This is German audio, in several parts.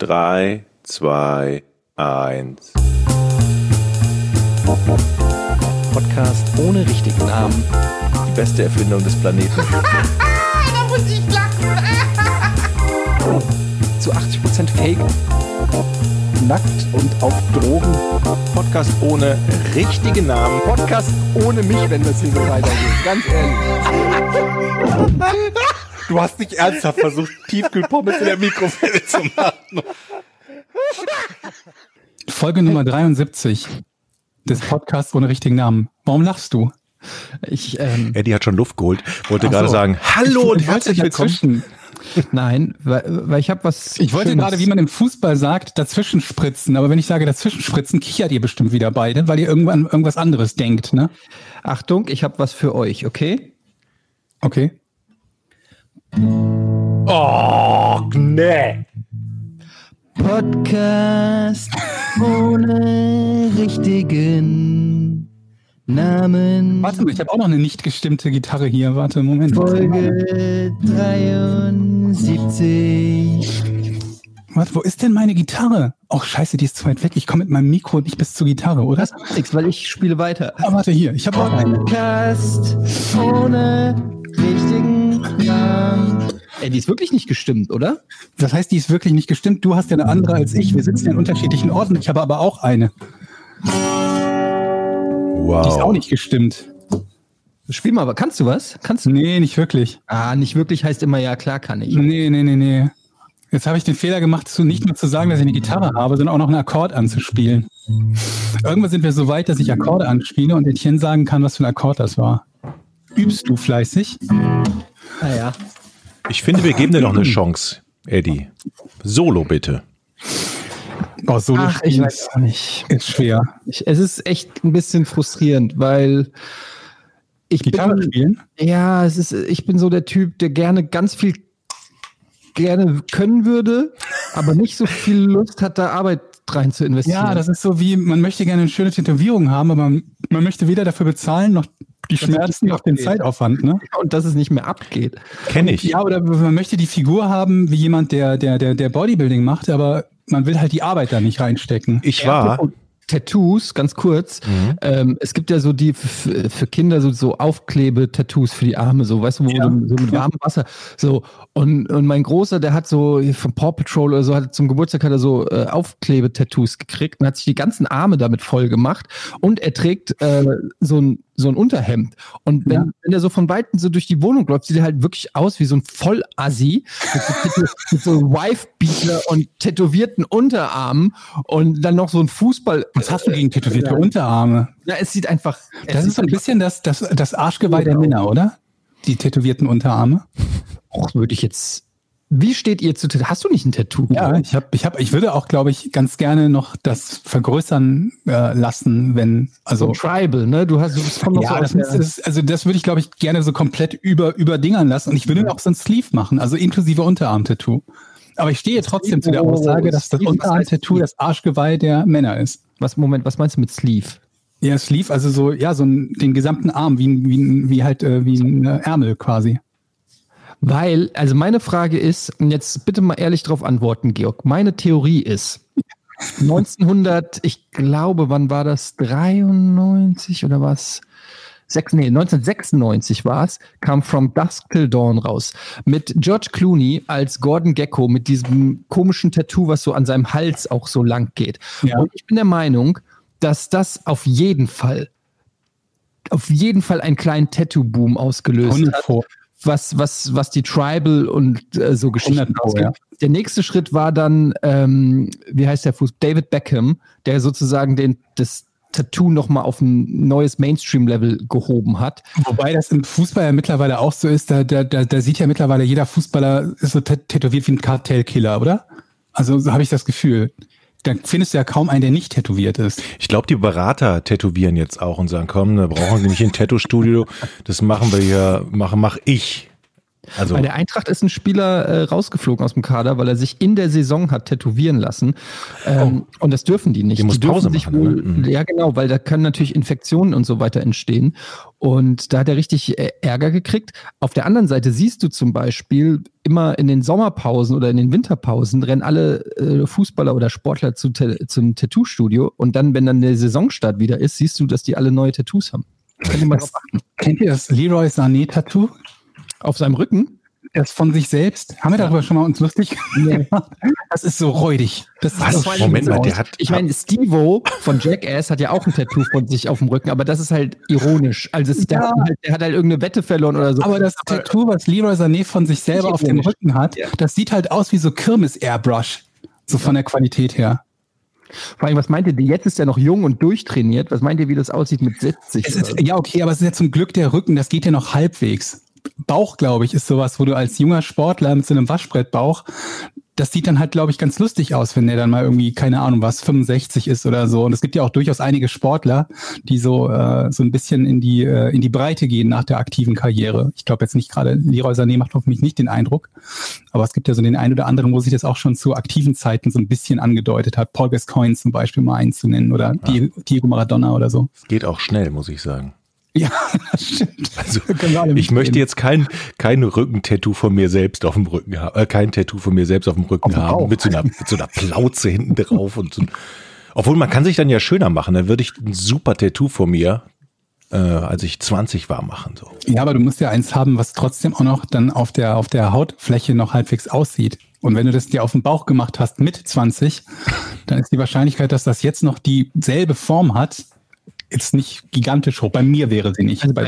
3, 2, 1. Podcast ohne richtigen Namen. Die beste Erfindung des Planeten. Da muss ich lachen. Zu 80% Fake. Nackt und auf Drogen. Podcast ohne richtigen Namen. Podcast ohne mich, wenn das hier so weitergeht. Ganz ehrlich. Du hast nicht ernsthaft versucht, Tiefkühlpommes in der Mikrowelle zu machen. Folge Nummer 73 des Podcasts ohne richtigen Namen. Warum lachst du? Eddie hat schon Luft geholt. Wollte gerade sagen, hallo und herzlich willkommen. Nein, weil ich habe was. Ich wollte gerade, wie man im Fußball sagt, dazwischen spritzen. Aber wenn ich sage dazwischen spritzen, kichert ihr bestimmt wieder beide, weil ihr irgendwann irgendwas anderes denkt, ne? Achtung, ich habe was für euch, okay? Okay. Oh, nee. Podcast ohne richtigen Namen. Warte mal, ich habe auch noch eine nicht gestimmte Gitarre hier. Warte, Moment. Folge 73. Warte, wo ist denn meine Gitarre? Oh, scheiße, die ist zu weit weg. Ich komme mit meinem Mikro nicht bis zur Gitarre, oder? Das macht nichts, weil ich spiele weiter. Ah, warte, hier. Ich habe auch eine. Podcast ohne richtigen Namen. Ey, die ist wirklich nicht gestimmt, oder? Das heißt, die ist wirklich nicht gestimmt. Du hast ja eine andere als ich. Wir sitzen ja in unterschiedlichen Orten. Ich habe aber auch eine. Wow. Die ist auch nicht gestimmt. Spiel mal, aber kannst du was? Kannst du? Nee, nicht wirklich. Ah, nicht wirklich heißt immer, ja klar kann ich. Nee. Jetzt habe ich den Fehler gemacht, nicht nur zu sagen, dass ich eine Gitarre habe, sondern auch noch einen Akkord anzuspielen. Irgendwann sind wir so weit, dass ich Akkorde anspiele und Etienne sagen kann, was für ein Akkord das war. Übst du fleißig? Naja. Ich finde, wir geben dir noch eine Chance, Eddie. Solo bitte. Oh, Solo. Ach, ich weiß auch nicht. Ist schwer. Es ist echt ein bisschen frustrierend, weil Gitarre spielen? Ja, ich bin so der Typ, der gerne können würde, aber nicht so viel Lust hat, da Arbeit rein zu investieren. Ja, das ist so wie, man möchte gerne eine schöne Tätowierung haben, aber man möchte weder dafür bezahlen, noch die Schmerzen, noch den Zeitaufwand, ne? Und dass es nicht mehr abgeht. Kenn ich. Ja, oder man möchte die Figur haben, wie jemand, der Bodybuilding macht, aber man will halt die Arbeit da nicht reinstecken. Ich war... Tattoos, ganz kurz. Es gibt ja so die für Kinder so Aufklebe-Tattoos für die Arme, so, weißt du, wo so mit warmem Wasser. So, und mein Großer, der hat so von Paw Patrol oder so, zum Geburtstag hat er so Aufklebe-Tattoos gekriegt und hat sich die ganzen Arme damit voll gemacht und er trägt so ein Unterhemd. Und wenn er so von Weitem so durch die Wohnung läuft, sieht er halt wirklich aus wie so ein Vollassi mit so einem Wife-Beater und tätowierten Unterarmen und dann noch so ein Fußball. Was hast du gegen tätowierte Unterarme? Ja, es sieht einfach... Das ist so ein bisschen das Arschgeweih der Männer, oder? Die tätowierten Unterarme. Och, würde ich jetzt... Wie steht ihr zu Tattoo? Hast du nicht ein Tattoo? Ja, ich würde auch, glaube ich, ganz gerne noch das vergrößern lassen, wenn, also. So Tribal, ne? Das würde ich, glaube ich, gerne so komplett überdingern lassen und ich würde auch so ein Sleeve machen, also inklusive Unterarm-Tattoo. Aber ich stehe trotzdem zu der Aussage, dass das Unterarm-Tattoo das Arschgeweih der Männer ist. Was meinst du mit Sleeve? Ja, Sleeve, also so, ja, den gesamten Arm, wie ein Ärmel quasi. Weil, also meine Frage ist, und jetzt bitte mal ehrlich darauf antworten, Georg, meine Theorie ist, ich glaube, wann war das? 93 oder was? 1996 war es, kam From Dusk Till Dawn raus. Mit George Clooney als Gordon Gekko mit diesem komischen Tattoo, was so an seinem Hals auch so lang geht. Ja. Und ich bin der Meinung, dass das auf jeden Fall einen kleinen Tattoo-Boom ausgelöst hat. Was die Tribal und so Geschichten ausgeht. Ja. Der nächste Schritt war dann, wie heißt der David Beckham, der sozusagen das Tattoo nochmal auf ein neues Mainstream-Level gehoben hat. Wobei das im Fußball ja mittlerweile auch so ist, da sieht ja mittlerweile jeder Fußballer ist so tätowiert wie ein Kartellkiller, oder? Also so habe ich das Gefühl. Da findest du ja kaum einen, der nicht tätowiert ist. Ich glaube, die Berater tätowieren jetzt auch und sagen, komm, da brauchen Sie nicht ein Tattoo-Studio, das machen wir hier, mach ich. Also. Bei der Eintracht ist ein Spieler rausgeflogen aus dem Kader, weil er sich in der Saison hat tätowieren lassen. Und das dürfen die nicht. Die muss Pause machen. Ja, genau, weil da können natürlich Infektionen und so weiter entstehen. Und da hat er richtig Ärger gekriegt. Auf der anderen Seite siehst du zum Beispiel immer in den Sommerpausen oder in den Winterpausen rennen alle Fußballer oder Sportler zum Tattoo-Studio. Und dann, wenn dann der Saisonstart wieder ist, siehst du, dass die alle neue Tattoos haben. Könnt ihr mal drauf achten. Kennt ihr das Leroy Sané-Tattoo? Auf seinem Rücken? Das von sich selbst. Haben wir darüber schon mal uns lustig gemacht? Das ist so räudig. Moment mal, der hat... Ich meine, Steve-O von Jackass hat ja auch ein Tattoo von sich auf dem Rücken, aber das ist halt ironisch. Also der hat halt irgendeine Wette verloren oder so. Aber das Tattoo, was Leroy Sané von sich selber auf dem Rücken hat, das sieht halt aus wie so Kirmes-Airbrush. So von der Qualität her. Vor allem, was meint ihr, jetzt ist er noch jung und durchtrainiert. Was meint ihr, wie das aussieht mit 70? Ja, okay, aber es ist ja zum Glück der Rücken, das geht ja noch halbwegs. Bauch, glaube ich, ist sowas, wo du als junger Sportler mit so einem Waschbrettbauch, das sieht dann halt, glaube ich, ganz lustig aus, wenn der dann mal irgendwie, keine Ahnung was, 65 ist oder so. Und es gibt ja auch durchaus einige Sportler, die so ein bisschen in die Breite gehen nach der aktiven Karriere. Ich glaube jetzt nicht gerade, Leroy Sané macht auf mich nicht den Eindruck, aber es gibt ja so den einen oder anderen, wo sich das auch schon zu aktiven Zeiten so ein bisschen angedeutet hat. Paul Gascoigne zum Beispiel mal einzunennen oder Diego Maradona oder so. Es geht auch schnell, muss ich sagen. Ja, das stimmt. Also, ich möchte jetzt kein Rückentattoo von mir selbst auf dem Rücken haben, kein Tattoo von mir selbst auf dem Rücken haben, mit so einer Plauze hinten drauf und so. Obwohl, man kann sich dann ja schöner machen. Dann würde ich ein super Tattoo von mir, als ich 20 war, machen. So. Ja, aber du musst ja eins haben, was trotzdem auch noch dann auf der Hautfläche noch halbwegs aussieht. Und wenn du das dir auf den Bauch gemacht hast mit 20, dann ist die Wahrscheinlichkeit, dass das jetzt noch dieselbe Form hat, jetzt nicht gigantisch hoch. Bei mir wäre sie nicht. Also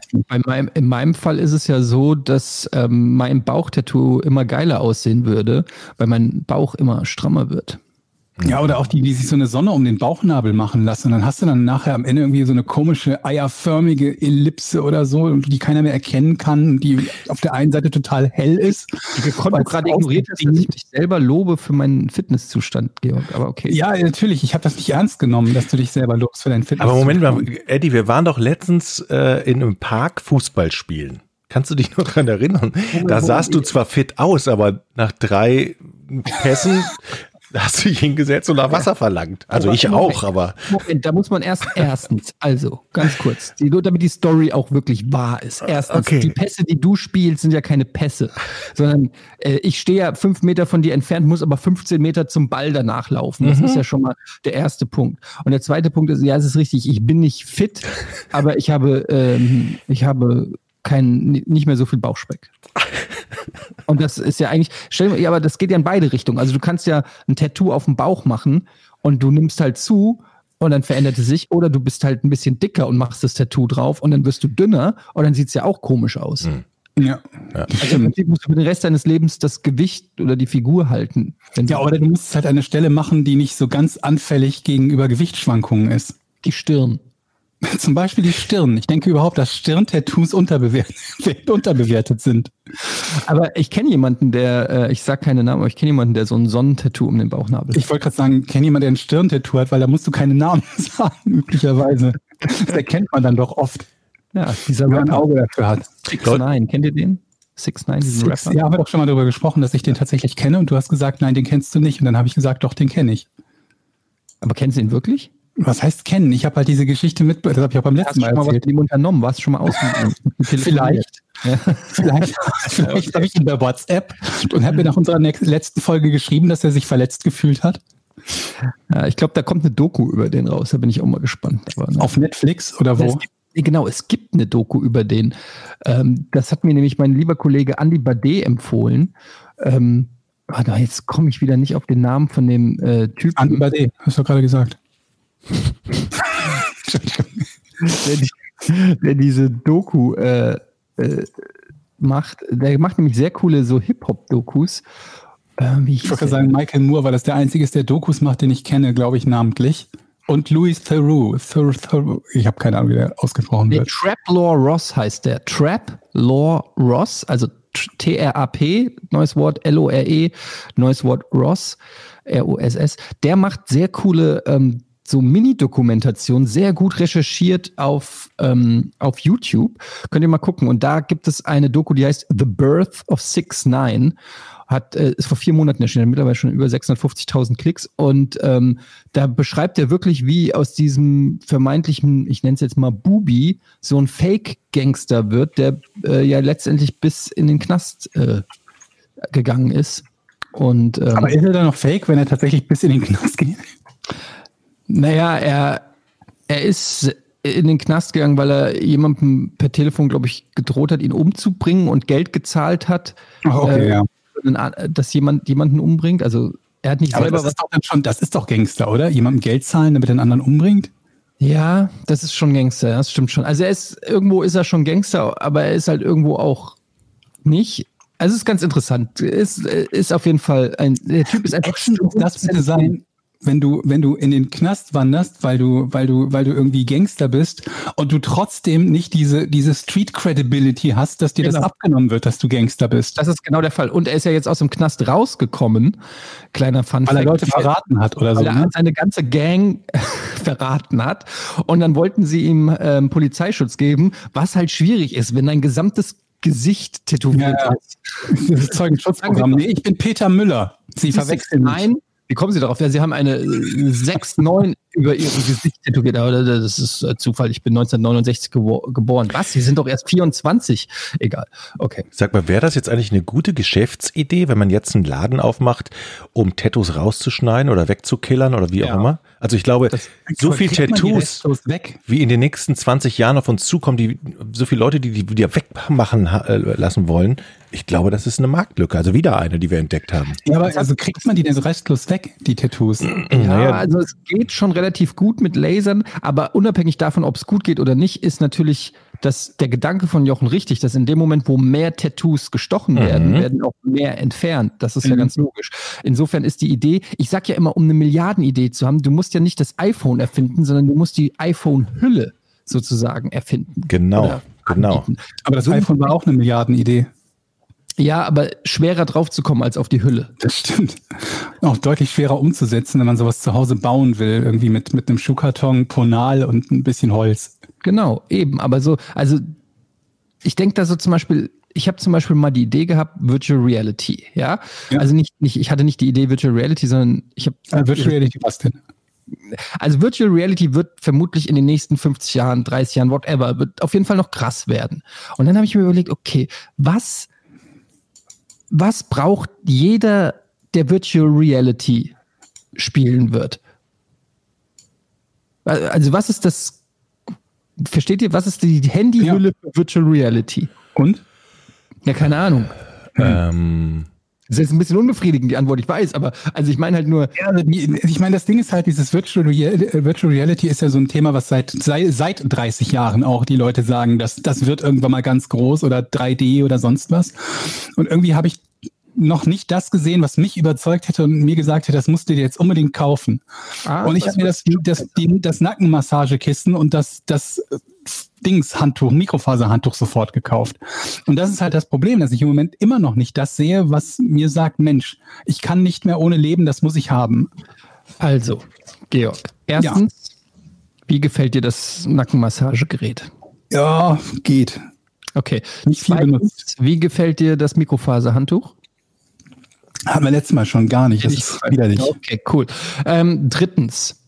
in meinem Fall ist es ja so, dass mein Bauchtattoo immer geiler aussehen würde, weil mein Bauch immer strammer wird. Ja, oder auch die sich so eine Sonne um den Bauchnabel machen lassen. Und dann hast du dann nachher am Ende irgendwie so eine komische eierförmige Ellipse oder so, die keiner mehr erkennen kann, die auf der einen Seite total hell ist. Ich konnte gerade ignoriert, dass ich mich selber lobe für meinen Fitnesszustand, Georg. Aber okay. Ja, natürlich. Ich habe das nicht ernst genommen, dass du dich selber lobst für deinen Fitnesszustand. Aber Moment mal, Eddie, wir waren doch letztens in einem Park Fußball spielen. Kannst du dich noch daran erinnern? Da sahst du zwar fit aus, aber nach 3 Pässen hast du dich hingesetzt und nach Wasser verlangt. Also ich auch, aber... Moment, da muss man erstens, also ganz kurz, damit die Story auch wirklich wahr ist. Erstens, Die Pässe, die du spielst, sind ja keine Pässe, sondern ich stehe ja 5 Meter von dir entfernt, muss aber 15 Meter zum Ball danach laufen. Das ist ja schon mal der erste Punkt. Und der zweite Punkt ist, ja, es ist richtig, ich bin nicht fit, aber ich habe nicht mehr so viel Bauchspeck. Und das ist ja eigentlich, aber das geht ja in beide Richtungen. Also du kannst ja ein Tattoo auf dem Bauch machen und du nimmst halt zu und dann verändert es sich, oder du bist halt ein bisschen dicker und machst das Tattoo drauf und dann wirst du dünner und dann sieht es ja auch komisch aus. Ja. Also musst du für den Rest deines Lebens das Gewicht oder die Figur halten. Ja, oder du musst halt eine Stelle machen, die nicht so ganz anfällig gegenüber Gewichtsschwankungen ist. Die Stirn. Zum Beispiel die Stirn. Ich denke überhaupt, dass Stirn-Tattoos unterbewertet sind. Aber ich kenne jemanden, der, ich sag keine Namen, aber ich kenne jemanden, der so ein Sonnentattoo um den Bauchnabel hat. Ich wollte gerade sagen, ich kenne jemanden, der ein Stirn-Tattoo hat, weil da musst du keine Namen sagen, üblicherweise. Das erkennt man dann doch oft. Ja, dieser Wer ein Auge dafür hat. 6ix9ine, kennt ihr den? 6ix9ine, diesen Rapper? Ja, haben wir doch schon mal darüber gesprochen, dass ich den tatsächlich kenne, und du hast gesagt, nein, den kennst du nicht. Und dann habe ich gesagt, doch, den kenne ich. Aber kennst du ihn wirklich? Was heißt kennen? Ich habe halt diese Geschichte das habe ich auch beim letzten Mal erzählt. Hast du schon mal was mit ihm unternommen? Warst du schon mal Vielleicht. Ja. Vielleicht habe ich ihn bei WhatsApp und habe mir nach unserer letzten Folge geschrieben, dass er sich verletzt gefühlt hat. Ja, ich glaube, da kommt eine Doku über den raus. Da bin ich auch mal gespannt. Aber, ne? Auf Netflix oder wo? Es gibt eine Doku über den. Das hat mir nämlich mein lieber Kollege Andy Bade empfohlen. Jetzt komme ich wieder nicht auf den Namen von dem Typen. Andy Bade, hast du gerade gesagt. der diese Doku macht. Der macht nämlich sehr coole so Hip-Hop-Dokus. Ich würde sagen Michael Moore, weil das der einzige ist, der Dokus macht, den ich kenne, glaube ich, namentlich. Und Louis Theroux. Ich habe keine Ahnung, wie der ausgesprochen wird. Trap Lore Ross heißt der. Trap Lore Ross, also T-R-A-P, neues Wort, L-O-R-E, neues Wort Ross, R-O-S-S. Der macht sehr coole so Mini-Dokumentation, sehr gut recherchiert auf YouTube. Könnt ihr mal gucken. Und da gibt es eine Doku, die heißt The Birth of 6ix9ine. Ist vor 4 Monaten erschienen, mittlerweile schon über 650.000 Klicks. Und da beschreibt er wirklich, wie aus diesem vermeintlichen, ich nenne es jetzt mal Bubi, so ein Fake-Gangster wird, der ja letztendlich bis in den Knast gegangen ist. Und, aber ist er dann noch fake, wenn er tatsächlich bis in den Knast geht? Naja, er ist in den Knast gegangen, weil er jemandem per Telefon, glaube ich, gedroht hat, ihn umzubringen und Geld gezahlt hat, dass jemanden umbringt. Also er hat nicht aber selber das ist doch dann schon, das ist doch Gangster, oder? Jemandem Geld zahlen, damit er den anderen umbringt? Ja, das ist schon Gangster, das stimmt schon. Also irgendwo ist er schon Gangster, aber er ist halt irgendwo auch nicht. Also es ist ganz interessant. Ist auf jeden Fall der Typ ist einfach das bitte sein, wenn du in den Knast wanderst, weil du irgendwie Gangster bist und du trotzdem nicht diese Street Credibility hast, dass dir das abgenommen wird, dass du Gangster bist. Das ist genau der Fall. Und er ist ja jetzt aus dem Knast rausgekommen. Kleiner Fun Fact. Weil er Leute verraten hat oder so. Weil er seine ganze Gang verraten hat. Und dann wollten sie ihm Polizeischutz geben, was halt schwierig ist, wenn dein gesamtes Gesicht tätowiert ist. Das ist Zeugenschutzprogramm. Nee, ich bin Peter Müller. Sie verwechseln mich. Wie kommen Sie darauf? Ja, Sie haben eine 6'9" über Ihrem Gesicht tätowiert. Aber das ist Zufall. Ich bin 1969 geboren. Was? Sie sind doch erst 24. Egal. Okay. Sag mal, wäre das jetzt eigentlich eine gute Geschäftsidee, wenn man jetzt einen Laden aufmacht, um Tattoos rauszuschneiden oder wegzukillern oder wie auch immer? Also ich glaube, so viel Tattoos, wie in den nächsten 20 Jahren auf uns zukommen, so viele Leute, die wieder wegmachen lassen wollen, ich glaube, das ist eine Marktlücke. Also wieder eine, die wir entdeckt haben. Ja, aber also kriegt man die denn restlos weg, die Tattoos? Ja, also es geht schon relativ gut mit Lasern, aber unabhängig davon, ob es gut geht oder nicht, ist natürlich der Gedanke von Jochen richtig, dass in dem Moment, wo mehr Tattoos gestochen werden auch mehr entfernt. Das ist ja ganz logisch. Insofern ist die Idee, ich sag ja immer, um eine Milliardenidee zu haben, du musst ja nicht das iPhone erfinden, sondern du musst die iPhone-Hülle sozusagen erfinden. Genau. Aber das iPhone war auch eine Milliardenidee. Ja, aber schwerer drauf zu kommen als auf die Hülle. Das stimmt. Auch deutlich schwerer umzusetzen, wenn man sowas zu Hause bauen will. Irgendwie mit einem Schuhkarton, Ponal und ein bisschen Holz. Genau, eben. Aber also ich denke da so zum Beispiel, ich habe zum Beispiel mal die Idee gehabt, Virtual Reality, ja? Also nicht, ich hatte nicht die Idee Virtual Reality, sondern ich habe... Virtual Reality, was denn? Also Virtual Reality wird vermutlich in den nächsten 50 Jahren, 30 Jahren, whatever, wird auf jeden Fall noch krass werden. Und dann habe ich mir überlegt, okay, was braucht jeder, der Virtual Reality spielen wird? Also was ist das, versteht ihr, was ist die Handyhülle für Virtual Reality? Und? Ja, keine Ahnung. Das ist jetzt ein bisschen unbefriedigend, die Antwort, ich weiß, aber also ich meine halt nur... Ja, ich meine, das Ding ist halt, dieses Virtual Reality ist ja so ein Thema, was seit 30 Jahren auch die Leute sagen, das wird irgendwann mal ganz groß oder 3D oder sonst was. Und irgendwie habe ich noch nicht das gesehen, was mich überzeugt hätte und mir gesagt hätte, das musst du dir jetzt unbedingt kaufen. Und ich habe mir das Nackenmassagekissen und das Handtuch, Mikrofaserhandtuch sofort gekauft. Und das ist halt das Problem, dass ich im Moment immer noch nicht das sehe, was mir sagt, Mensch, ich kann nicht mehr ohne leben, das muss ich haben. Also, Georg, erstens, wie gefällt dir das Nackenmassagegerät? Ja, geht. Okay. Nicht viel benutzt. Wie gefällt dir das Mikrofaserhandtuch? Hatten wir letztes Mal schon gar nicht. Das ist widerlich. Okay, cool. Drittens.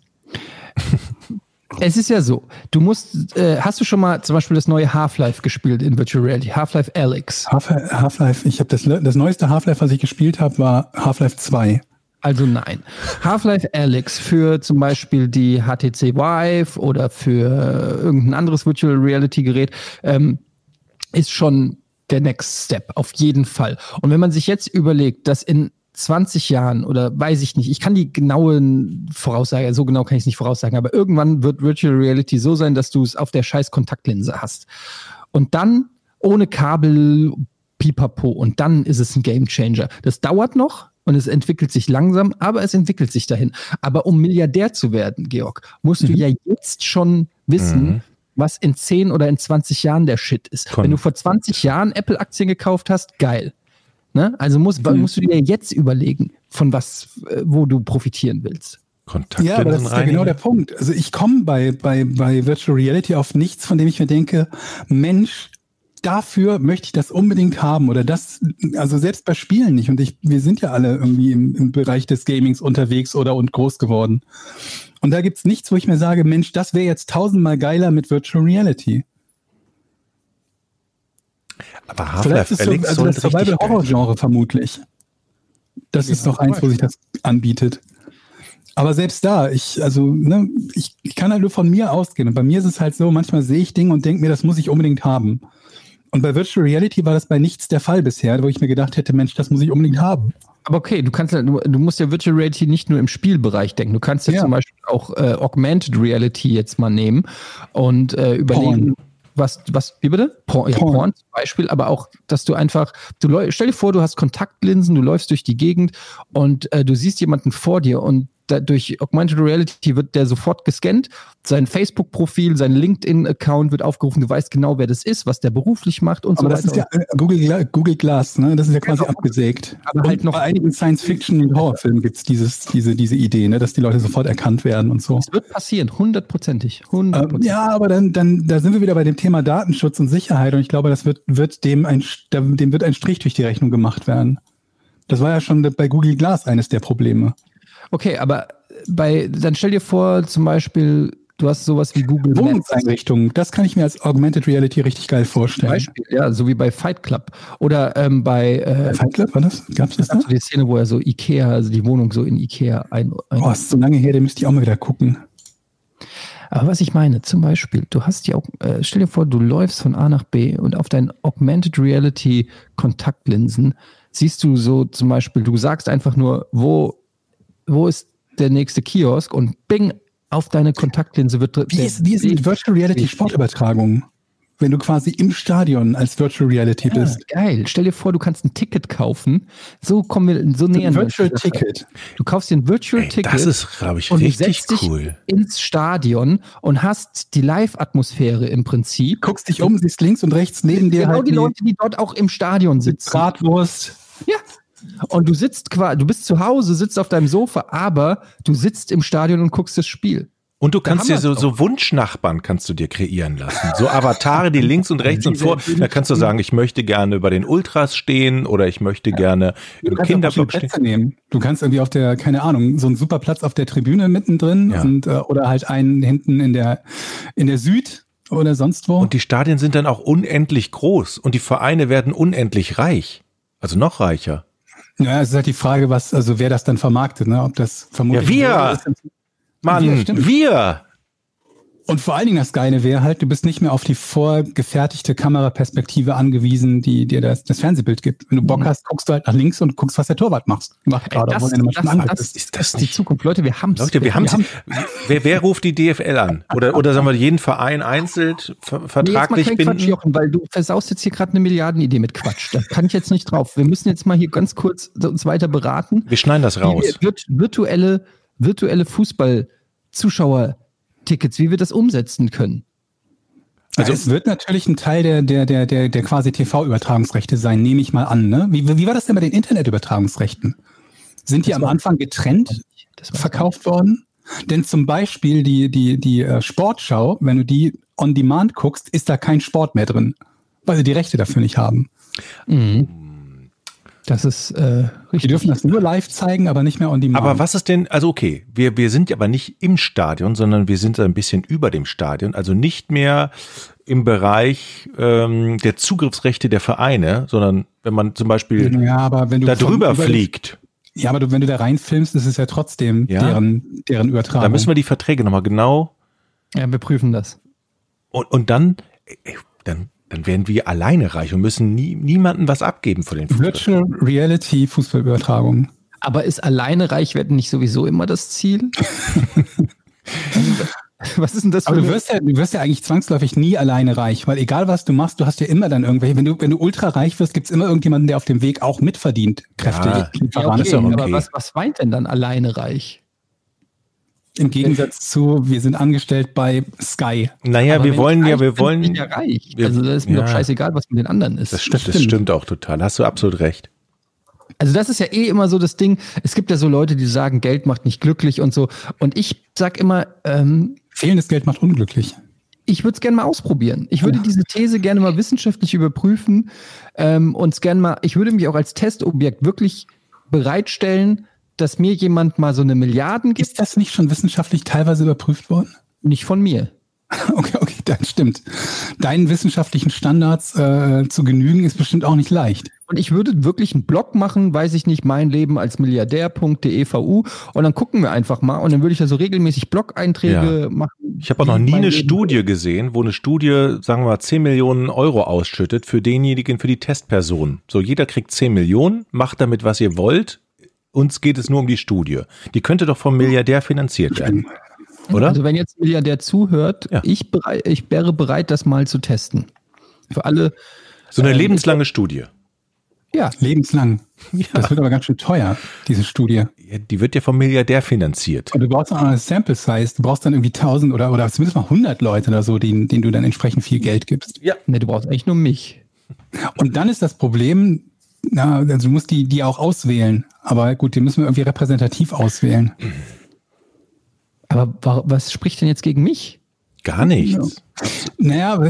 Es ist ja so, hast du schon mal zum Beispiel das neue Half-Life gespielt in Virtual Reality? Half-Life Alyx. Half-Life, ich habe das neueste Half-Life, was ich gespielt habe, war Half-Life 2. Also nein. Half-Life Alyx für zum Beispiel die HTC Vive oder für irgendein anderes Virtual Reality Gerät ist schon der Next Step, auf jeden Fall. Und wenn man sich jetzt überlegt, dass in 20 Jahren oder weiß ich nicht, ich kann die genauen Voraussagen, so genau kann ich es nicht voraussagen, aber irgendwann wird Virtual Reality so sein, dass du es auf der scheiß Kontaktlinse hast. Und dann ohne Kabel, pipapo, und dann ist es ein Gamechanger. Das dauert noch und es entwickelt sich langsam, aber es entwickelt sich dahin. Aber um Milliardär zu werden, Georg, musst du ja jetzt schon wissen, was in 10 oder in 20 Jahren der Shit ist. Wenn du vor 20 Jahren Apple-Aktien gekauft hast, geil. Ne? Also musst du dir jetzt überlegen, von wo du profitieren willst. Kontaktlinsen Ja, aber das ist ja genau der Punkt. Also ich komme bei Virtual Reality auf nichts, von dem ich mir denke, Mensch, dafür möchte ich das unbedingt haben oder das, also selbst bei Spielen nicht. Und wir sind ja alle irgendwie im Bereich des Gamings unterwegs und groß geworden. Und da gibt's nichts, wo ich mir sage, Mensch, das wäre jetzt 1000-mal geiler mit Virtual Reality. Aber Half-Life Alyx also das Survival-Horror-Genre vermutlich. Das ist doch eins, wo sich das anbietet. Aber selbst da, ich kann halt nur von mir ausgehen. Und bei mir ist es halt so, manchmal sehe ich Dinge und denke mir, das muss ich unbedingt haben. Und bei Virtual Reality war das bei nichts der Fall bisher, wo ich mir gedacht hätte, Mensch, das muss ich unbedingt haben. Aber okay, du musst ja Virtual Reality nicht nur im Spielbereich denken. Du kannst ja zum Beispiel auch Augmented Reality jetzt mal nehmen und überlegen, was, wie bitte? Porn zum Beispiel, aber auch, dass du einfach, stell dir vor, du hast Kontaktlinsen, du läufst durch die Gegend und du siehst jemanden vor dir und durch Augmented Reality wird der sofort gescannt, sein Facebook-Profil, sein LinkedIn-Account wird aufgerufen, du weißt genau, wer das ist, was der beruflich macht und aber so weiter. Das ist ja Google Glass, ne? Das ist ja quasi abgesägt. Aber und halt noch bei einigen Science-Fiction- und Horrorfilmen gibt es diese Idee, ne? Dass die Leute sofort erkannt werden und so. Das wird passieren, 100%. Ja, aber dann da sind wir wieder bei dem Thema Datenschutz und Sicherheit und ich glaube, das dem wird ein Strich durch die Rechnung gemacht werden. Das war ja schon bei Google Glass eines der Probleme. Okay, aber dann stell dir vor, zum Beispiel, du hast sowas wie Google Maps. Wohnungseinrichtungen, das kann ich mir als Augmented Reality richtig geil vorstellen. Beispiel, ja, so wie bei Fight Club. Oder bei Fight Club, war das? Gab's das da? Die Szene, wo er so Ikea, also die Wohnung so in Ikea ist so lange her, den müsste ich auch mal wieder gucken. Aber was ich meine, zum Beispiel, du hast ja auch, stell dir vor, du läufst von A nach B und auf deinen Augmented Reality Kontaktlinsen siehst du so zum Beispiel, du sagst einfach nur, wo ist der nächste Kiosk und bing, auf deine Kontaktlinse wird... Wie ist mit Virtual Reality Sportübertragung? Wenn du quasi im Stadion als Virtual Reality bist. Geil. Stell dir vor, du kannst ein Ticket kaufen. So kommen wir, so näher. Ein Virtual Ticket. Du kaufst dir ein Virtual Ticket. Das ist, glaube ich, richtig cool. Ins Stadion und hast die Live-Atmosphäre im Prinzip. Guckst dich um, siehst links und rechts neben dir genau halt die Leute, die dort auch im Stadion sitzen. Bratwurst. Ja. Und du bist zu Hause, sitzt auf deinem Sofa, aber du sitzt im Stadion und guckst das Spiel. Und du kannst dir so Wunschnachbarn kannst du dir kreieren lassen. So Avatare, die links und rechts und vor. Da kannst du sagen, ich möchte gerne bei den Ultras stehen oder ich möchte gerne im Kinderblock stehen. Du kannst irgendwie auf der, keine Ahnung, so einen super Platz auf der Tribüne mittendrin und oder halt einen hinten in der Süd oder sonst wo. Und die Stadien sind dann auch unendlich groß und die Vereine werden unendlich reich. Also noch reicher. Ja, es ist halt die Frage, wer das dann vermarktet, ne? Ob das vermutlich... Ja, wir! Mann, wir! Und vor allen Dingen das Geile wäre halt, du bist nicht mehr auf die vorgefertigte Kameraperspektive angewiesen, die dir das Fernsehbild gibt. Wenn du Bock hast, guckst du halt nach links und guckst, was der Torwart macht gerade. Das ist die Zukunft. Leute, wir haben's. Leute, wir haben's. Wer ruft die DFL an? Oder sagen wir jeden Verein einzeln vertraglich binden? Quatsch, Jochen, weil du versaust jetzt hier gerade eine Milliardenidee mit Quatsch. Da kann ich jetzt nicht drauf. Wir müssen jetzt mal hier ganz kurz uns weiter beraten. Wir schneiden das raus. Virtuelle Fußball-Zuschauer-Tickets, wie wir das umsetzen können. Also es wird natürlich ein Teil der quasi TV-Übertragungsrechte sein, nehme ich mal an. Ne? Wie war das denn bei den Internetübertragungsrechten? Sind die am Anfang getrennt verkauft worden? Denn zum Beispiel die Sportschau, wenn du die on demand guckst, ist da kein Sport mehr drin, weil sie die Rechte dafür nicht haben. Mhm. Das ist richtig. Die dürfen das nur live zeigen, aber nicht mehr on demand. Aber was ist denn, also okay, wir sind aber nicht im Stadion, sondern wir sind ein bisschen über dem Stadion, also nicht mehr im Bereich der Zugriffsrechte der Vereine, sondern wenn man zum Beispiel da drüber fliegt. Ja, aber wenn du da reinfilmst, ist es ja trotzdem deren Übertragung. Da müssen wir die Verträge nochmal genau... Ja, wir prüfen das. Und dann werden wir alleine reich und müssen niemandem was abgeben von den Fußball. Virtual Reality Fußballübertragung. Aber ist alleine reich werden nicht sowieso immer das Ziel? Was ist denn das? Aber du wirst ja eigentlich zwangsläufig nie alleine reich, weil egal was du machst, du hast ja immer dann irgendwelche, wenn du ultra reich wirst, gibt's immer irgendjemanden, der auf dem Weg auch mitverdient. Kräfte. Aber was meint denn dann alleine reich? Im Gegensatz zu, wir sind angestellt bei Sky. Naja, aber wir wollen. Ich bin ja reich. Also das ist mir doch scheißegal, was mit den anderen ist. Das stimmt auch total. Hast du absolut recht. Also das ist ja eh immer so das Ding. Es gibt ja so Leute, die sagen, Geld macht nicht glücklich und so. Und ich sag immer, fehlendes Geld macht unglücklich. Ich würde es gerne mal ausprobieren. Ich würde diese These gerne mal wissenschaftlich überprüfen und ich würde mich auch als Testobjekt wirklich bereitstellen, dass mir jemand mal so eine Milliarden gibt. Ist das nicht schon wissenschaftlich teilweise überprüft worden? Nicht von mir. Okay, das stimmt. Deinen wissenschaftlichen Standards zu genügen, ist bestimmt auch nicht leicht. Und ich würde wirklich einen Blog machen, weiß ich nicht, mein Leben als Milliardär.devu und dann gucken wir einfach mal und dann würde ich da so regelmäßig Blog-Einträge machen. Ich habe auch noch nie eine Studie gesehen, wo eine Studie, sagen wir mal, 10 Millionen Euro ausschüttet für denjenigen, für die Testperson. So, jeder kriegt 10 Millionen, macht damit, was ihr wollt. Uns geht es nur um die Studie. Die könnte doch vom Milliardär finanziert werden. Oder? Also wenn jetzt ein Milliardär zuhört, ich wäre bereit, das mal zu testen. Für alle. So eine lebenslange Studie. Ja. Lebenslang. Ja. Das wird aber ganz schön teuer, diese Studie. Ja, die wird ja vom Milliardär finanziert. Und du brauchst auch eine Sample Size. Du brauchst dann irgendwie 1000 oder zumindest mal 100 Leute oder so, denen du dann entsprechend viel Geld gibst. Ja. Ne, du brauchst eigentlich nur mich. Und dann ist das Problem, also du musst die auch auswählen. Aber gut, die müssen wir irgendwie repräsentativ auswählen. Aber was spricht denn jetzt gegen mich? Gar nichts. Naja,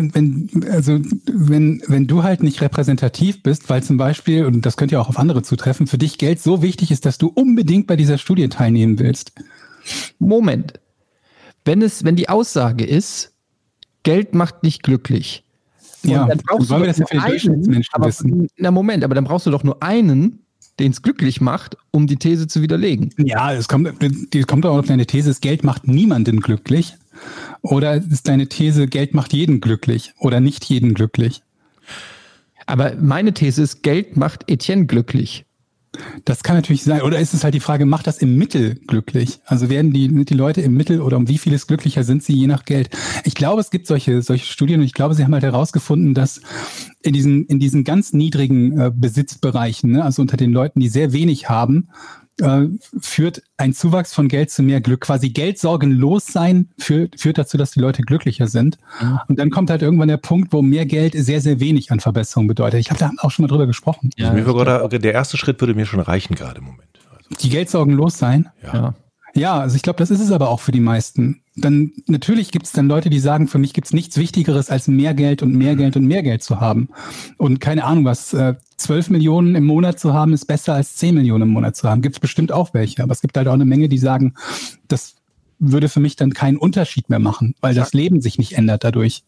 wenn du halt nicht repräsentativ bist, weil zum Beispiel, und das könnte ja auch auf andere zutreffen, für dich Geld so wichtig ist, dass du unbedingt bei dieser Studie teilnehmen willst. Moment. Wenn die Aussage ist, Geld macht nicht glücklich. Ja, dann brauchst du das ja für die Durchschnittsmenschen wissen. Na Moment, aber dann brauchst du doch nur einen, den es glücklich macht, um die These zu widerlegen. Ja, es kommt auch auf deine These, Geld macht niemanden glücklich. Oder ist deine These, Geld macht jeden glücklich oder nicht jeden glücklich? Aber meine These ist, Geld macht Etienne glücklich. Das kann natürlich sein. Oder ist es halt die Frage, macht das im Mittel glücklich? Also werden die Leute im Mittel oder um wie vieles glücklicher sind sie je nach Geld? Ich glaube, es gibt solche Studien und ich glaube, sie haben halt herausgefunden, dass in diesen ganz niedrigen Besitzbereichen, ne, also unter den Leuten, die sehr wenig haben, führt ein Zuwachs von Geld zu mehr Glück. Quasi geldsorgenlos sein führt dazu, dass die Leute glücklicher sind. Mhm. Und dann kommt halt irgendwann der Punkt, wo mehr Geld sehr, sehr wenig an Verbesserung bedeutet. Ich habe da auch schon mal drüber gesprochen. Ja, der erste Schritt würde mir schon reichen gerade im Moment. Also. Die geldsorgenlos sein? Ja, also ich glaube, das ist es aber auch für die meisten. Dann natürlich gibt es dann Leute, die sagen, für mich gibt es nichts Wichtigeres, als mehr Geld und mehr Geld und mehr Geld zu haben. Und keine Ahnung, 12 Millionen im Monat zu haben, ist besser als 10 Millionen im Monat zu haben. Gibt es bestimmt auch welche. Aber es gibt halt auch eine Menge, die sagen, das würde für mich dann keinen Unterschied mehr machen, weil das Leben sich nicht ändert dadurch.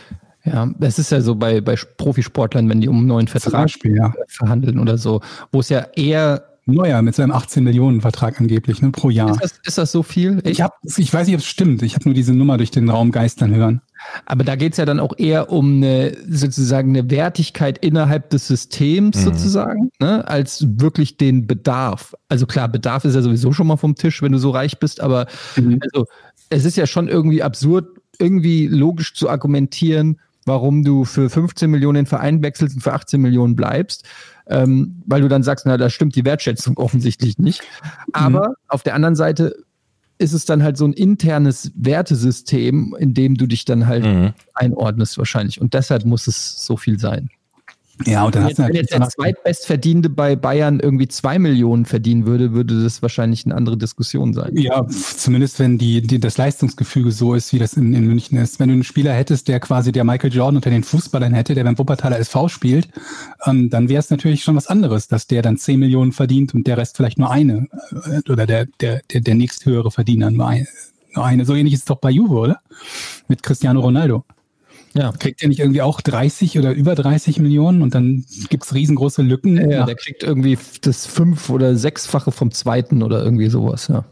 Ja, das ist ja so bei Profisportlern, wenn die um einen neuen Vertrag verhandeln oder so, wo es ja eher Neuer mit seinem 18-Millionen-Vertrag angeblich, ne, pro Jahr. Ist das so viel? Ich weiß nicht, ob es stimmt. Ich habe nur diese Nummer durch den Raum geistern hören. Aber da geht es ja dann auch eher um sozusagen eine Wertigkeit innerhalb des Systems sozusagen, ne, als wirklich den Bedarf. Also klar, Bedarf ist ja sowieso schon mal vom Tisch, wenn du so reich bist, aber also, es ist ja schon irgendwie absurd, irgendwie logisch zu argumentieren, warum du für 15 Millionen den Verein wechselst und für 18 Millionen bleibst. Weil du dann sagst, na, da stimmt die Wertschätzung offensichtlich nicht. Aber auf der anderen Seite ist es dann halt so ein internes Wertesystem, in dem du dich dann halt einordnest wahrscheinlich. Und deshalb muss es so viel sein. Ja, und dann wenn jetzt der Zweitbestverdienende bei Bayern irgendwie 2 Millionen verdienen würde das wahrscheinlich eine andere Diskussion sein. Ja, zumindest wenn das Leistungsgefüge so ist, wie das in München ist. Wenn du einen Spieler hättest, der quasi der Michael Jordan unter den Fußballern hätte, der beim Wuppertaler SV spielt, dann wäre es natürlich schon was anderes, dass der dann 10 Millionen verdient und der Rest vielleicht nur eine. Oder der nächsthöhere Verdiener nur eine. So ähnlich ist es doch bei Juve, oder? Mit Cristiano Ronaldo. Ja. Kriegt er nicht irgendwie auch 30 oder über 30 Millionen und dann gibt es riesengroße Lücken? Ja, der kriegt irgendwie das 5- oder 6-fache vom Zweiten oder irgendwie sowas, ja.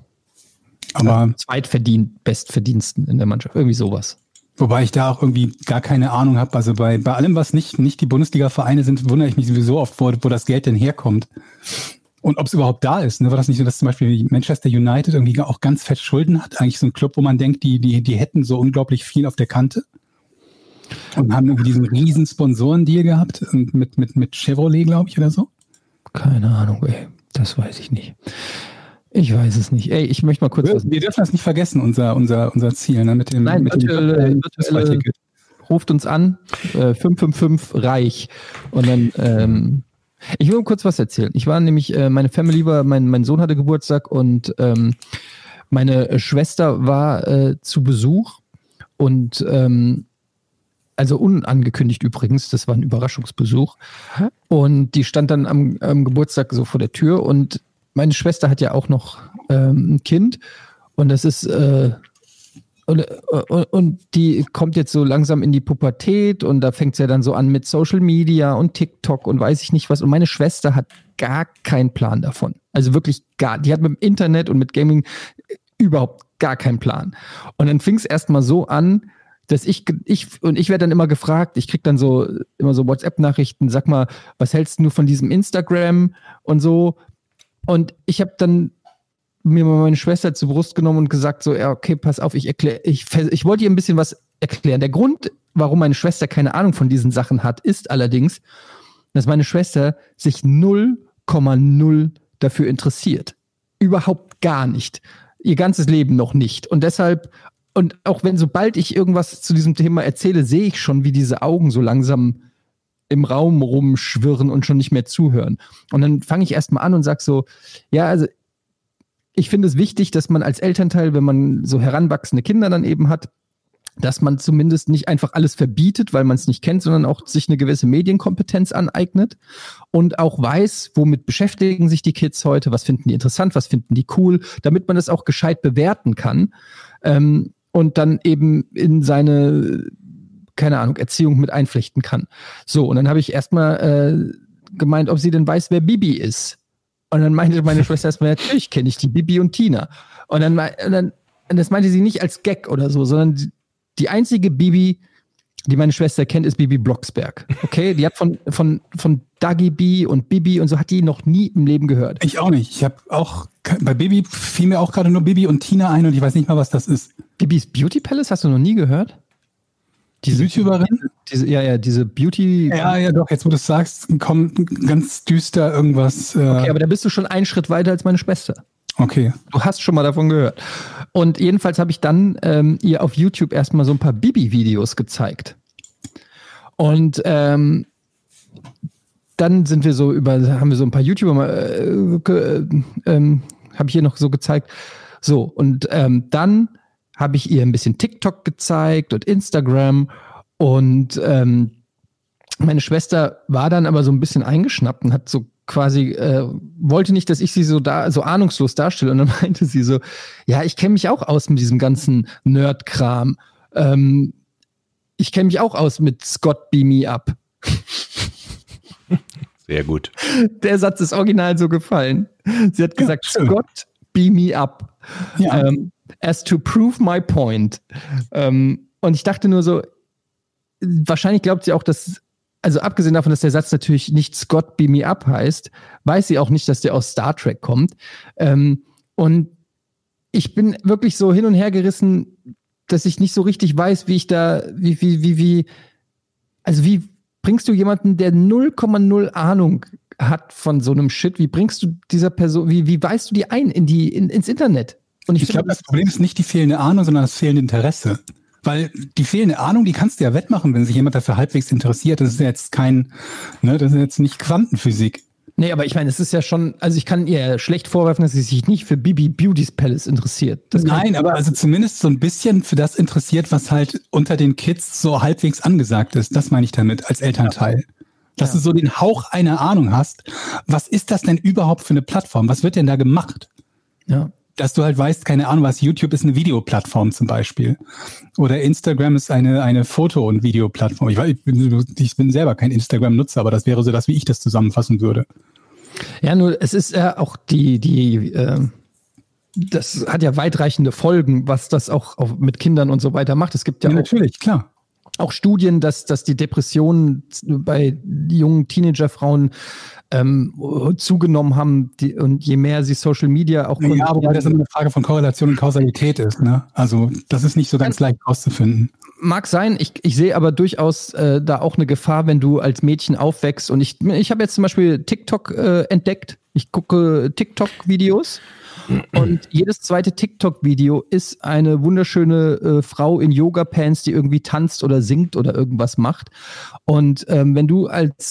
Aber Bestverdiensten in der Mannschaft, irgendwie sowas. Wobei ich da auch irgendwie gar keine Ahnung habe. Also bei allem, was nicht die Bundesliga-Vereine sind, wundere ich mich sowieso oft, wo das Geld denn herkommt. Und ob es überhaupt da ist. Ne? War das nicht so, dass zum Beispiel Manchester United irgendwie auch ganz fett Schulden hat? Eigentlich so ein Club, wo man denkt, die hätten so unglaublich viel auf der Kante. Und haben irgendwie diesen riesen Sponsoren-Deal gehabt mit Chevrolet, glaube ich, oder so? Keine Ahnung, ey. Das weiß ich nicht. Ich weiß es nicht. Ey, ich möchte mal kurz Wir dürfen das nicht vergessen, unser Ziel, ne? Mit dem virtuelle ruft uns an, 555 reich. Und dann Ich will kurz was erzählen. Ich war nämlich, meine Family war, mein Sohn hatte Geburtstag und meine Schwester war zu Besuch und also unangekündigt übrigens, das war ein Überraschungsbesuch. Und die stand dann am Geburtstag so vor der Tür und meine Schwester hat ja auch noch ein Kind und das ist und die kommt jetzt so langsam in die Pubertät und da fängt es ja dann so an mit Social Media und TikTok und weiß ich nicht was. Und meine Schwester hat gar keinen Plan davon. Also wirklich die hat mit dem Internet und mit Gaming überhaupt gar keinen Plan. Und dann fing es erstmal so an, dass ich werde dann immer gefragt, ich krieg dann immer so WhatsApp-Nachrichten, sag mal, was hältst du von diesem Instagram und so. Und ich habe dann mir mal meine Schwester zur Brust genommen und gesagt so, ja, okay, pass auf, ich wollte ihr ein bisschen was erklären. Der Grund, warum meine Schwester keine Ahnung von diesen Sachen hat, ist allerdings, dass meine Schwester sich 0,0 dafür interessiert. Überhaupt gar nicht. Ihr ganzes Leben noch nicht. Und deshalb, und auch sobald ich irgendwas zu diesem Thema erzähle, sehe ich schon, wie diese Augen so langsam im Raum rumschwirren und schon nicht mehr zuhören. Und dann fange ich erstmal an und sage so, ja, also ich finde es wichtig, dass man als Elternteil, wenn man so heranwachsende Kinder dann eben hat, dass man zumindest nicht einfach alles verbietet, weil man es nicht kennt, sondern auch sich eine gewisse Medienkompetenz aneignet und auch weiß, womit beschäftigen sich die Kids heute, was finden die interessant, was finden die cool, damit man das auch gescheit bewerten kann und dann eben in seine, keine Ahnung, Erziehung mit einflechten kann. So, und dann habe ich erstmal gemeint, ob sie denn weiß, wer Bibi ist. Und dann meinte meine Schwester erstmal, natürlich kenne ich die, Bibi und Tina. Und das meinte sie nicht als Gag oder so, sondern die einzige Bibi, die meine Schwester kennt, ist Bibi Blocksberg. Okay, die hat von Dagi B und Bibi und so hat die noch nie im Leben gehört. Ich auch nicht. Ich habe auch, bei Bibi fiel mir auch gerade nur Bibi und Tina ein und ich weiß nicht mal, was das ist. Bibis Beauty Palace, hast du noch nie gehört? Diese YouTuberin? Diese Beauty... Ja, doch, jetzt wo du es sagst, kommt ganz düster irgendwas. Okay, aber da bist du schon einen Schritt weiter als meine Schwester. Okay. Du hast schon mal davon gehört. Und jedenfalls habe ich dann ihr auf YouTube erstmal so ein paar Bibi-Videos gezeigt. Und dann sind wir haben wir so ein paar YouTuber mal, habe ich ihr noch so gezeigt. So, und dann habe ich ihr ein bisschen TikTok gezeigt und Instagram und meine Schwester war dann aber so ein bisschen eingeschnappt und hat so quasi, wollte nicht, dass ich sie so ahnungslos darstelle und dann meinte sie so, ja, ich kenne mich auch aus mit diesem ganzen Nerd-Kram. Ich kenne mich auch aus mit Scott Beam Me Up. Sehr gut. Der Satz ist original so gefallen. Sie hat gesagt, schön. Scott Beam Me Up. Ja. As to prove my point. Und ich dachte nur so, wahrscheinlich glaubt sie auch, dass, also abgesehen davon, dass der Satz natürlich nicht Scott Beam Me Up heißt, weiß sie auch nicht, dass der aus Star Trek kommt. Und ich bin wirklich so hin und her gerissen, dass ich nicht so richtig weiß, wie bringst du jemanden, der 0,0 Ahnung hat von so einem Shit, wie bringst du dieser Person, wie weist du die ein ins Internet? Und ich glaube, das Problem ist nicht die fehlende Ahnung, sondern das fehlende Interesse. Weil die fehlende Ahnung, die kannst du ja wettmachen, wenn sich jemand dafür halbwegs interessiert. Das ist ja jetzt das ist jetzt nicht Quantenphysik. Nee, aber ich meine, es ist ja schon, also ich kann ihr schlecht vorwerfen, dass sie sich nicht für Bibi Beauty's Palace interessiert. Nein, aber also zumindest so ein bisschen für das interessiert, was halt unter den Kids so halbwegs angesagt ist. Das meine ich damit als Elternteil. Ja. Dass du so den Hauch einer Ahnung hast. Was ist das denn überhaupt für eine Plattform? Was wird denn da gemacht? Ja. Dass du halt weißt, keine Ahnung, was YouTube ist, eine Videoplattform zum Beispiel. Oder Instagram ist eine Foto- und Videoplattform. Ich bin selber kein Instagram-Nutzer, aber das wäre so das, wie ich das zusammenfassen würde. Ja, nur es ist ja auch das hat ja weitreichende Folgen, was das auch mit Kindern und so weiter macht. Es gibt ja, natürlich, klar. Auch Studien, dass die Depressionen bei jungen Teenagerfrauen zugenommen haben und je mehr sie Social Media auch... Ja, aber das immer eine Frage von Korrelation und Kausalität ist. Ne? Also das ist nicht so ganz leicht rauszufinden. Mag sein, ich sehe aber durchaus da auch eine Gefahr, wenn du als Mädchen aufwächst. Und ich habe jetzt zum Beispiel TikTok entdeckt. Ich gucke TikTok-Videos und jedes zweite TikTok-Video ist eine wunderschöne Frau in Yoga-Pants, die irgendwie tanzt oder singt oder irgendwas macht. Und wenn du als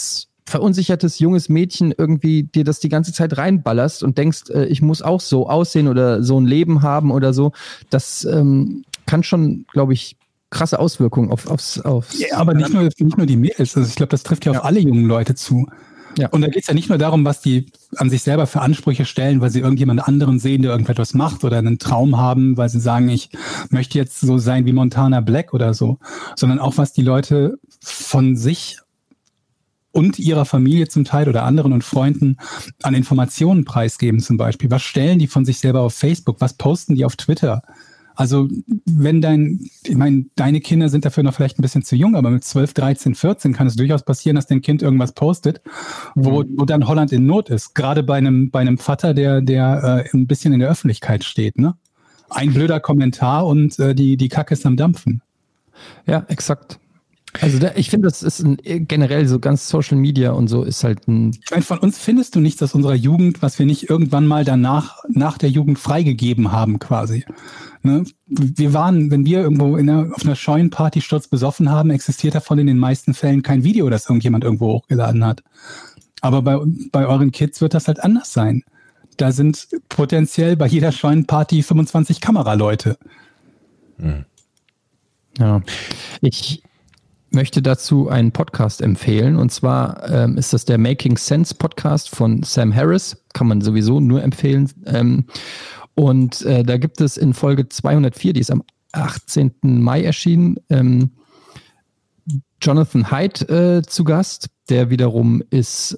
verunsichertes junges Mädchen irgendwie dir das die ganze Zeit reinballerst und denkst, ich muss auch so aussehen oder so ein Leben haben oder so, das kann schon, glaube ich, krasse Auswirkungen aufs ja, aber nicht nur die Mädels. Also ich glaube, das trifft ja auf alle jungen Leute zu. Ja. Und da geht es ja nicht nur darum, was die an sich selber für Ansprüche stellen, weil sie irgendjemand anderen sehen, der irgendetwas macht oder einen Traum haben, weil sie sagen, ich möchte jetzt so sein wie Montana Black oder so, sondern auch, was die Leute von sich und ihrer Familie zum Teil oder anderen und Freunden an Informationen preisgeben zum Beispiel. Was stellen die von sich selber auf Facebook? Was posten die auf Twitter? Also wenn deine Kinder sind dafür noch vielleicht ein bisschen zu jung, aber mit 12, 13, 14 kann es durchaus passieren, dass dein Kind irgendwas postet, wo dann Holland in Not ist. Gerade bei einem Vater, der ein bisschen in der Öffentlichkeit steht. Ne? Ein blöder Kommentar und die Kacke ist am Dampfen. Ja, exakt. Also ich finde, das ist generell so ganz Social Media und so ist halt ein... Ich meine, von uns findest du nichts aus unserer Jugend, was wir nicht irgendwann mal danach, nach der Jugend freigegeben haben quasi. Ne? Wir waren, wenn wir irgendwo auf einer Scheunenparty sturzbesoffen haben, existiert davon in den meisten Fällen kein Video, das irgendjemand irgendwo hochgeladen hat. Aber bei euren Kids wird das halt anders sein. Da sind potenziell bei jeder Scheunenparty 25 Kameraleute. Ja, ich möchte dazu einen Podcast empfehlen und zwar ist das der Making Sense Podcast von Sam Harris, kann man sowieso nur empfehlen und da gibt es in Folge 204, die ist am 18. Mai erschienen, Jonathan Haidt zu Gast, der wiederum ist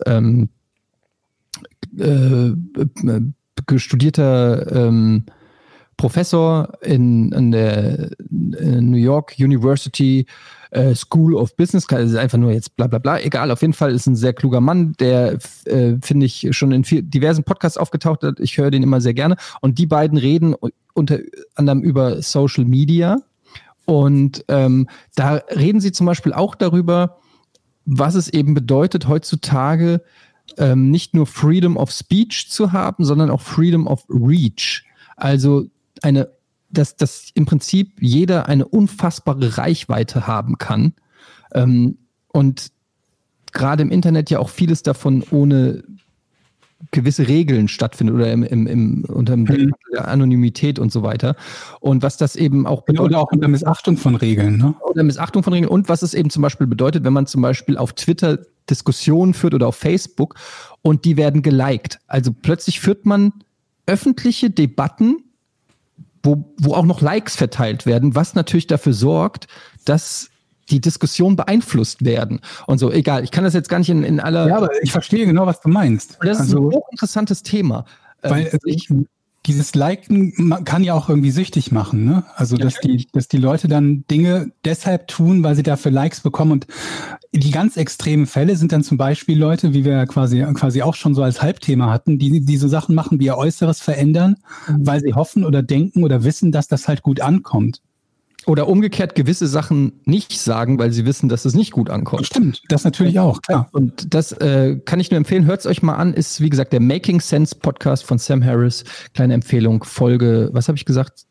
studierter Professor in der New York University School of Business, also einfach nur jetzt bla bla bla, egal, auf jeden Fall ist ein sehr kluger Mann, der, finde ich, schon in diversen Podcasts aufgetaucht hat, ich höre den immer sehr gerne und die beiden reden unter anderem über Social Media und da reden sie zum Beispiel auch darüber, was es eben bedeutet, heutzutage nicht nur Freedom of Speech zu haben, sondern auch Freedom of Reach, also dass im Prinzip jeder eine unfassbare Reichweite haben kann. Und gerade im Internet ja auch vieles davon ohne gewisse Regeln stattfindet oder unter dem Deckmantel der Anonymität und so weiter. Und was das eben auch bedeutet. Oder auch unter Missachtung von Regeln. Ne? Oder Missachtung von Regeln. Und was es eben zum Beispiel bedeutet, wenn man zum Beispiel auf Twitter Diskussionen führt oder auf Facebook und die werden geliked. Also plötzlich führt man öffentliche Debatten, wo auch noch Likes verteilt werden, was natürlich dafür sorgt, dass die Diskussionen beeinflusst werden. Und so, egal, ich kann das jetzt gar nicht in aller... Ja, aber ich verstehe genau, was du meinst. Das ist ein hochinteressantes Thema. Weil dieses Liken kann ja auch irgendwie süchtig machen, ne? Also, dass die Leute dann Dinge deshalb tun, weil sie dafür Likes bekommen. Und die ganz extremen Fälle sind dann zum Beispiel Leute, wie wir quasi auch schon so als Halbthema hatten, die so Sachen machen, wie ihr Äußeres verändern, weil sie hoffen oder denken oder wissen, dass das halt gut ankommt. Oder umgekehrt gewisse Sachen nicht sagen, weil sie wissen, dass es nicht gut ankommt. Stimmt, das natürlich auch, klar. Und das kann ich nur empfehlen. Hört es euch mal an. Ist, wie gesagt, der Making Sense Podcast von Sam Harris. Kleine Empfehlung, Folge, was habe ich gesagt?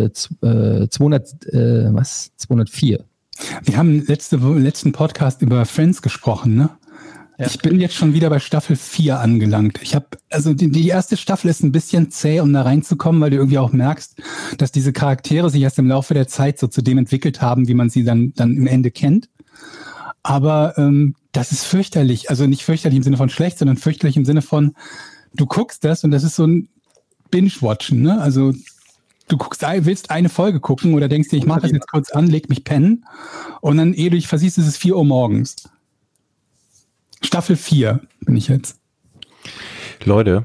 204. Wir haben letzten Podcast über Friends gesprochen, ne? Ja. Ich bin jetzt schon wieder bei Staffel 4 angelangt. Also die erste Staffel ist ein bisschen zäh, um da reinzukommen, weil du irgendwie auch merkst, dass diese Charaktere sich erst im Laufe der Zeit so zu dem entwickelt haben, wie man sie dann im Ende kennt. Aber das ist fürchterlich. Also nicht fürchterlich im Sinne von schlecht, sondern fürchterlich im Sinne von, du guckst das und das ist so ein Binge-Watchen, ne? Also du willst eine Folge gucken oder denkst dir, ich mache das jetzt kurz an, leg mich pennen und dann, ehe du dich versiehst, ist es 4 Uhr morgens. Staffel 4 bin ich jetzt. Leute.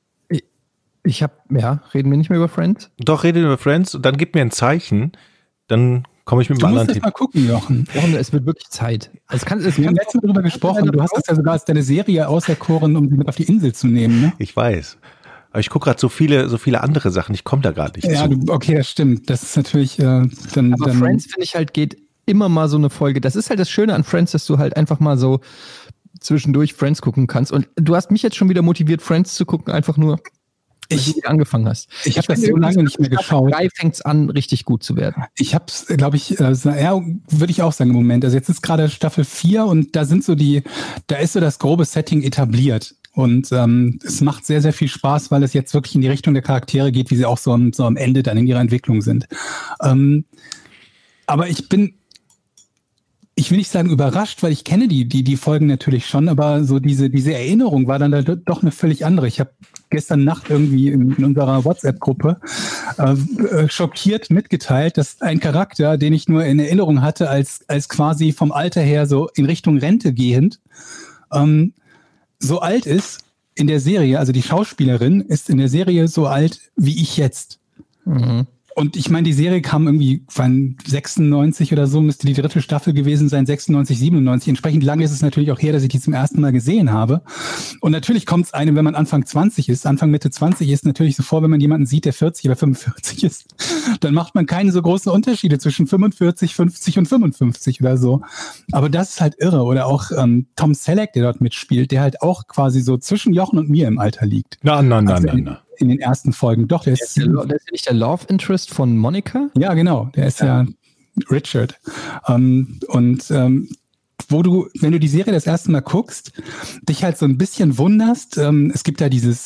Reden wir nicht mehr über Friends? Doch, reden wir über Friends und dann gib mir ein Zeichen, dann komme ich mit einem anderen Tipp. Du musst mal gucken, Jochen. Es wird wirklich Zeit. Wir haben letztes Mal darüber gesprochen, du hast das ja sogar als deine Serie auserkoren, um sie mit auf die Insel zu nehmen, ne? Ich weiß. Aber ich gucke gerade so viele andere Sachen, ich komme da gerade nicht zu. Okay, das stimmt. Das ist natürlich Aber Friends, finde ich halt, geht immer mal so eine Folge. Das ist halt das Schöne an Friends, dass du halt einfach mal so zwischendurch Friends gucken kannst. Und du hast mich jetzt schon wieder motiviert, Friends zu gucken, einfach nur, als du angefangen hast. Ich habe das so lange nicht mehr geschaut. 3 fängt es an, richtig gut zu werden. Ich habe es, glaube ich, würde ich auch sagen im Moment. Also jetzt ist gerade Staffel 4 und da ist so das grobe Setting etabliert. Und es macht sehr, sehr viel Spaß, weil es jetzt wirklich in die Richtung der Charaktere geht, wie sie auch so am Ende dann in ihrer Entwicklung sind. Aber ich will nicht sagen überrascht, weil ich kenne die Folgen natürlich schon, aber so diese Erinnerung war dann doch eine völlig andere. Ich habe gestern Nacht irgendwie in unserer WhatsApp-Gruppe schockiert mitgeteilt, dass ein Charakter, den ich nur in Erinnerung hatte, als quasi vom Alter her so in Richtung Rente gehend, so alt ist in der Serie, also die Schauspielerin ist in der Serie so alt wie ich jetzt. Mhm. Und ich meine, die Serie kam irgendwie von 96 oder so, müsste die 3. Staffel gewesen sein, 96, 97. Entsprechend lange ist es natürlich auch her, dass ich die zum ersten Mal gesehen habe. Und natürlich kommt es einem, wenn man Anfang Mitte 20 ist, natürlich so vor, wenn man jemanden sieht, der 40 oder 45 ist, dann macht man keine so großen Unterschiede zwischen 45, 50 und 55 oder so. Aber das ist halt irre. Oder auch Tom Selleck, der dort mitspielt, der halt auch quasi so zwischen Jochen und mir im Alter liegt. Na. In den ersten Folgen. Doch, der ist ja nicht der Love Interest von Monica? Ja, genau. Der ist ja Richard. Wo du, wenn du die Serie das erste Mal guckst, dich halt so ein bisschen wunderst. Es gibt ja dieses,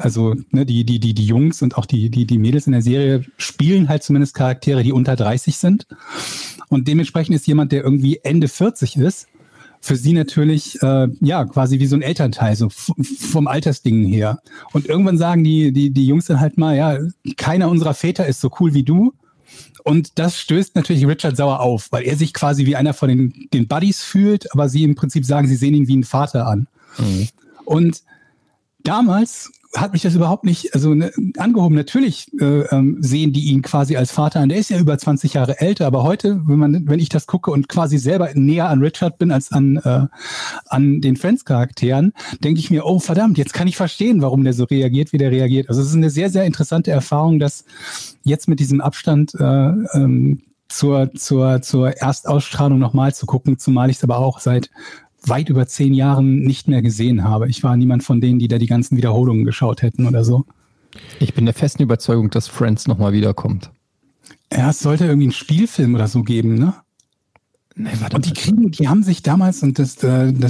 die Jungs und auch die Mädels in der Serie spielen halt zumindest Charaktere, die unter 30 sind. Und dementsprechend ist jemand, der irgendwie Ende 40 ist, für sie natürlich quasi wie so ein Elternteil, so vom Altersdingen her. Und irgendwann sagen die Jungs dann halt mal, ja, keiner unserer Väter ist so cool wie du. Und das stößt natürlich Richard sauer auf, weil er sich quasi wie einer von den Buddies fühlt, aber sie im Prinzip sagen, sie sehen ihn wie einen Vater an. Mhm. Und damals hat mich das überhaupt nicht angehoben. Natürlich sehen die ihn quasi als Vater an. Der ist ja über 20 Jahre älter, aber heute, wenn ich das gucke und quasi selber näher an Richard bin als an den Friends-Charakteren, denke ich mir, oh verdammt, jetzt kann ich verstehen, warum der so reagiert, wie der reagiert. Also es ist eine sehr, sehr interessante Erfahrung, dass jetzt mit diesem Abstand zur Erstausstrahlung nochmal zu gucken, zumal ich es aber auch seit weit über 10 Jahren nicht mehr gesehen habe. Ich war niemand von denen, die da die ganzen Wiederholungen geschaut hätten oder so. Ich bin der festen Überzeugung, dass Friends nochmal wiederkommt. Ja, es sollte irgendwie einen Spielfilm oder so geben, ne? Nee, und die haben sich damals, und das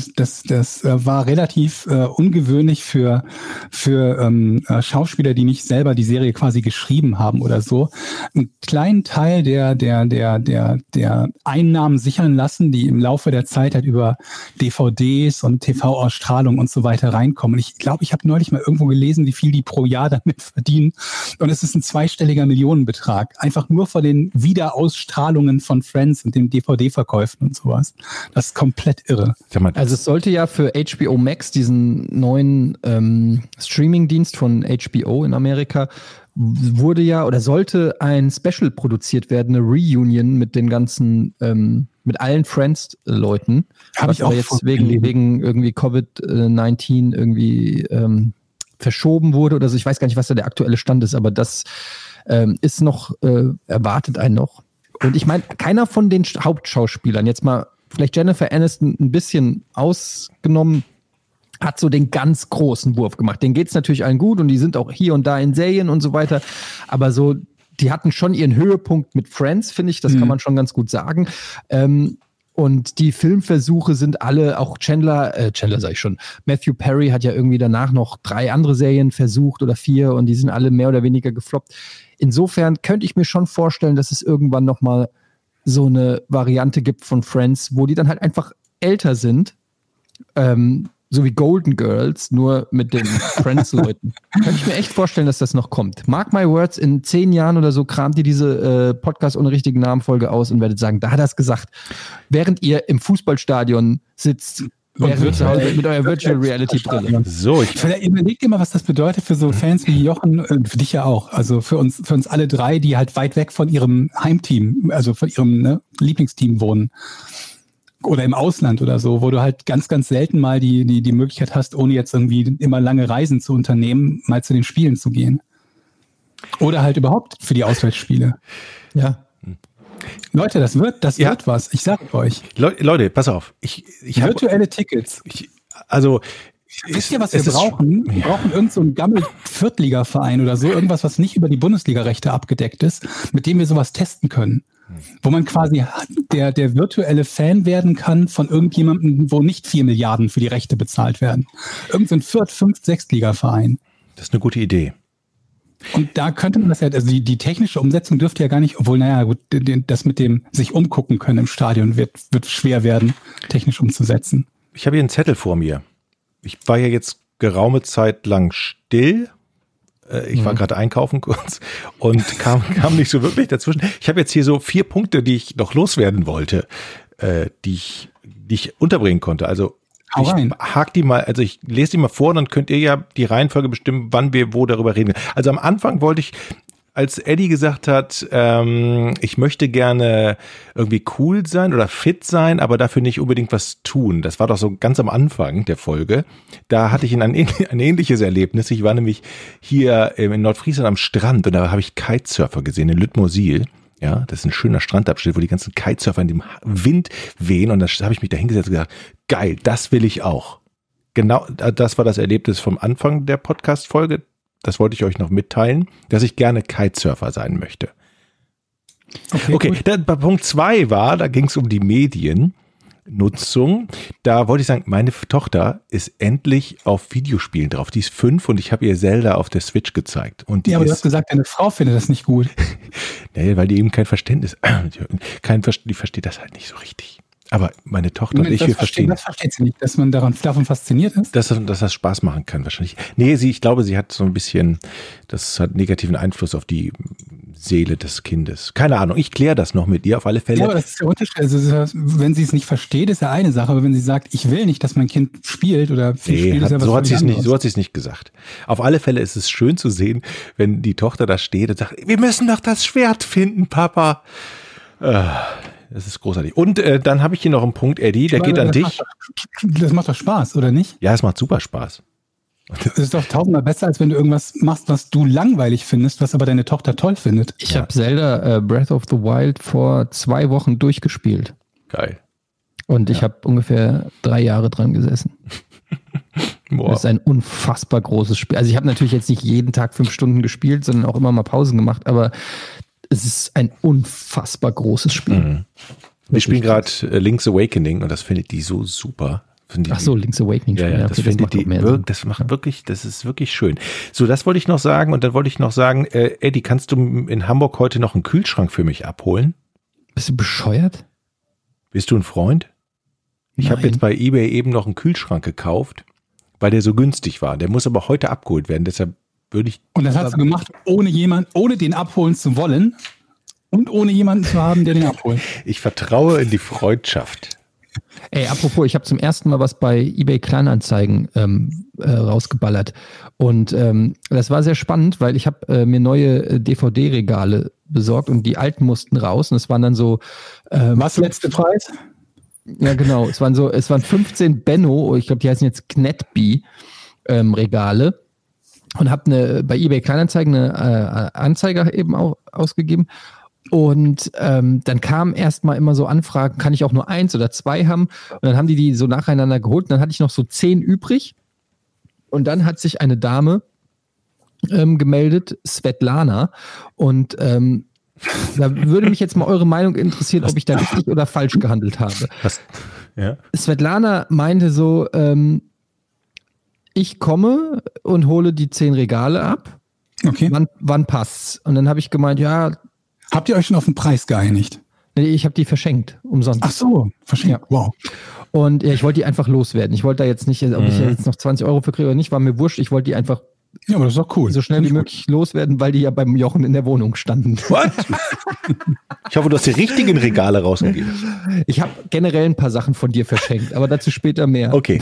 war relativ ungewöhnlich für Schauspieler, die nicht selber die Serie quasi geschrieben haben oder so, einen kleinen Teil der Einnahmen sichern lassen, die im Laufe der Zeit halt über DVDs und TV-Ausstrahlung und so weiter reinkommen. Und ich glaube, ich habe neulich mal irgendwo gelesen, wie viel die pro Jahr damit verdienen. Und es ist ein 2-stelliger Millionenbetrag. Einfach nur von den Wiederausstrahlungen von Friends und dem DVD-Verkauf und sowas. Das ist komplett irre. Also es sollte ja für HBO Max, diesen neuen Streaming-Dienst von HBO in Amerika, sollte ein Special produziert werden, eine Reunion mit den ganzen, mit allen Friends-Leuten. Habe ich auch jetzt wegen irgendwie Covid-19 irgendwie verschoben wurde oder so. Ich weiß gar nicht, was da der aktuelle Stand ist, aber das ist noch, erwartet einen noch. Und ich meine, keiner von den Hauptschauspielern, jetzt mal vielleicht Jennifer Aniston ein bisschen ausgenommen, hat so den ganz großen Wurf gemacht. Denen geht's natürlich allen gut und die sind auch hier und da in Serien und so weiter. Aber so, die hatten schon ihren Höhepunkt mit Friends, finde ich. Das kann man schon ganz gut sagen. Und die Filmversuche sind alle, auch Chandler sag ich schon, Matthew Perry hat ja irgendwie danach noch 3 andere Serien versucht oder 4 und die sind alle mehr oder weniger gefloppt. Insofern könnte ich mir schon vorstellen, dass es irgendwann nochmal so eine Variante gibt von Friends, wo die dann halt einfach älter sind, so wie Golden Girls, nur mit den Friends-Leuten. Könnte ich mir echt vorstellen, dass das noch kommt. Mark my words, in 10 Jahren oder so kramt ihr diese Podcast ohne richtigen Namen-Folge aus und werdet sagen, da hat er es gesagt. Während ihr im Fußballstadion sitzt, mit eurer Virtual Reality Brille. So, überlegt ihr mal, was das bedeutet für so Fans wie Jochen, für dich ja auch, also für uns alle 3, die halt weit weg von ihrem Heimteam, also von ihrem Lieblingsteam wohnen. Oder im Ausland oder so, wo du halt ganz, ganz selten mal die Möglichkeit hast, ohne jetzt irgendwie immer lange Reisen zu unternehmen, mal zu den Spielen zu gehen. Oder halt überhaupt für die Auswärtsspiele. Ja. Leute, das wird was. Ich sag euch. Leute, pass auf. Ich virtuelle Tickets. Wisst ihr, was wir brauchen? Wir brauchen irgend so einen Gammel-Viertliga-Verein oder so, irgendwas, was nicht über die Bundesliga-Rechte abgedeckt ist, mit dem wir sowas testen können. Wo man quasi der virtuelle Fan werden kann von irgendjemandem, wo nicht 4 Milliarden für die Rechte bezahlt werden. Irgend so ein 4-, 5-, 6-Liga-Verein. Das ist eine gute Idee. Und da könnte man das ja, also die technische Umsetzung dürfte ja gar nicht, obwohl, naja, gut, das mit dem sich umgucken können im Stadion wird schwer werden, technisch umzusetzen. Ich habe hier einen Zettel vor mir. Ich war ja jetzt geraume Zeit lang still. Ich war gerade einkaufen kurz und kam nicht so wirklich dazwischen. Ich habe jetzt hier so 4 Punkte, die ich noch loswerden wollte, die ich unterbringen konnte. Also ich hake die mal, also ich lese die mal vor, dann könnt ihr ja die Reihenfolge bestimmen, wann wir wo darüber reden. Also am Anfang wollte ich, als Eddie gesagt hat, ich möchte gerne irgendwie cool sein oder fit sein, aber dafür nicht unbedingt was tun. Das war doch so ganz am Anfang der Folge. Da hatte ich ein ähnliches Erlebnis. Ich war nämlich hier in Nordfriesland am Strand und da habe ich Kitesurfer gesehen in Lüttmosil. Ja, das ist ein schöner Strandabschnitt, wo die ganzen Kitesurfer in dem Wind wehen und da habe ich mich da hingesetzt und gesagt, geil, das will ich auch. Genau, das war das Erlebnis vom Anfang der Podcast-Folge. Das wollte ich euch noch mitteilen, dass ich gerne Kitesurfer sein möchte. Okay, bei Punkt 2 war, da ging es um die Mediennutzung. Da wollte ich sagen, meine Tochter ist endlich auf Videospielen drauf. Die ist 5 und ich habe ihr Zelda auf der Switch gezeigt. Und die aber du hast gesagt, deine Frau findet das nicht gut. Nee, weil die eben kein Verständnis, die versteht das halt nicht so richtig. Aber meine Tochter und ich, wir verstehen. Das versteht sie nicht, dass man davon fasziniert ist? Dass das Spaß machen kann wahrscheinlich. Nee, ich glaube, sie hat so ein bisschen, das hat negativen Einfluss auf die Seele des Kindes. Keine Ahnung, ich kläre das noch mit ihr auf alle Fälle. Ja, aber das ist der Unterschied. Also wenn sie es nicht versteht, ist ja eine Sache. Aber wenn sie sagt, ich will nicht, dass mein Kind spielt oder viel spielt, ist ja was so hat sie es nicht gesagt. Auf alle Fälle ist es schön zu sehen, wenn die Tochter da steht und sagt, wir müssen doch das Schwert finden, Papa. Das ist großartig. Und dann habe ich hier noch einen Punkt, Eddie, der geht an dich. Das macht doch Spaß, oder nicht? Ja, es macht super Spaß. Das ist doch tausendmal besser, als wenn du irgendwas machst, was du langweilig findest, was aber deine Tochter toll findet. Ich habe Zelda Breath of the Wild vor 2 Wochen durchgespielt. Geil. Und ich habe ungefähr 3 Jahre dran gesessen. Das ist ein unfassbar großes Spiel. Also ich habe natürlich jetzt nicht jeden Tag 5 Stunden gespielt, sondern auch immer mal Pausen gemacht, aber es ist ein unfassbar großes Spiel. Mhm. Wir spielen gerade Link's Awakening und das findet die so super. Ach so, Link's Awakening. Ja, das findet die das ist wirklich schön. So, das wollte ich noch sagen und dann wollte ich noch sagen, Eddie, kannst du in Hamburg heute noch einen Kühlschrank für mich abholen? Bist du bescheuert? Bist du ein Freund? Ich habe jetzt bei eBay eben noch einen Kühlschrank gekauft, weil der so günstig war. Der muss aber heute abgeholt werden, deshalb würde ich. Und das hast du gemacht, ohne den abholen zu wollen und ohne jemanden zu haben, der den abholt. Ich vertraue in die Freundschaft. Ey, apropos, ich habe zum ersten Mal was bei eBay Kleinanzeigen rausgeballert. Und das war sehr spannend, weil ich habe mir neue DVD-Regale besorgt und die alten mussten raus. Und es waren dann so. Was letzte Preis? Ja, genau. Es waren 15 Benno, ich glaube, die heißen jetzt Knetby Regale. Und habe bei eBay Kleinanzeigen eine Anzeige eben auch ausgegeben. Und dann kamen erstmal immer so Anfragen, kann ich auch nur 1 oder 2 haben? Und dann haben die so nacheinander geholt. Und dann hatte ich noch so 10 übrig. Und dann hat sich eine Dame gemeldet, Svetlana. Und da würde mich jetzt mal eure Meinung interessieren, ob ich da richtig oder falsch gehandelt habe. Was? Ja. Svetlana meinte so, ich komme und hole die 10 Regale ab. Okay. Wann passt's? Und dann habe ich gemeint, ja. Habt ihr euch schon auf den Preis geeinigt? Nee, ich habe die verschenkt, umsonst. Ach so, verschenkt, ja. Wow. Und ja, ich wollte die einfach loswerden. Ich wollte da jetzt nicht, ob ich jetzt noch 20 Euro für kriege oder nicht, war mir wurscht. Ich wollte die einfach Ja, aber das ist doch cool. So schnell wie möglich loswerden, weil die ja beim Jochen in der Wohnung standen. What? Ich hoffe, du hast die richtigen Regale rausgegeben. Ich habe generell ein paar Sachen von dir verschenkt, aber dazu später mehr. Okay.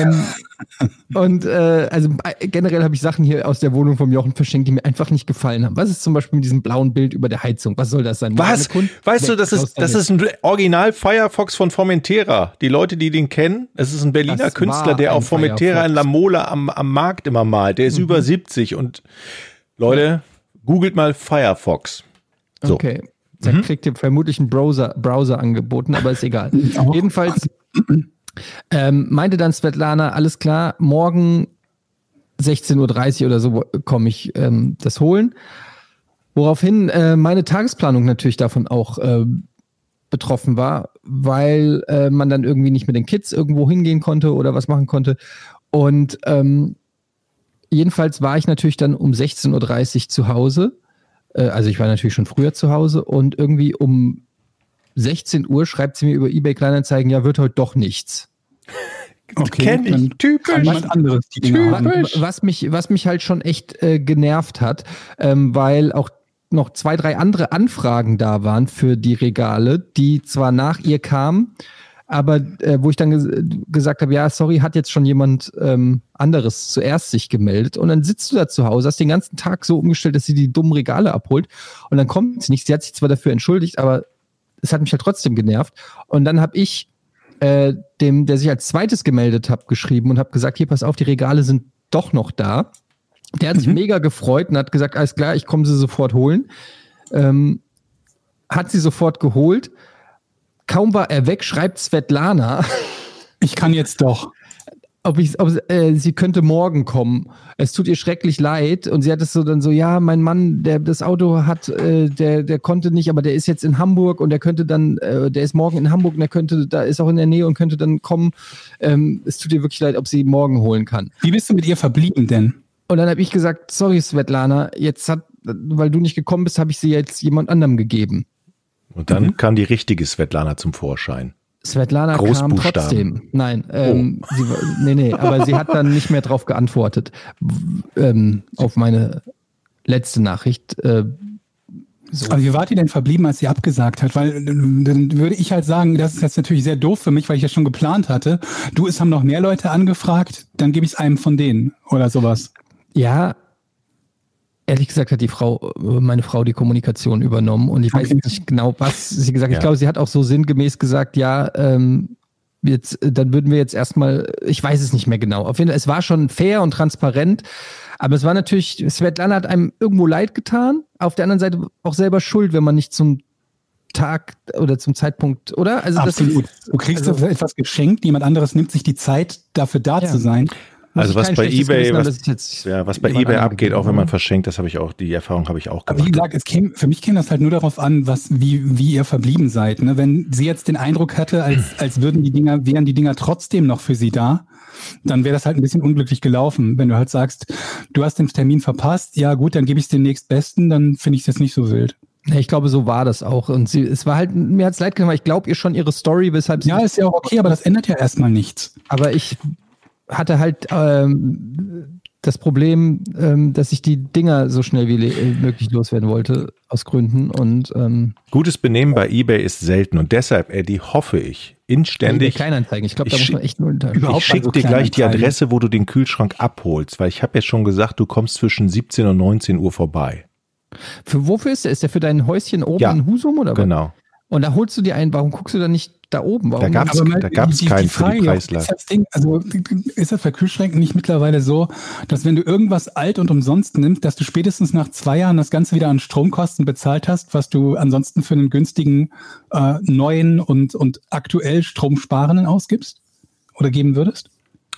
Also generell habe ich Sachen hier aus der Wohnung vom Jochen verschenkt, die mir einfach nicht gefallen haben. Was ist zum Beispiel mit diesem blauen Bild über der Heizung? Was soll das sein? Was? Weißt du, das ist ein Original Firefox von Formentera. Die Leute, die den kennen, es ist ein Berliner Künstler, der auf Formentera in La Mola am Markt immer malt. Der ist über 70 und Leute, googelt mal Firefox. So. Okay. Da kriegt ihr vermutlich einen Browser angeboten, aber ist egal. Jedenfalls Meinte dann Svetlana, alles klar, morgen 16:30 Uhr oder so komme ich das holen. Woraufhin meine Tagesplanung natürlich davon auch betroffen war, weil man dann irgendwie nicht mit den Kids irgendwo hingehen konnte oder was machen konnte. Und jedenfalls war ich natürlich dann um 16:30 Uhr zu Hause. Also ich war natürlich schon früher zu Hause und irgendwie um 16 Uhr schreibt sie mir über eBay Kleinanzeigen, ja, wird heute doch nichts. Okay, Kenn ich, typisch. Jemand anderes die Dinger haben. Was mich halt schon echt genervt hat, weil auch noch 2, 3 andere Anfragen da waren für die Regale, die zwar nach ihr kamen, aber wo ich dann gesagt habe, ja, sorry, hat jetzt schon jemand anderes zuerst sich gemeldet. Und dann sitzt du da zu Hause, hast den ganzen Tag so umgestellt, dass sie die dummen Regale abholt. Und dann kommt es nicht. Sie hat sich zwar dafür entschuldigt, aber es hat mich halt trotzdem genervt. Und dann habe ich dem, der sich als zweites gemeldet hat, geschrieben und habe gesagt, hier, pass auf, die Regale sind doch noch da. Der hat sich mega gefreut und hat gesagt, alles klar, ich komme sie sofort holen. Hat sie sofort geholt. Kaum war er weg, schreibt Svetlana, Ich kann jetzt doch. sie könnte morgen kommen. Es tut ihr schrecklich leid. Und sie hat es so dann so, ja, mein Mann, der das Auto hat, der konnte nicht, aber der ist jetzt in Hamburg und der könnte dann, der ist morgen in Hamburg und der könnte, da ist auch in der Nähe und könnte dann kommen. Es tut ihr wirklich leid, ob sie morgen holen kann. Wie bist du mit ihr verblieben denn? Und dann habe ich gesagt, sorry Svetlana, weil du nicht gekommen bist, habe ich sie jetzt jemand anderem gegeben. Und dann kam die richtige Svetlana zum Vorschein. Svetlana kam trotzdem. Nein, aber sie hat dann nicht mehr drauf geantwortet auf meine letzte Nachricht. So. Aber wie wart ihr denn verblieben, als sie abgesagt hat? Weil dann würde ich halt sagen, das ist jetzt natürlich sehr doof für mich, weil ich ja schon geplant hatte. Es haben noch mehr Leute angefragt, dann gebe ich es einem von denen oder sowas. Ja, ehrlich gesagt hat meine Frau die Kommunikation übernommen und ich weiß nicht genau, was sie gesagt hat. Ja. Ich glaube, sie hat auch so sinngemäß gesagt, ja, dann würden wir jetzt erstmal, ich weiß es nicht mehr genau. Auf jeden Fall, es war schon fair und transparent, aber es war natürlich, Svetlana hat einem irgendwo leid getan, auf der anderen Seite auch selber schuld, wenn man nicht zum Tag oder zum Zeitpunkt, oder? Also absolut. Du kriegst etwas geschenkt, jemand anderes nimmt sich die Zeit, dafür da zu sein. Also was bei eBay, was bei eBay abgeht, auch wenn man verschenkt, die Erfahrung habe ich auch gemacht. Aber wie gesagt, für mich käme das halt nur darauf an, wie ihr verblieben seid. Ne? Wenn sie jetzt den Eindruck hatte, als wären die Dinger trotzdem noch für sie da, dann wäre das halt ein bisschen unglücklich gelaufen. Wenn du halt sagst, du hast den Termin verpasst, ja gut, dann gebe ich es den nächstbesten, dann finde ich es jetzt nicht so wild. Ich glaube, so war das auch. Und es war halt, mir hat es leid getan, weil ich glaube ihr schon ihre Story, weshalb sie. Ja, ist ja auch okay, aber das ändert ja erstmal nichts. Aber ich hatte halt das Problem, dass ich die Dinger so schnell wie möglich loswerden wollte, aus Gründen. Und gutes Benehmen bei eBay ist selten und deshalb, Eddie, hoffe ich inständig. Kleinanzeigen. Ich glaube, da muss man echt nur Ich schicke dir gleich die Adresse, wo du den Kühlschrank abholst, weil ich habe ja schon gesagt, du kommst zwischen 17 und 19 Uhr vorbei. Wofür ist der? Ist der für dein Häuschen oben in Husum oder was? Genau. Und da holst du dir einen, warum guckst du dann nicht da oben? Da gab es keinen für die Preislage. Ist das bei Kühlschränken nicht mittlerweile so, dass wenn du irgendwas alt und umsonst nimmst, dass du spätestens nach 2 Jahren das Ganze wieder an Stromkosten bezahlt hast, was du ansonsten für einen günstigen, neuen und aktuell stromsparenden ausgibst oder geben würdest?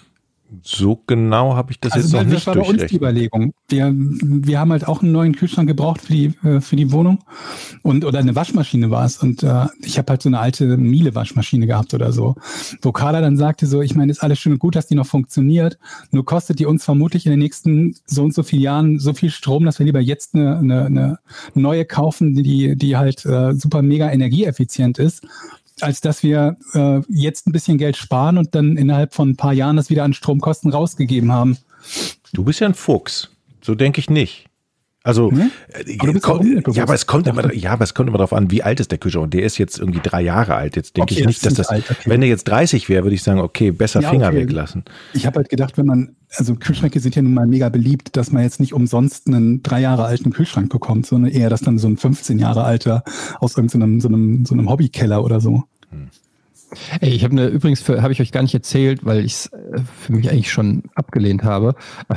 So genau habe ich das jetzt noch nicht durchrechnet. Das war bei uns die Überlegung. Wir haben halt auch einen neuen Kühlschrank gebraucht für die Wohnung oder eine Waschmaschine war es und ich habe halt so eine alte Miele-Waschmaschine gehabt oder so, wo Carla dann sagte so, ich meine, ist alles schön und gut, dass die noch funktioniert, nur kostet die uns vermutlich in den nächsten so und so vielen Jahren so viel Strom, dass wir lieber jetzt eine neue kaufen, die halt super mega energieeffizient ist, als dass wir jetzt ein bisschen Geld sparen und dann innerhalb von ein paar Jahren das wieder an Stromkosten rausgegeben haben. Du bist ja ein Fuchs. So denke ich nicht. Also, aber es kommt immer darauf an, wie alt ist der Kühlschrank. Und der ist jetzt irgendwie 3 Jahre alt. Jetzt denke ich nicht, dass das, wenn der jetzt 30 wäre, würde ich sagen, okay, besser Finger weglassen. Ich habe halt gedacht, Kühlschränke sind ja nun mal mega beliebt, dass man jetzt nicht umsonst einen 3 Jahre alten Kühlschrank bekommt, sondern eher, dass dann so ein 15 Jahre alter aus irgendeinem so einem Hobbykeller oder so. Ey, ich habe habe ich euch gar nicht erzählt, weil ich es für mich eigentlich schon abgelehnt habe.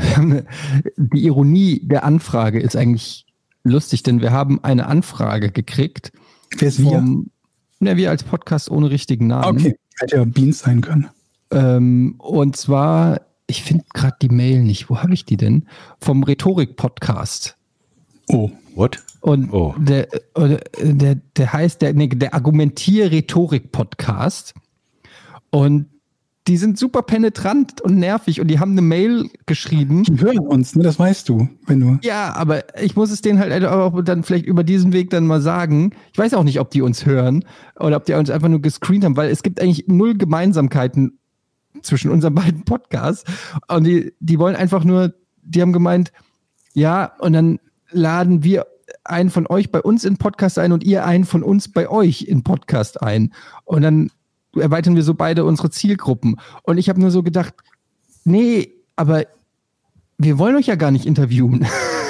Die Ironie der Anfrage ist eigentlich lustig, denn wir haben eine Anfrage gekriegt. Wer ist wir? Wir als Podcast ohne richtigen Namen. Okay, hätte ja Beans sein können. Und zwar, ich finde gerade die Mail nicht. Wo habe ich die denn? Vom Rhetorik-Podcast. Oh. What? Und der heißt, der Argumentier-Rhetorik-Podcast. Und die sind super penetrant und nervig und die haben eine Mail geschrieben. Die hören uns, ne? Das weißt du, wenn du. Ja, aber ich muss es denen halt auch dann vielleicht über diesen Weg dann mal sagen. Ich weiß auch nicht, ob die uns hören oder ob die uns einfach nur gescreent haben, weil es gibt eigentlich 0 Gemeinsamkeiten zwischen unseren beiden Podcasts. Und die wollen einfach nur, die haben gemeint, ja, und dann laden wir einen von euch bei uns in Podcast ein und ihr einen von uns bei euch in Podcast ein. Und dann erweitern wir so beide unsere Zielgruppen. Und ich habe nur so gedacht, nee, aber wir wollen euch ja gar nicht interviewen.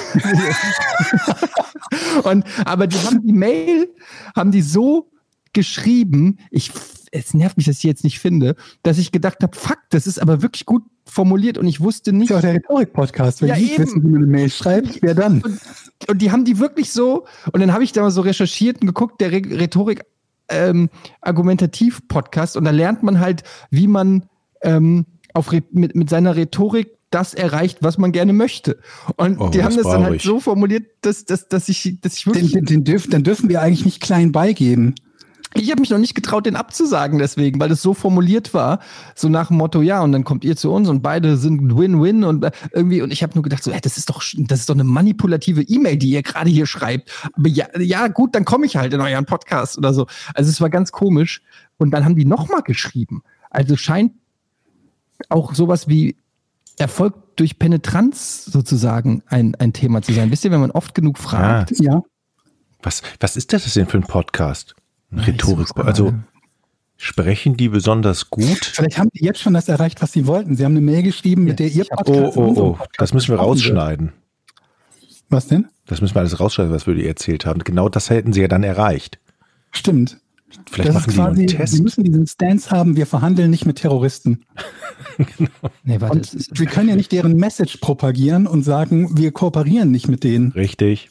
Aber die haben die Mail, so geschrieben, es nervt mich, dass ich jetzt nicht finde, dass ich gedacht habe, fuck, das ist aber wirklich gut formuliert und ich wusste nicht. Das ist ja auch der Rhetorik-Podcast. Wenn die wissen, wie man eine Mail schreibt, wer dann? Und die haben die wirklich so, und dann habe ich da mal so recherchiert und geguckt, der Rhetorik Argumentativ-Podcast, und da lernt man halt, wie man mit seiner Rhetorik das erreicht, was man gerne möchte. Und die haben das dann halt so formuliert, dass ich wirklich... Dann dürfen wir eigentlich nicht klein beigeben. Ich habe mich noch nicht getraut, den abzusagen deswegen, weil es so formuliert war, so nach dem Motto, ja, und dann kommt ihr zu uns und beide sind Win-Win und irgendwie, und ich habe nur gedacht, so, das ist doch eine manipulative E-Mail, die ihr gerade hier schreibt. Aber ja, gut, dann komme ich halt in euren Podcast oder so. Also es war ganz komisch. Und dann haben die nochmal geschrieben. Also scheint auch sowas wie Erfolg durch Penetranz sozusagen ein Thema zu sein. Wisst ihr, wenn man oft genug fragt? Ja. Was ist das denn für ein Podcast? Rhetorik. Also sprechen die besonders gut? Vielleicht haben die jetzt schon das erreicht, was sie wollten. Sie haben eine Mail geschrieben, mit der ihr Podcast... Podcast das müssen wir rausschneiden. Was denn? Das müssen wir alles rausschneiden, was wir dir erzählt haben. Genau das hätten sie ja dann erreicht. Stimmt. Vielleicht das machen die einen Test. Sie müssen diesen Stance haben, wir verhandeln nicht mit Terroristen. Genau. Nee, warte, und wir können ja nicht deren Message propagieren und sagen, wir kooperieren nicht mit denen. Richtig.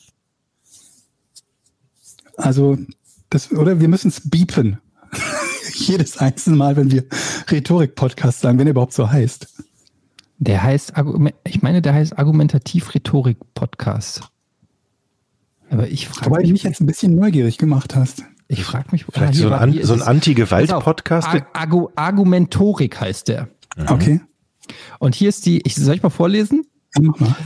Also... oder wir müssen es beepen. Jedes einzelne Mal, wenn wir Rhetorik-Podcast sagen, wenn er überhaupt so heißt. Der heißt Argumentativ-Rhetorik-Podcast. Aber ich frage mich... Wobei du mich jetzt ein bisschen neugierig gemacht hast. Ich frage mich... Vielleicht so ein Anti-Gewalt-Podcast? Argumentorik heißt der. Mhm. Okay. Und hier ist soll ich mal vorlesen? Ja, mach mal.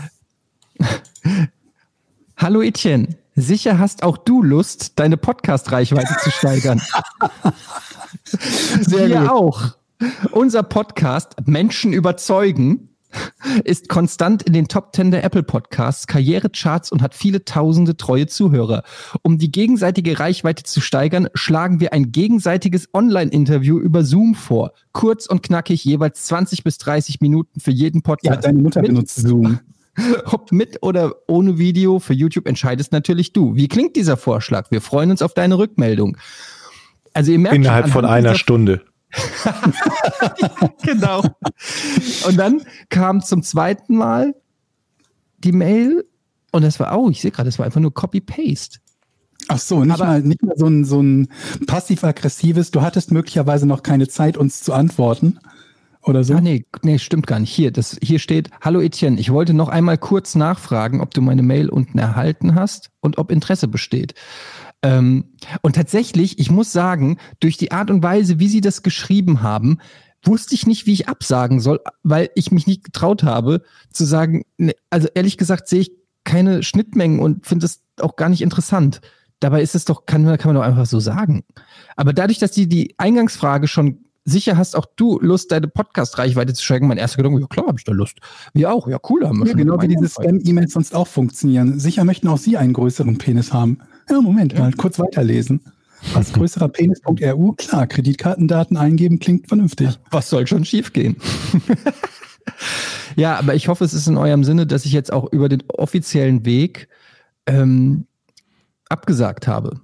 Hallo Etienne. Sicher hast auch du Lust, deine Podcast-Reichweite zu steigern. Sehr Wir gut. auch. Unser Podcast Menschen überzeugen ist konstant in den Top 10 der Apple Podcasts, Karrierecharts und hat viele tausende treue Zuhörer. Um die gegenseitige Reichweite zu steigern, schlagen wir ein gegenseitiges Online-Interview über Zoom vor. Kurz und knackig, jeweils 20 bis 30 Minuten für jeden Podcast. Ja, deine Mutter benutzt Zoom. Ob mit oder ohne Video für YouTube entscheidest natürlich du. Wie klingt dieser Vorschlag? Wir freuen uns auf deine Rückmeldung. Also ihr merkt innerhalb von einer Stunde. Genau. Und dann kam zum zweiten Mal die Mail und das war, ich sehe gerade, das war einfach nur Copy-Paste. Ach so, nicht mal so ein passiv-aggressives, du hattest möglicherweise noch keine Zeit, uns zu antworten. Oder so? Ah, nee, stimmt gar nicht. Hier steht, hallo Etienne, ich wollte noch einmal kurz nachfragen, ob du meine Mail unten erhalten hast und ob Interesse besteht. Und tatsächlich, ich muss sagen, durch die Art und Weise, wie sie das geschrieben haben, wusste ich nicht, wie ich absagen soll, weil ich mich nicht getraut habe, zu sagen, also ehrlich gesagt sehe ich keine Schnittmengen und finde es auch gar nicht interessant. Dabei ist es doch, kann man doch einfach so sagen. Aber dadurch, dass die Eingangsfrage schon sicher hast auch du Lust, deine Podcast-Reichweite zu steigern? Mein erster Gedanke, ja klar, habe ich da Lust. Wir auch, ja cool, haben wir schon. Genau wie diese Spam-E-Mails sonst auch funktionieren. Sicher möchten auch Sie einen größeren Penis haben. Ja, Moment mal, kurz weiterlesen. Was größerer Penis.ru, klar, Kreditkartendaten eingeben klingt vernünftig. Was soll schon schief gehen? Ja, aber ich hoffe, es ist in eurem Sinne, dass ich jetzt auch über den offiziellen Weg abgesagt habe.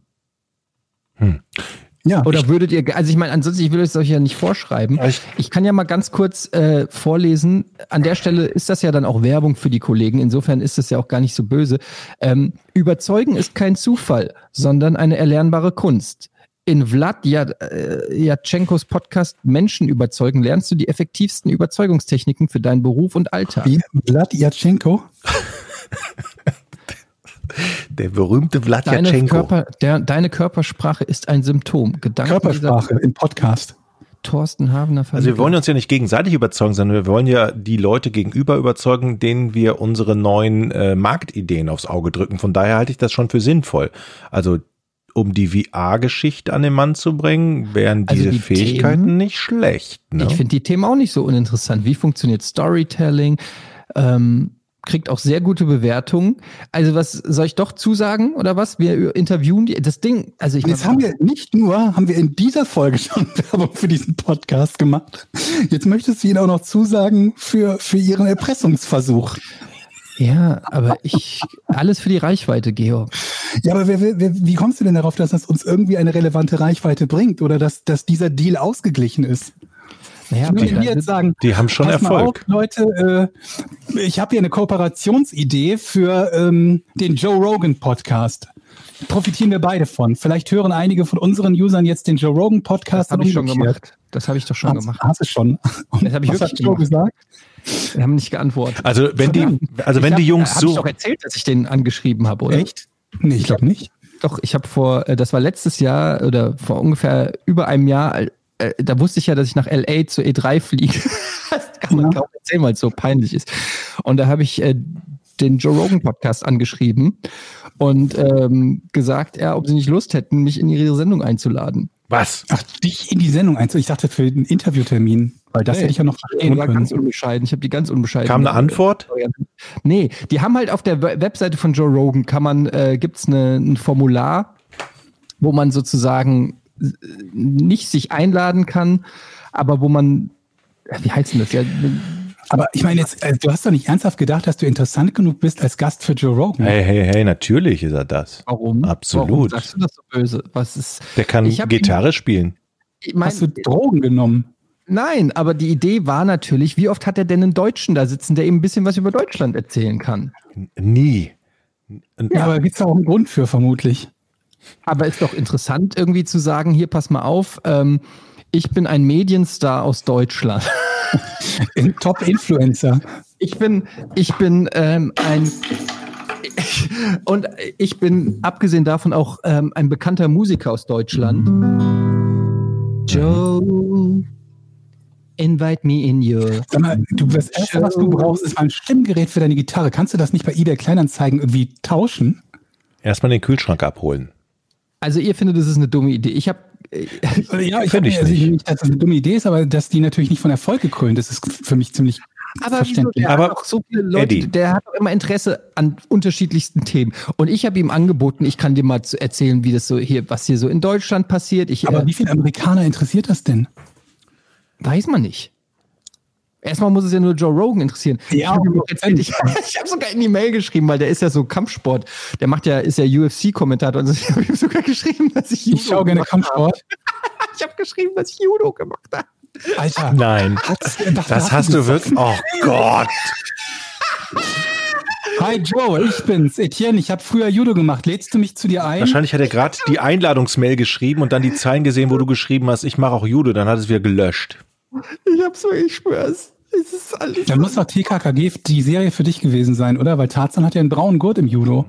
Ja. Oder würdet ihr, also ich meine, ansonsten, ich will es euch ja nicht vorschreiben. Ich kann ja mal ganz kurz vorlesen. An der Stelle ist das ja dann auch Werbung für die Kollegen. Insofern ist das ja auch gar nicht so böse. Überzeugen ist kein Zufall, sondern eine erlernbare Kunst. In Vlad Yatchenkos Podcast Menschen überzeugen lernst du die effektivsten Überzeugungstechniken für deinen Beruf und Alltag. Wie? Vlad Yatchenko? Der berühmte Vlad Yatchenko. Deine Körpersprache ist ein Symptom. Körpersprache im Podcast. Thorsten Havener. Also wir wollen uns ja nicht gegenseitig überzeugen, sondern wir wollen ja die Leute gegenüber überzeugen, denen wir unsere neuen Marktideen aufs Auge drücken. Von daher halte ich das schon für sinnvoll. Also um die VR-Geschichte an den Mann zu bringen, wären diese Fähigkeiten Themen nicht schlecht. Ne? Ich finde die Themen auch nicht so uninteressant. Wie funktioniert Storytelling? Kriegt auch sehr gute Bewertungen. Also was soll ich doch zusagen oder was? Wir interviewen das Ding. Also jetzt haben wir in dieser Folge schon Werbung für diesen Podcast gemacht. Jetzt möchtest du ihn auch noch zusagen für ihren Erpressungsversuch. Ja, aber alles für die Reichweite, Georg. Ja, aber wie kommst du denn darauf, dass das uns irgendwie eine relevante Reichweite bringt oder dass dieser Deal ausgeglichen ist? Naja, ich will jetzt sagen, die haben schon Erfolg. Auf, Leute, ich habe hier eine Kooperationsidee für den Joe Rogan Podcast. Profitieren wir beide von. Vielleicht hören einige von unseren Usern jetzt den Joe Rogan Podcast. Das habe ich schon gemacht. Das habe ich doch schon gemacht. Hast du schon? Das habe ich wirklich Joe gesagt. Wir haben nicht geantwortet. Also wenn die Jungs so... Habe ich doch erzählt, dass ich den angeschrieben habe, oder? Echt? Nee, ich glaube nicht. Doch, ich habe das war letztes Jahr oder vor ungefähr über einem Jahr, da wusste ich ja, dass ich nach LA zur E3 fliege. Das kann man kaum erzählen, weil es so peinlich ist. Und da habe ich den Joe Rogan Podcast angeschrieben und gesagt, ob sie nicht Lust hätten, mich in ihre Sendung einzuladen. Was? Ach, dich in die Sendung einzuladen? Ich dachte für den Interviewtermin. Weil das hätte ich ja noch verstehen können. Ganz unbescheiden. Ich habe die ganz unbescheiden. Kam eine Antwort? Nee, die haben halt auf der Webseite von Joe Rogan gibt's ein Formular, wo man sozusagen nicht sich einladen kann, aber wo man, wie heißt denn das? Ja, aber ich meine jetzt, du hast doch nicht ernsthaft gedacht, dass du interessant genug bist als Gast für Joe Rogan. Hey, natürlich ist er das. Warum? Absolut. Warum sagst du das so böse? Der kann Gitarre spielen. Hast du Drogen genommen? Nein, aber die Idee war natürlich, wie oft hat er denn einen Deutschen da sitzen, der eben ein bisschen was über Deutschland erzählen kann? Nie. Ja, aber gibt es auch einen Grund für, vermutlich. Aber ist doch interessant, irgendwie zu sagen, hier, pass mal auf, ich bin ein Medienstar aus Deutschland. Top-Influencer. Ich bin abgesehen davon auch ein bekannter Musiker aus Deutschland. Joe, invite me in your... Sag mal, das Erste, was du brauchst, ist mal ein Stimmgerät für deine Gitarre. Kannst du das nicht bei eBay Kleinanzeigen irgendwie tauschen? Erstmal den Kühlschrank abholen. Also ihr findet, das ist eine dumme Idee. Ich finde nicht, dass das eine dumme Idee ist, aber dass die natürlich nicht von Erfolg gekrönt ist, ist für mich ziemlich verständlich. Der hat auch so viele Leute, der hat auch immer Interesse an unterschiedlichsten Themen. Und ich habe ihm angeboten, ich kann dir mal erzählen, wie das so hier, was hier so in Deutschland passiert. Aber wie viele Amerikaner interessiert das denn? Weiß man nicht. Erstmal muss es ja nur Joe Rogan interessieren. Ja, ich habe sogar in die Mail geschrieben, weil der ist ja so Kampfsport. ist ja UFC-Kommentator. Und ich habe ihm sogar geschrieben, dass ich Judo Ich schaue gerne Kampfsport. Ich habe geschrieben, dass ich Judo gemacht habe. Alter. Nein. Das hast du wirklich. Oh Gott. Hi Joe, ich bin's, Etienne. Ich habe früher Judo gemacht. Lädst du mich zu dir ein? Wahrscheinlich hat er gerade die Einladungsmail geschrieben und dann die Zeilen gesehen, wo du geschrieben hast, ich mache auch Judo. Dann hat es wieder gelöscht. Ich schwör's. Es ist alles. Dann muss doch TKKG die Serie für dich gewesen sein, oder? Weil Tarzan hat ja einen braunen Gurt im Judo.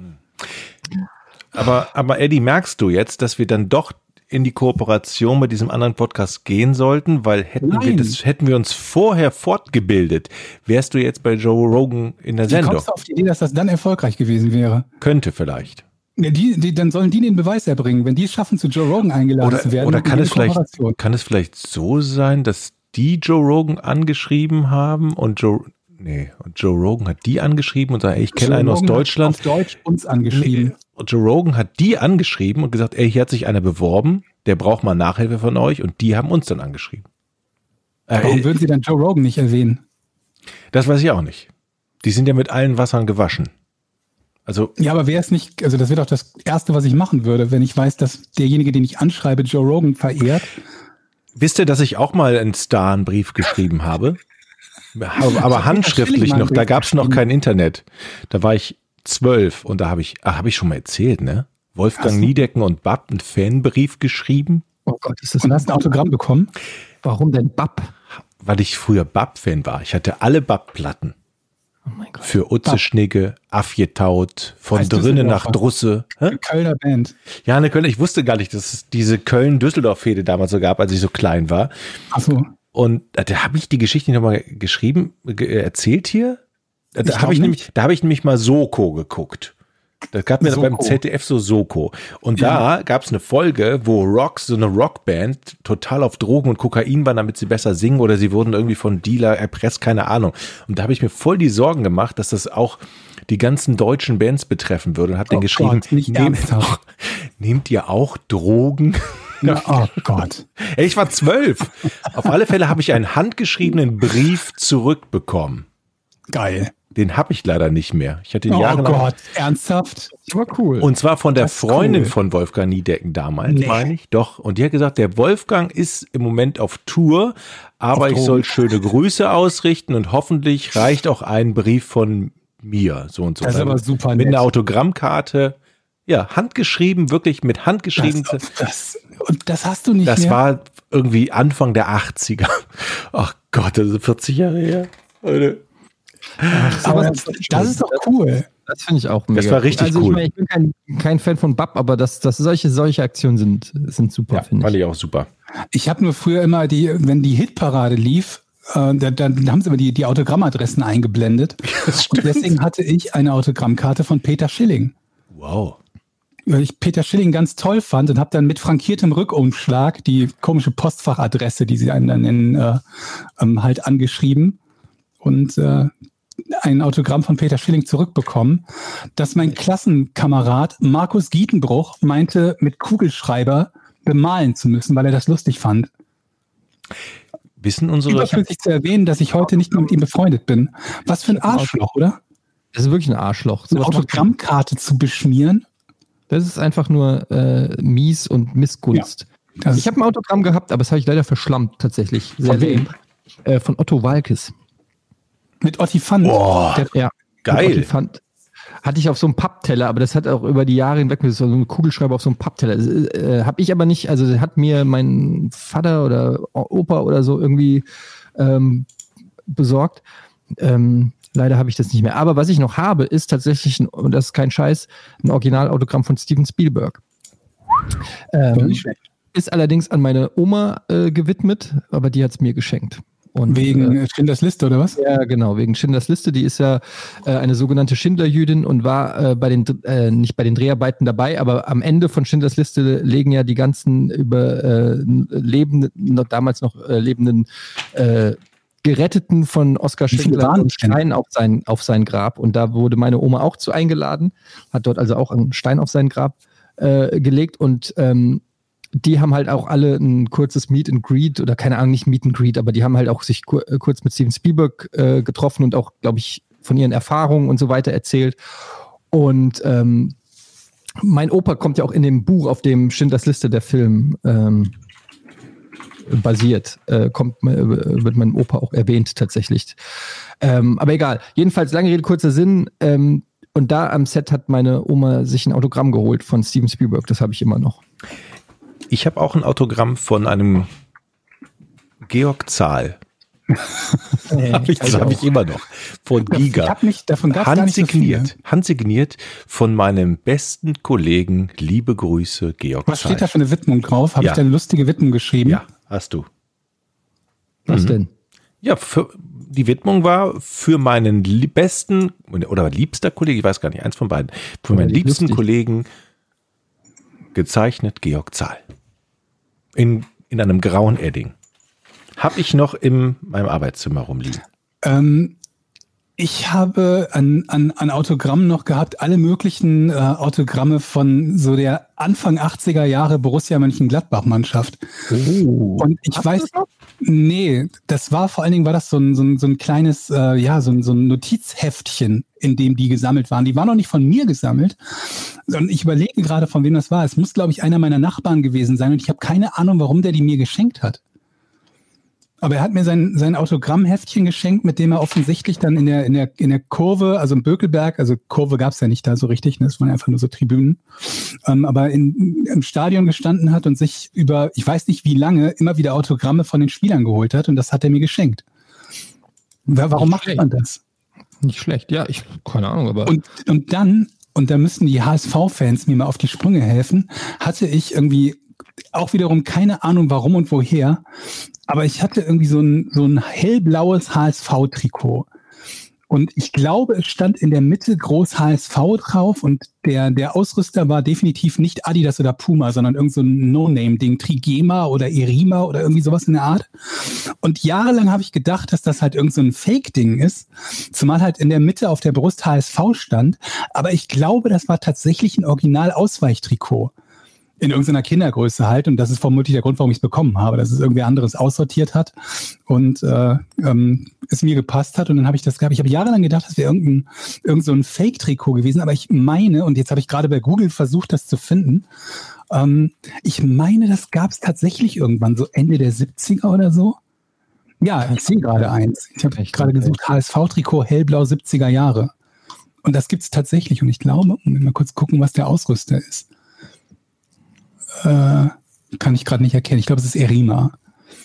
Aber Eddie, merkst du jetzt, dass wir dann doch in die Kooperation mit diesem anderen Podcast gehen sollten? Weil hätten wir uns vorher fortgebildet, wärst du jetzt bei Joe Rogan in der Sendung. Kommst du auf die Idee, dass das dann erfolgreich gewesen wäre? Könnte vielleicht. Ja, dann sollen die den Beweis erbringen, wenn die es schaffen, zu Joe Rogan eingeladen zu werden. Oder kann es vielleicht so sein, dass die Joe Rogan angeschrieben haben und Joe Rogan hat die angeschrieben und sagt, ey, ich kenne einen aus Deutschland. Auf Deutsch uns angeschrieben. Und Joe Rogan hat die angeschrieben und gesagt, ey, hier hat sich einer beworben, der braucht mal Nachhilfe von euch und die haben uns dann angeschrieben. Warum würden sie dann Joe Rogan nicht erwähnen? Das weiß ich auch nicht. Die sind ja mit allen Wassern gewaschen. Also, ja, aber wäre es nicht, also das wäre doch das Erste, was ich machen würde, wenn ich weiß, dass derjenige, den ich anschreibe, Joe Rogan verehrt. Wisst ihr, dass ich auch mal einen Star einen Brief geschrieben habe? Aber handschriftlich noch, da gab es noch kein Internet. Da war ich 12 und da habe ich schon mal erzählt, ne? Wolfgang Niedecken und Bab einen Fanbrief geschrieben. Oh Gott, ist das Und hast ein Autogramm bekommen? Warum denn Bab? Weil ich früher Bab-Fan war. Ich hatte alle Bab-Platten. Oh mein Gott. Für Utze Schnigge, Afjetaut, von Heißt drinnen Düsseldorfer. nach Drusse. Hä? Kölner Band. Ja, eine Köln. Ich wusste gar nicht, dass es diese Köln-Düsseldorf-Fehde damals so gab, als ich so klein war. Achso. Und da habe ich die Geschichte nochmal geschrieben, erzählt hier. Da habe ich nämlich mal Soko geguckt. Das gab mir Soko. beim ZDF so Soko. Und da gab es eine Folge, wo so eine Rockband, total auf Drogen und Kokain waren, damit sie besser singen oder sie wurden irgendwie von Dealer erpresst, keine Ahnung. Und da habe ich mir voll die Sorgen gemacht, dass das auch die ganzen deutschen Bands betreffen würde und habe dann geschrieben, Gott, nicht ernsthaft. nehmt ihr auch Drogen? Ja, oh Gott. Ey, ich war 12. Auf alle Fälle habe ich einen handgeschriebenen Brief zurückbekommen. Geil. Den habe ich leider nicht mehr. Ich hatte ihn Oh jahrelang. Gott, ernsthaft? Das war cool. Und zwar von der Das ist Freundin cool. von Wolfgang Niedecken damals, Nee. meine ich. Doch. Und die hat gesagt, der Wolfgang ist im Moment auf Tour, aber ich Drogen. soll schöne Grüße ausrichten und hoffentlich reicht auch ein Brief von mir. So und so. Das ist aber super Mit nett. einer Autogrammkarte. Ja, handgeschrieben, wirklich mit handgeschrieben. Und das hast du nicht Das mehr? war irgendwie Anfang der 80er. Ach Gott, das ist 40 Jahre her. Leute. Aber das ist doch cool. Das finde ich auch mega. Das war richtig also, cool. Ich meine, ich bin kein Fan von Bab, aber dass solche Aktionen sind super, Ja, finde fand ich. ich auch super. Ich habe nur früher immer wenn die Hitparade lief, dann haben sie immer die Autogrammadressen eingeblendet. Und deswegen hatte ich eine Autogrammkarte von Peter Schilling. Wow. Weil ich Peter Schilling ganz toll fand und habe dann mit frankiertem Rückumschlag die komische Postfachadresse, die sie einem dann nennen, halt angeschrieben und ein Autogramm von Peter Schilling zurückbekommen, dass mein Klassenkamerad Markus Gietenbruch meinte, mit Kugelschreiber bemalen zu müssen, weil er das lustig fand. Wissen unsere... Überflüssig zu erwähnen, dass ich heute nicht mehr mit ihm befreundet bin. Was für ein Arschloch, oder? Das ist wirklich ein Arschloch. Eine Sowas macht- Autogrammkarte zu beschmieren. Das ist einfach nur mies und Missgunst. Das Ich habe ein Autogramm gehabt, aber das habe ich leider verschlammt tatsächlich. Sehr Von wem? lame. Von Otto Walkes. mit Otti Pfand. Boah, Der- Ja. geil. Otto Pfand. Hatte ich auf so einem Pappteller, aber das hat auch über die Jahre hinweg so ein Kugelschreiber auf so einem Pappteller. Habe ich aber nicht, also hat mir mein Vater oder Opa oder so irgendwie besorgt. Leider habe ich das nicht mehr. Aber was ich noch habe, ist tatsächlich, und das ist kein Scheiß, ein Originalautogramm von Steven Spielberg. Nicht schlecht. Ist allerdings an meine Oma gewidmet, aber die hat es mir geschenkt. Und, Wegen Schindlers Liste oder was? ja, genau, wegen Schindlers Liste. Die ist ja eine sogenannte Schindlerjüdin und war nicht bei den Dreharbeiten dabei, aber am Ende von Schindlers Liste legen ja die ganzen damals noch lebenden Geretteten von Oskar Wie viele Schindler waren einen es denn? Stein auf sein Grab. Und da wurde meine Oma auch zu eingeladen, hat dort also auch einen Stein auf sein Grab gelegt und die haben halt auch alle ein kurzes Meet and Greet oder keine Ahnung, nicht Meet and Greet, aber die haben halt auch sich kurz mit Steven Spielberg getroffen und auch, glaube ich, von ihren Erfahrungen und so weiter erzählt. Und mein Opa kommt ja auch in dem Buch, auf dem Schindlers Liste der Film basiert, wird mein Opa auch erwähnt tatsächlich. Aber egal. Jedenfalls, lange Rede, kurzer Sinn. Und da am Set hat meine Oma sich ein Autogramm geholt von Steven Spielberg. Das habe ich immer noch. Ich habe auch ein Autogramm von einem Georg Zahl. Das habe ich immer noch. Von Giga. Davon gab's gar nicht so viele. Handsigniert von meinem besten Kollegen. Liebe Grüße, Georg Was Zahl. steht da für eine Widmung drauf? Habe Ja. ich da eine lustige Widmung geschrieben? Ja, hast du. Was denn? Ja, die Widmung war für meinen besten oder liebster Kollege, ich weiß gar nicht, eins von beiden, für meinen liebsten lustig. Kollegen gezeichnet Georg Zahl. In einem grauen Edding. Habe ich noch in meinem Arbeitszimmer rumliegen. Ich habe an Autogrammen noch gehabt, alle möglichen Autogramme von so der Anfang 80er Jahre Borussia Mönchengladbach-Mannschaft. Und ich weiß, nee, das war vor allen Dingen, war das so ein kleines, so ein Notizheftchen, in dem die gesammelt waren. Die waren noch nicht von mir gesammelt, sondern ich überlege gerade, von wem das war. Es muss, glaube ich, einer meiner Nachbarn gewesen sein und ich habe keine Ahnung, warum der die mir geschenkt hat. Aber er hat mir sein Autogrammheftchen geschenkt, mit dem er offensichtlich dann in der Kurve, also im Bökelberg, also Kurve gab es ja nicht da so richtig, ne? Das waren einfach nur so Tribünen, aber im Stadion gestanden hat und sich über, ich weiß nicht wie lange, immer wieder Autogramme von den Spielern geholt hat und das hat er mir geschenkt. Warum macht man das? Nicht schlecht, ja, keine Ahnung, aber... Und dann, und da müssen die HSV-Fans mir mal auf die Sprünge helfen, hatte ich irgendwie auch wiederum keine Ahnung warum und woher, aber ich hatte irgendwie so ein hellblaues HSV-Trikot. Und ich glaube, es stand in der Mitte groß HSV drauf und der Ausrüster war definitiv nicht Adidas oder Puma, sondern irgend so ein No-Name-Ding, Trigema oder Erima oder irgendwie sowas in der Art. Und jahrelang habe ich gedacht, dass das halt irgend so ein Fake-Ding ist, zumal halt in der Mitte auf der Brust HSV stand. Aber ich glaube, das war tatsächlich ein Original-Ausweichtrikot. In irgendeiner Kindergröße halt. Und das ist vermutlich der Grund, warum ich es bekommen habe, dass es irgendwer anderes aussortiert hat und es mir gepasst hat. Und dann habe ich das gehabt. Ich habe jahrelang gedacht, das wäre irgend so ein Fake-Trikot gewesen. Aber ich meine, und jetzt habe ich gerade bei Google versucht, das zu finden, ich meine, das gab es tatsächlich irgendwann, so Ende der 70er oder so. Ja, ich sehe gerade eins. Ich habe gerade gesucht, HSV-Trikot hellblau 70er Jahre. Und das gibt es tatsächlich. Und ich glaube, mal kurz gucken, was der Ausrüster ist. Kann ich gerade nicht erkennen. Ich glaube, es ist Erima.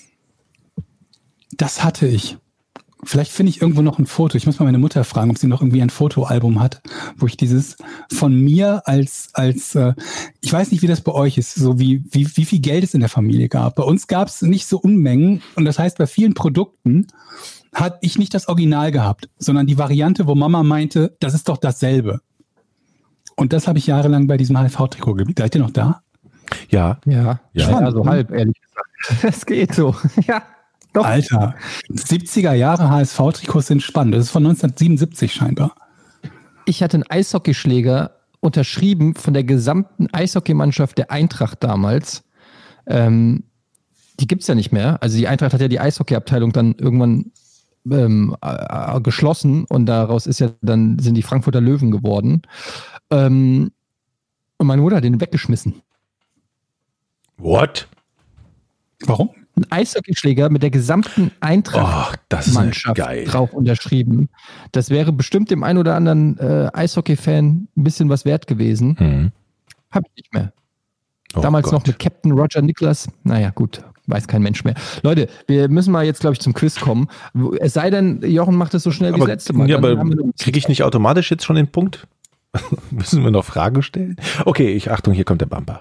Das hatte ich. Vielleicht finde ich irgendwo noch ein Foto. Ich muss mal meine Mutter fragen, ob sie noch irgendwie ein Fotoalbum hat, wo ich dieses von mir als ich weiß nicht, wie das bei euch ist, so wie viel Geld es in der Familie gab. Bei uns gab es nicht so Unmengen und das heißt, bei vielen Produkten hatte ich nicht das Original gehabt, sondern die Variante, wo Mama meinte, das ist doch dasselbe. Und das habe ich jahrelang bei diesem HSV-Trikot geblieben. Seid ihr noch da? Ja. Ja, so halb, ehrlich gesagt. Das geht so. Ja, doch. Alter, 70er Jahre HSV-Trikots sind spannend. Das ist von 1977 scheinbar. Ich hatte einen Eishockeyschläger unterschrieben von der gesamten Eishockeymannschaft der Eintracht damals. Die gibt es ja nicht mehr. Also die Eintracht hat ja die Eishockeyabteilung dann irgendwann geschlossen und daraus sind die Frankfurter Löwen geworden. Und meine Mutter hat den weggeschmissen. What? Warum? Ein Eishockeyschläger mit der gesamten Eintracht-Mannschaft drauf unterschrieben. Das wäre bestimmt dem einen oder anderen Eishockey-Fan ein bisschen was wert gewesen. Hab ich nicht mehr. Damals noch mit Captain Roger Nicholas. Naja, gut, weiß kein Mensch mehr. Leute, wir müssen mal jetzt, glaube ich, zum Quiz kommen. Es sei denn, Jochen macht es so schnell wie das letzte Mal. Ja, aber kriege ich nicht automatisch jetzt schon den Punkt? Müssen wir noch Fragen stellen? Okay, Achtung, hier kommt der Bumper.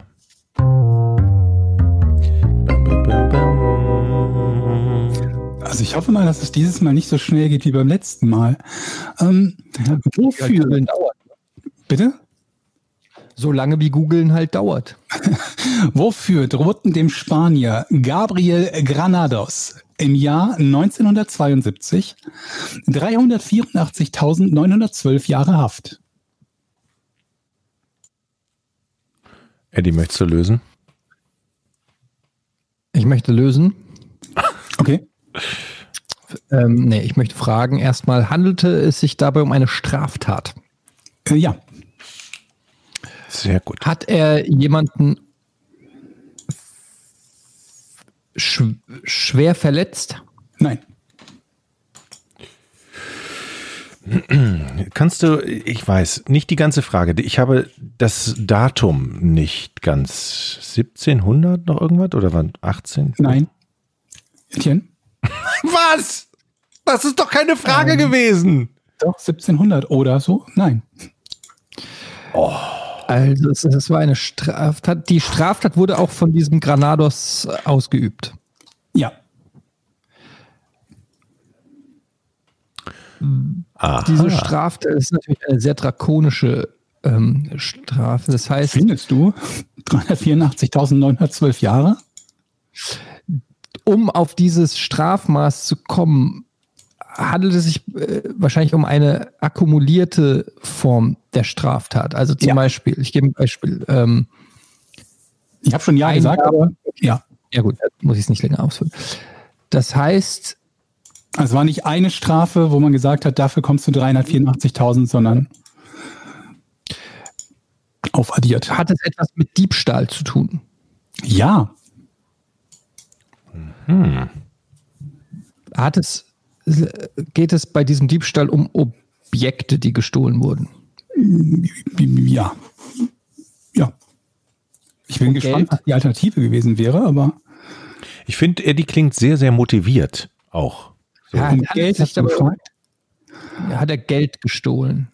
Also ich hoffe mal, dass es dieses Mal nicht so schnell geht wie beim letzten Mal. Wofür? Bitte? So lange wie Googlen halt dauert. Wofür drohten dem Spanier Gabriel Granados im Jahr 1972 384.912 Jahre Haft? Eddie, möchtest du lösen? Ich möchte lösen. Okay. Nee, ich möchte fragen, erstmal, handelte es sich dabei um eine Straftat? Ja. Sehr gut. Hat er jemanden schwer verletzt? Nein. Kannst du, ich weiß, nicht die ganze Frage. Ich habe das Datum nicht ganz. 1700 noch irgendwas oder wann? 18? Nein. Etienne? Was? Das ist doch keine Frage gewesen. Doch, 1700 oder so? Nein. Oh. Also es war eine Straftat. Die Straftat wurde auch von diesem Granados ausgeübt. Ja. Aha. Diese Straftat ist natürlich eine sehr drakonische Strafe. Das heißt, findest du 384.912 Jahre? Um auf dieses Strafmaß zu kommen, handelt es sich wahrscheinlich um eine akkumulierte Form der Straftat. Also zum Beispiel, ich gebe ein Beispiel. Ich habe schon gesagt, aber ja. Ja gut, muss ich es nicht länger ausführen. Das heißt, also es war nicht eine Strafe, wo man gesagt hat, dafür kommst du 384.000, sondern aufaddiert. Hat es etwas mit Diebstahl zu tun? Ja. Geht es bei diesem Diebstahl um Objekte, die gestohlen wurden? Ja. Ja. Ich bin gespannt, was die Alternative gewesen wäre, aber. Ich finde, die klingt sehr, sehr motiviert auch. So. Ja, Geld hast du gefragt? Hat er Geld gestohlen?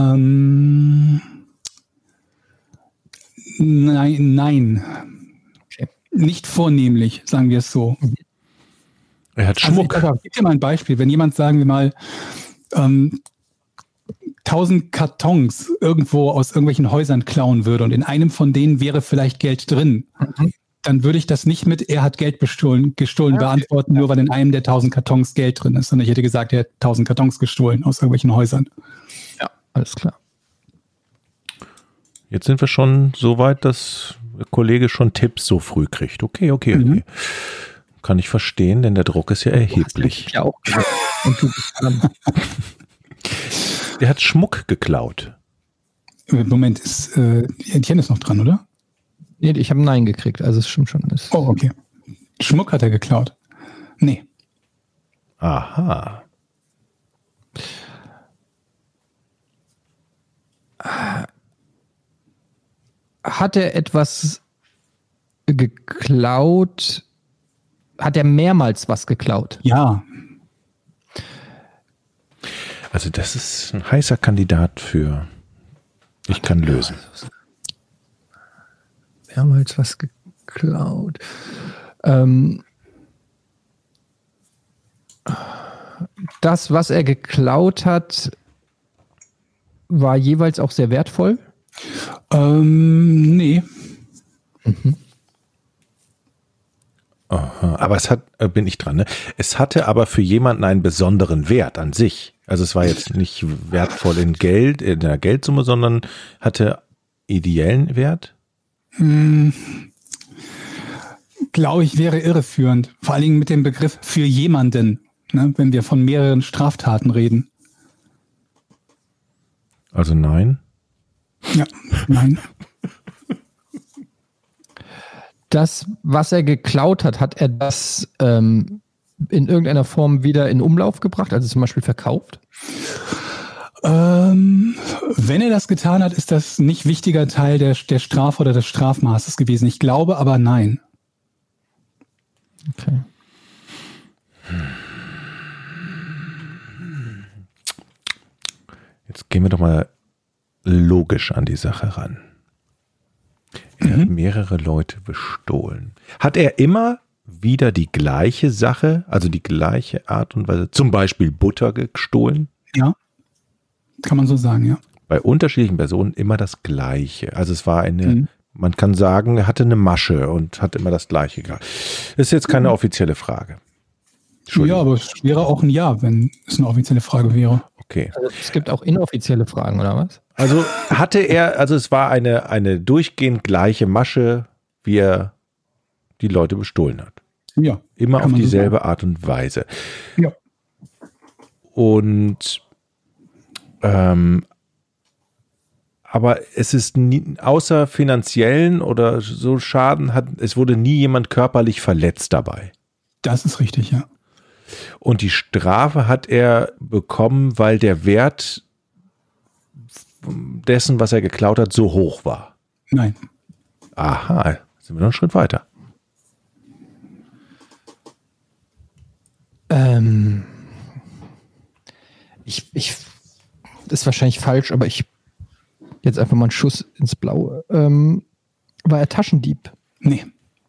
Nein. Okay. Nicht vornehmlich, sagen wir es so. Er hat Schmuck. Also ich gebe dir mal ein Beispiel. Wenn jemand, sagen wir mal, 1000 Kartons irgendwo aus irgendwelchen Häusern klauen würde und in einem von denen wäre vielleicht Geld drin, dann würde ich das nicht mit, er hat Geld gestohlen beantworten, nur weil in einem der 1000 Kartons Geld drin ist, sondern ich hätte gesagt, er hat 1000 Kartons gestohlen aus irgendwelchen Häusern. Ja, alles klar. Jetzt sind wir schon so weit, dass der Kollege schon Tipps so früh kriegt. Okay. Kann ich verstehen, denn der Druck ist ja erheblich. Ja, auch. Und du bist dran. Der hat Schmuck geklaut. Moment, Etienne ist noch dran, oder? Nee, ich habe Nein gekriegt, also es stimmt schon. Oh, okay. Schmuck hat er geklaut. Nee. Aha. Hat er etwas geklaut? Hat er mehrmals was geklaut? Ja. Also das ist ein heißer Kandidat für Ich kann lösen. Mehrmals was geklaut. Das, was er geklaut hat, war jeweils auch sehr wertvoll? Nee. Aha, aber es hat, bin ich dran, ne? Es hatte aber für jemanden einen besonderen Wert an sich. Also es war jetzt nicht wertvoll in Geld, in der Geldsumme, sondern hatte ideellen Wert? Glaube ich, wäre irreführend. Vor allen Dingen mit dem Begriff für jemanden, ne, wenn wir von mehreren Straftaten reden. Also nein? Ja, nein. Das, was er geklaut hat, hat er das in irgendeiner Form wieder in Umlauf gebracht, also zum Beispiel verkauft? Wenn er das getan hat, ist das nicht wichtiger Teil der Strafe oder des Strafmaßes gewesen. Ich glaube aber nein. Okay. Jetzt gehen wir doch mal logisch an die Sache ran. Er hat mehrere Leute bestohlen. Hat er immer wieder die gleiche Sache, also die gleiche Art und Weise, zum Beispiel Butter gestohlen? Ja, kann man so sagen, ja. Bei unterschiedlichen Personen immer das Gleiche. Also es war man kann sagen, er hatte eine Masche und hat immer das Gleiche gehabt. Das ist jetzt keine offizielle Frage. Ja, aber es wäre auch ein Ja, wenn es eine offizielle Frage wäre. Okay. Also es gibt auch inoffizielle Fragen, oder was? Also es war eine durchgehend gleiche Masche, wie er die Leute bestohlen hat. Ja. Immer kann auf man so dieselbe sagen. Art und Weise. Ja. Und aber es ist nie, außer finanziellen oder so Schaden, es wurde nie jemand körperlich verletzt dabei. Das ist richtig, ja. Und die Strafe hat er bekommen, weil der Wert dessen, was er geklaut hat, so hoch war. Nein. Aha, sind wir noch einen Schritt weiter. Das ist wahrscheinlich falsch, aber jetzt einfach mal einen Schuss ins Blaue. War er Taschendieb? Nee.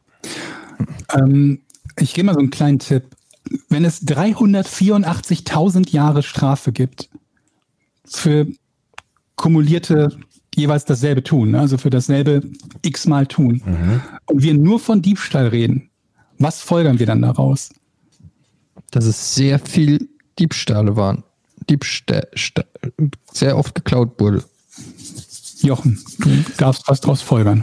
Ich gebe mal so einen kleinen Tipp. Wenn es 384.000 Jahre Strafe gibt für kumulierte jeweils dasselbe tun, also für dasselbe x-mal tun, und wir nur von Diebstahl reden, was folgern wir dann daraus? Dass es sehr viel Diebstahle waren. Sehr oft geklaut wurde. Jochen, du darfst was draus folgern.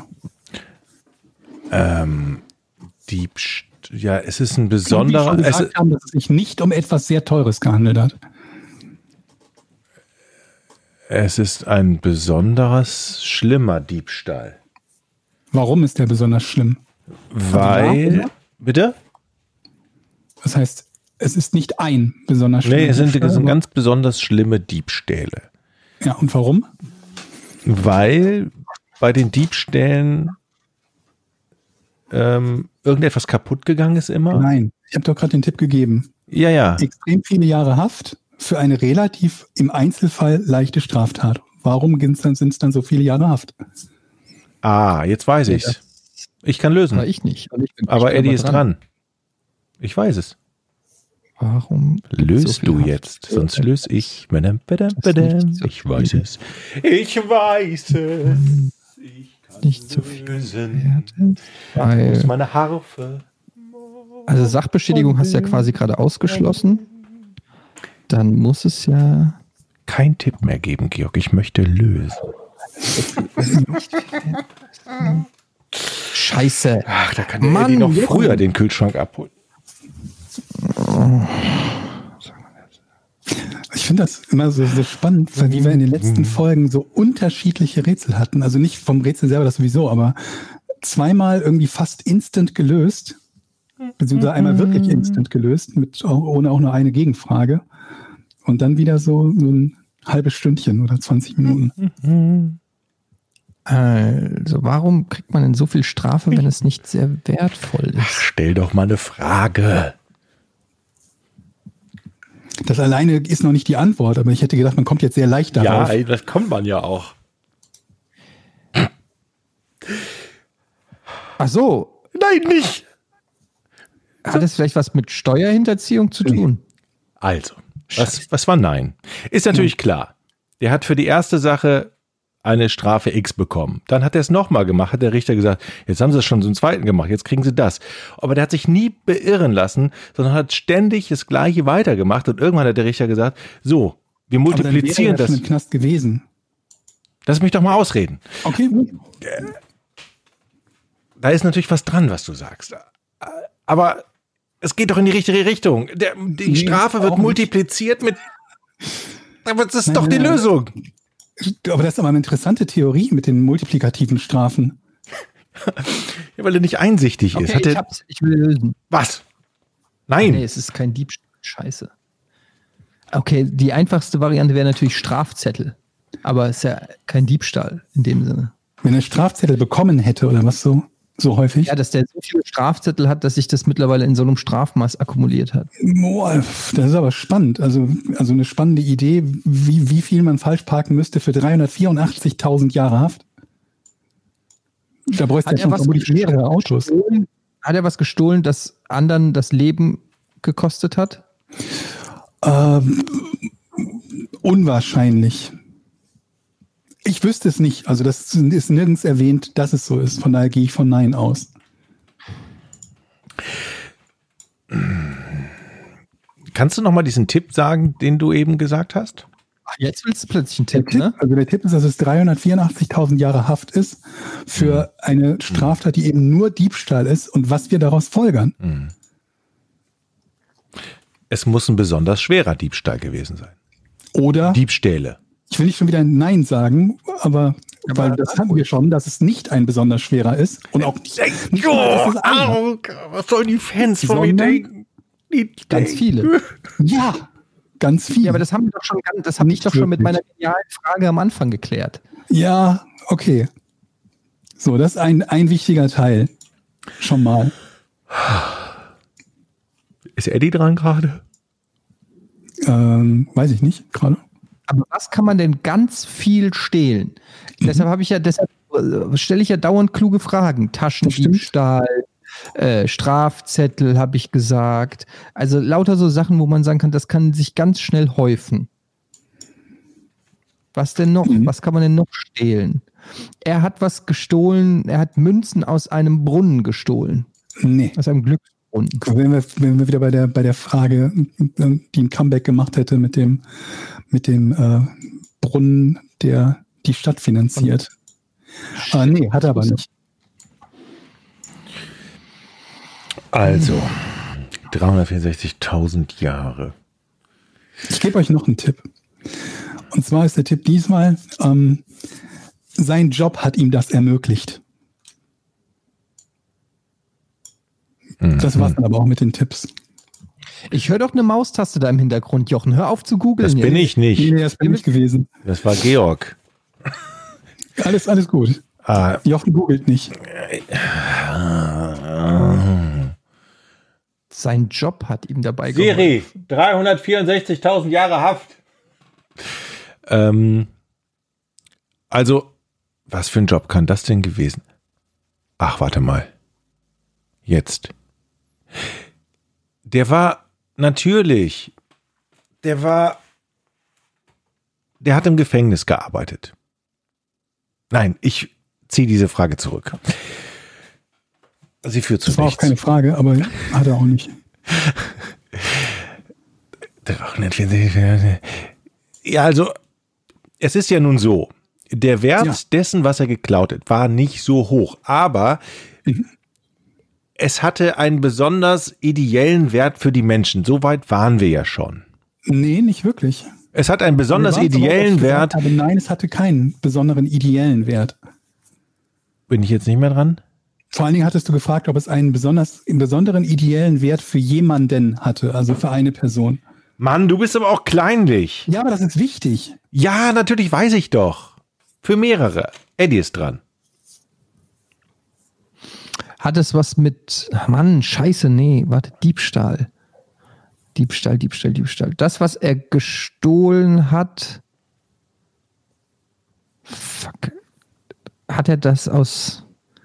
Ja, es ist ein besonderer. Und wie schon gesagt haben, dass es sich nicht um etwas sehr Teures gehandelt hat. Es ist ein besonders schlimmer Diebstahl. Warum ist der besonders schlimm? Weil. Bitte? Das heißt, es ist nicht ein besonders schlimmer Nee, es sind Diebstahl, ganz besonders schlimme Diebstähle. Ja, und warum? Weil bei den Diebstählen irgendetwas kaputt gegangen ist immer. Nein, ich habe doch gerade den Tipp gegeben. Ja. Extrem viele Jahre Haft für eine relativ im Einzelfall leichte Straftat. Warum sind es dann so viele Jahre Haft? Ah, jetzt weiß ich's. Ich kann lösen. War ich nicht. Aber Eddie ist dran. Ich weiß es. Warum? Löst so viel du Haft? jetzt, sonst löse ich. Nicht so Ich weiß es. Ich weiß es. Ich kann Nicht so viel lösen. Weil, Muss meine Harfe. also Sachbeschädigung hast du ja quasi gerade ausgeschlossen. Dann muss es ja. Kein Tipp mehr geben, Georg. Ich möchte lösen. Scheiße. Ach, da kann der Mann, Eddie noch jetzt- früher den Kühlschrank abholen. Ich finde das immer so spannend, weil wie wir in den letzten Folgen so unterschiedliche Rätsel hatten. Also nicht vom Rätsel selber, das sowieso, aber zweimal irgendwie fast instant gelöst. Beziehungsweise einmal wirklich instant gelöst, ohne auch nur eine Gegenfrage. Und dann wieder so ein halbes Stündchen oder 20 Minuten. Also, warum kriegt man denn so viel Strafe, wenn es nicht sehr wertvoll Ach, ist? stell doch mal eine Frage. Das alleine ist noch nicht die Antwort, aber ich hätte gedacht, man kommt jetzt sehr leicht darauf. Ja, das kommt man ja auch. Ach so, Nein, nicht. hat es vielleicht was mit Steuerhinterziehung zu tun? Also, was war nein? Ist natürlich klar. Der hat für die erste Sache eine Strafe X bekommen. Dann hat er es nochmal gemacht, hat der Richter gesagt, jetzt haben sie es schon zum zweiten gemacht, jetzt kriegen sie das. Aber der hat sich nie beirren lassen, sondern hat ständig das Gleiche weitergemacht und irgendwann hat der Richter gesagt, so, wir Aber dann wäre multiplizieren er ja schon das. im Knast gewesen. Lass mich doch mal ausreden. Okay. Da ist natürlich was dran, was du sagst. Aber es geht doch in die richtige Richtung. Die Strafe wird auch nicht. multipliziert mit... Das ist Nein, doch die nein. Lösung. Aber das ist aber eine interessante Theorie mit den multiplikativen Strafen. Ja, weil er nicht einsichtig ist. Okay, ich will lösen. Was? Nein. Nee, es ist kein Diebstahl. Scheiße. Okay, die einfachste Variante wäre natürlich Strafzettel. Aber es ist ja kein Diebstahl in dem Sinne. Wenn er Strafzettel bekommen hätte oder was so häufig. Ja, dass der so viele Strafzettel hat, dass sich das mittlerweile in so einem Strafmaß akkumuliert hat. Boah, das ist aber spannend. Also eine spannende Idee, wie viel man falsch parken müsste für 384.000 Jahre Haft. Da bräuchte er schon vermutlich mehrere Autos. Hat er was gestohlen, das anderen das Leben gekostet hat? Unwahrscheinlich. Ich wüsste es nicht. Also das ist nirgends erwähnt, dass es so ist. Von daher gehe ich von Nein aus. Kannst du noch mal diesen Tipp sagen, den du eben gesagt hast? Ach, jetzt willst du plötzlich einen Tipp, ne? Also der Tipp ist, dass es 384.000 Jahre Haft ist für eine Straftat, die eben nur Diebstahl ist und was wir daraus folgern. Es muss ein besonders schwerer Diebstahl gewesen sein. Oder, Diebstähle. ich will nicht schon wieder Nein sagen, aber weil das hatten wir schon, dass es nicht ein besonders schwerer ist und auch nicht mal, dass es einer. Was sollen die Fans von mir Sondern- denken? Ganz viele. Ja, ganz viel. Ja, aber das haben wir doch schon, das habe ich Nicht doch schon mit wirklich. meiner genialen Frage am Anfang geklärt. Ja, okay. So, das ist ein wichtiger Teil. Schon mal. Ist Eddie dran gerade? Weiß ich nicht, gerade. Aber was kann man denn ganz viel stehlen? Deshalb stelle ich ja dauernd kluge Fragen. Taschendiebstahl, Strafzettel, habe ich gesagt. Also lauter so Sachen, wo man sagen kann, das kann sich ganz schnell häufen. Was denn noch? Was kann man denn noch stehlen? Er hat was gestohlen, er hat Münzen aus einem Brunnen gestohlen. Nee. Aus einem Glücksbrunnen. Wenn wir wieder bei der Frage, die ein Comeback gemacht hätte mit dem Brunnen, der die Stadt finanziert. Nee, hat er aber nicht. Also, 364.000 Jahre. Ich gebe euch noch einen Tipp. Und zwar ist der Tipp diesmal, sein Job hat ihm das ermöglicht. Das war's dann aber auch mit den Tipps. Ich höre doch eine Maustaste da im Hintergrund, Jochen. Hör auf zu googeln. Das bin ich nicht. Nee, das bin ich gewesen. Das war Georg. Alles gut. Jochen googelt nicht. Sein Job hat ihm dabei Siri, 364.000 Jahre Haft. Also, was für ein Job kann das denn gewesen? Ach, warte mal. Jetzt. Der war natürlich, der hat im Gefängnis gearbeitet. Nein, ich ziehe diese Frage zurück. Sie führt zu Das war nichts. auch keine Frage, aber hat er auch nicht. 364. Ja, also, es ist ja nun so, der Wert dessen, was er geklaut hat, war nicht so hoch, aber es hatte einen besonders ideellen Wert für die Menschen. So weit waren wir ja schon. Nee, nicht wirklich. Es hat einen besonders ideellen Wert. Aber nein, es hatte keinen besonderen ideellen Wert. Bin ich jetzt nicht mehr dran? Vor allen Dingen hattest du gefragt, ob es einen besonderen ideellen Wert für jemanden hatte, also für eine Person. Mann, du bist aber auch kleinlich. Ja, aber das ist wichtig. Ja, natürlich weiß ich doch. Für mehrere. Eddie ist dran. Hat es was mit, Mann, scheiße, nee, warte, Diebstahl. Diebstahl. Das, was er gestohlen hat, fuck, hat er das aus...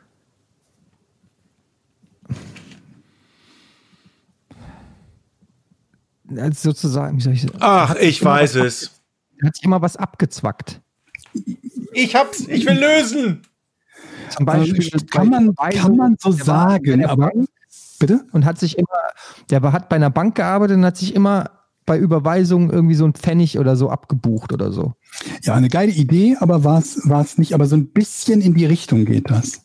Also sozusagen, wie soll ich sagen? Ach, ich weiß es. Er hat sich immer was abgezwackt. Ich will lösen. Zum Beispiel Kann man so sagen, aber bitte? Und hat sich immer, hat bei einer Bank gearbeitet und hat sich immer bei Überweisungen irgendwie so ein Pfennig oder so abgebucht oder so. Ja, eine geile Idee, aber war es nicht, aber so ein bisschen in die Richtung geht das.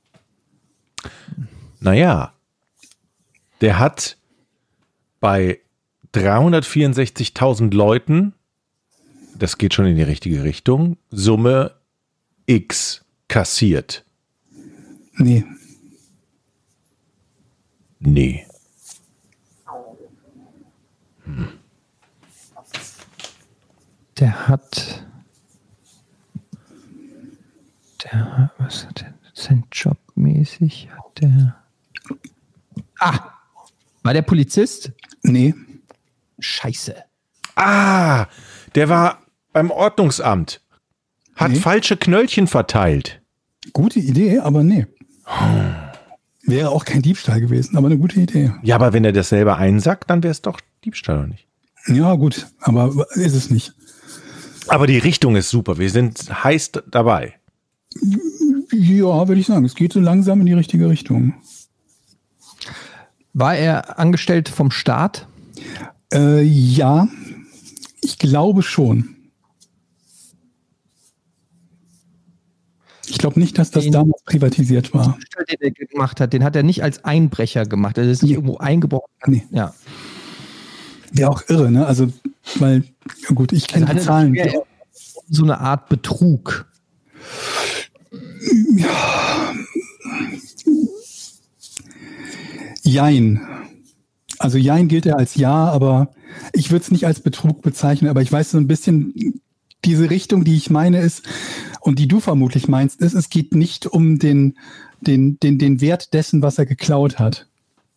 Naja, der hat bei 364.000 Leuten, das geht schon in die richtige Richtung, Summe X kassiert. Nee. Der hat, was hat der, sein Jobmäßig hat der, war der Polizist? Nee. Scheiße. Der war beim Ordnungsamt, hat falsche Knöllchen verteilt. Gute Idee, aber nee. Wäre auch kein Diebstahl gewesen, aber eine gute Idee. Ja, aber wenn er das selber einsackt, dann wäre es doch Diebstahl, oder nicht? Ja, gut, aber ist es nicht. Aber die Richtung ist super, wir sind heiß dabei. Ja, würde ich sagen, es geht so langsam in die richtige Richtung. War er angestellt vom Staat? Ja, ich glaube schon. Ich glaube nicht, dass das damals privatisiert war. Den er gemacht hat, den hat er nicht als Einbrecher gemacht. Er ist nicht irgendwo eingebrochen. Nee. Ja. Wäre auch irre, ne? Also, weil, gut, ich kenne die Zahlen. So eine Art Betrug. Jein. Also Jein gilt er als Ja, aber ich würde es nicht als Betrug bezeichnen, aber ich weiß so ein bisschen, diese Richtung, die ich meine ist, und die du vermutlich meinst, ist, es geht nicht um den Wert dessen, was er geklaut hat.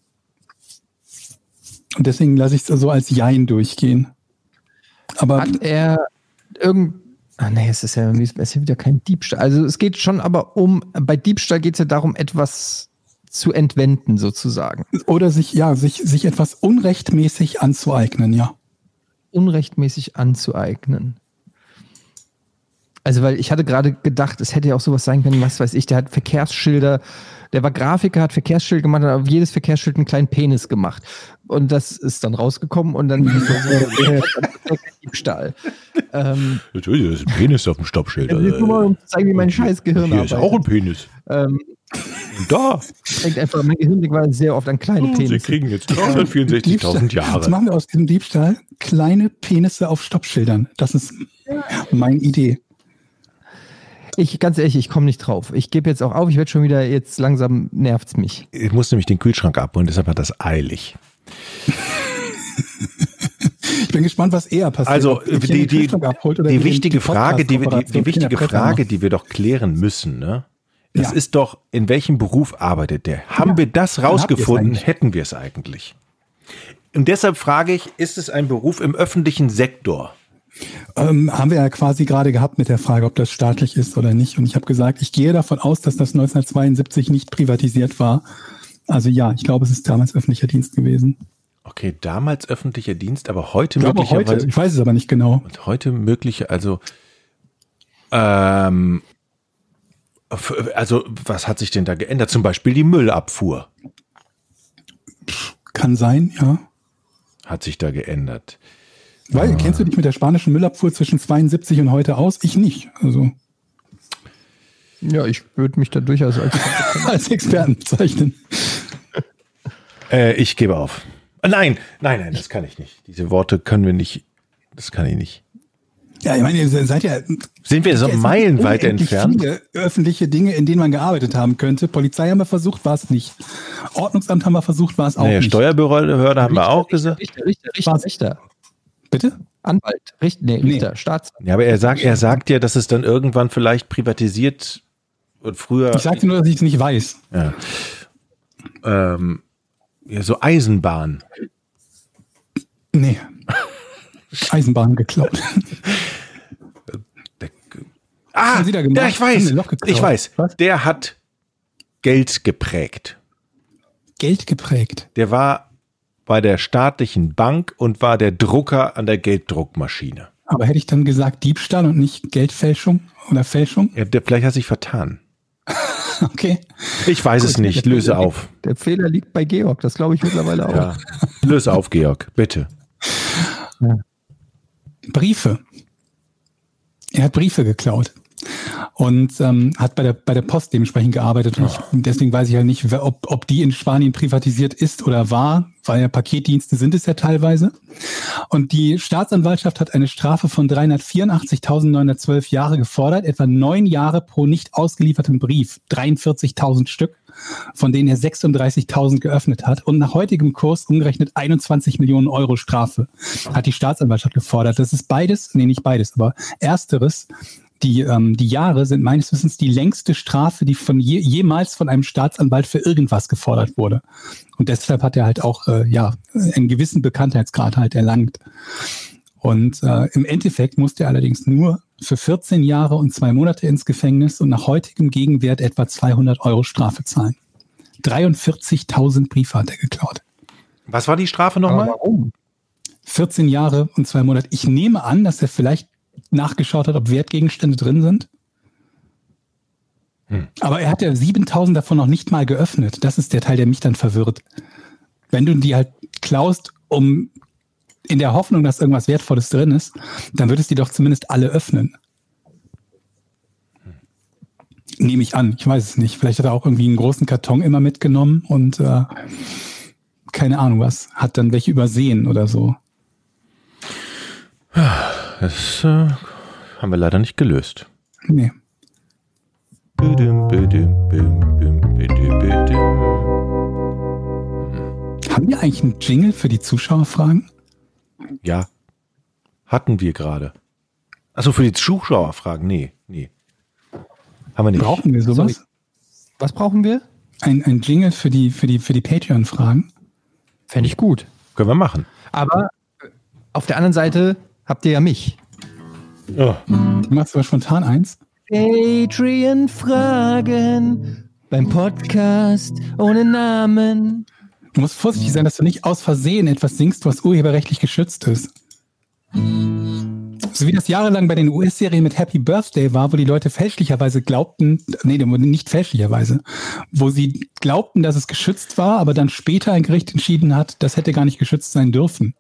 Und deswegen lasse ich es so als Jein durchgehen. Aber hat er es ist ja wieder kein Diebstahl. Also es geht schon aber bei Diebstahl geht es ja darum, etwas zu entwenden sozusagen. Oder sich etwas unrechtmäßig anzueignen, ja. Unrechtmäßig anzueignen. Also weil ich hatte gerade gedacht, es hätte ja auch sowas sein können, was weiß ich, der hat Verkehrsschilder, der war Grafiker, hat Verkehrsschilder gemacht, hat auf jedes Verkehrsschild einen kleinen Penis gemacht. Und das ist dann rausgekommen und dann Diebstahl. Natürlich, da ist ein Penis auf dem Stoppschild. Nur mal, um zu zeigen, wie mein scheiß Gehirn Hier ist auch ein Penis. Und da. Mein Gehirn war sehr oft an kleine Penisse. Sie kriegen jetzt 364.000 Jahre. Jetzt machen wir aus diesem Diebstahl kleine Penisse auf Stoppschildern. Das ist meine Idee. Ganz ehrlich, ich komme nicht drauf. Ich gebe jetzt auch auf, ich werde schon wieder, jetzt langsam nervt's mich. Ich muss nämlich den Kühlschrank abholen, deshalb hat das eilig. Ich bin gespannt, was eher passiert. Also die wichtige Frage, die wir doch klären müssen, ne? Das ist doch, in welchem Beruf arbeitet der? Haben wir das rausgefunden, hätten wir es eigentlich. Und deshalb frage ich, ist es ein Beruf im öffentlichen Sektor? Haben wir ja quasi gerade gehabt mit der Frage, ob das staatlich ist oder nicht. Und ich habe gesagt, ich gehe davon aus, dass das 1972 nicht privatisiert war. Also ja, ich glaube, es ist damals öffentlicher Dienst gewesen. Okay, damals öffentlicher Dienst, aber heute möglicherweise. Heute, ich weiß es aber nicht genau. Und heute also was hat sich denn da geändert? Zum Beispiel die Müllabfuhr. Kann sein, ja. Hat sich da geändert. Kennst du dich mit der spanischen Müllabfuhr zwischen 72 und heute aus? Ich nicht. Also. Ja, ich würde mich da durchaus als Experten bezeichnen. Ich gebe auf. Nein, das kann ich nicht. Diese Worte können wir nicht. Das kann ich nicht. Ja, ich meine, ihr seid ja. Sind wir so meilenweit entfernt? Viele öffentliche Dinge, in denen man gearbeitet haben könnte. Polizei haben wir versucht, war es nicht. Ordnungsamt haben wir versucht, war es auch nicht. Steuerbehörde haben wir auch gesagt. Richter. Bitte? Anwalt. Richter, Staatsanwalt. Ja, aber er sagt ja, dass es dann irgendwann vielleicht privatisiert wird. Früher. Ich sagte nur, dass ich es nicht weiß. Ja. So Eisenbahn. Nee. Eisenbahn geklaut. Ja, ich weiß. Was? Der hat Geld geprägt. Geld geprägt? Der war bei der staatlichen Bank und war der Drucker an der Gelddruckmaschine. Aber hätte ich dann gesagt Diebstahl und nicht Geldfälschung oder Fälschung? Ja, vielleicht hat sich vertan. Okay. Ich weiß es nicht. Löse auf. Der Fehler liegt bei Georg. Das glaube ich mittlerweile auch. Ja. Löse auf, Georg. Bitte. Ja. Briefe. Er hat Briefe geklaut und hat bei der Post dementsprechend gearbeitet. Und deswegen weiß ich halt nicht, ob die in Spanien privatisiert ist oder war, weil ja Paketdienste sind es ja teilweise. Und die Staatsanwaltschaft hat eine Strafe von 384.912 Jahre gefordert, etwa 9 Jahre pro nicht ausgelieferten Brief, 43.000 Stück, von denen er 36.000 geöffnet hat. Und nach heutigem Kurs umgerechnet 21 Millionen Euro Strafe hat die Staatsanwaltschaft gefordert. Das ist nicht beides, aber ersteres. Die Jahre sind meines Wissens die längste Strafe, die jemals von einem Staatsanwalt für irgendwas gefordert wurde. Und deshalb hat er halt auch einen gewissen Bekanntheitsgrad halt erlangt. Und im Endeffekt musste er allerdings nur für 14 Jahre und 2 Monate ins Gefängnis und nach heutigem Gegenwert etwa 200 Euro Strafe zahlen. 43.000 Briefe hat er geklaut. Was war die Strafe nochmal? Warum? 14 Jahre und 2 Monate. Ich nehme an, dass er vielleicht nachgeschaut hat, ob Wertgegenstände drin sind. Aber er hat ja 7.000 davon noch nicht mal geöffnet. Das ist der Teil, der mich dann verwirrt. Wenn du die halt klaust, in der Hoffnung, dass irgendwas Wertvolles drin ist, dann würdest du die doch zumindest alle öffnen. Nehme ich an. Ich weiß es nicht. Vielleicht hat er auch irgendwie einen großen Karton immer mitgenommen und keine Ahnung was. Hat dann welche übersehen oder so. Das haben wir leider nicht gelöst. Nee. Haben wir eigentlich einen Jingle für die Zuschauerfragen? Ja. Hatten wir gerade. Achso, für die Zuschauerfragen? Nee. Haben wir nicht. Brauchen wir sowas? Sorry. Was brauchen wir? Ein Jingle für die Patreon-Fragen? Fände ich gut. Können wir machen. Aber auf der anderen Seite habt ihr ja mich. Oh. Du machst aber spontan eins. Patreon-Fragen beim Podcast ohne Namen. Du musst vorsichtig sein, dass du nicht aus Versehen etwas singst, was urheberrechtlich geschützt ist. So wie das jahrelang bei den US-Serien mit Happy Birthday war, wo die Leute fälschlicherweise glaubten, nicht fälschlicherweise, wo sie glaubten, dass es geschützt war, aber dann später ein Gericht entschieden hat, das hätte gar nicht geschützt sein dürfen.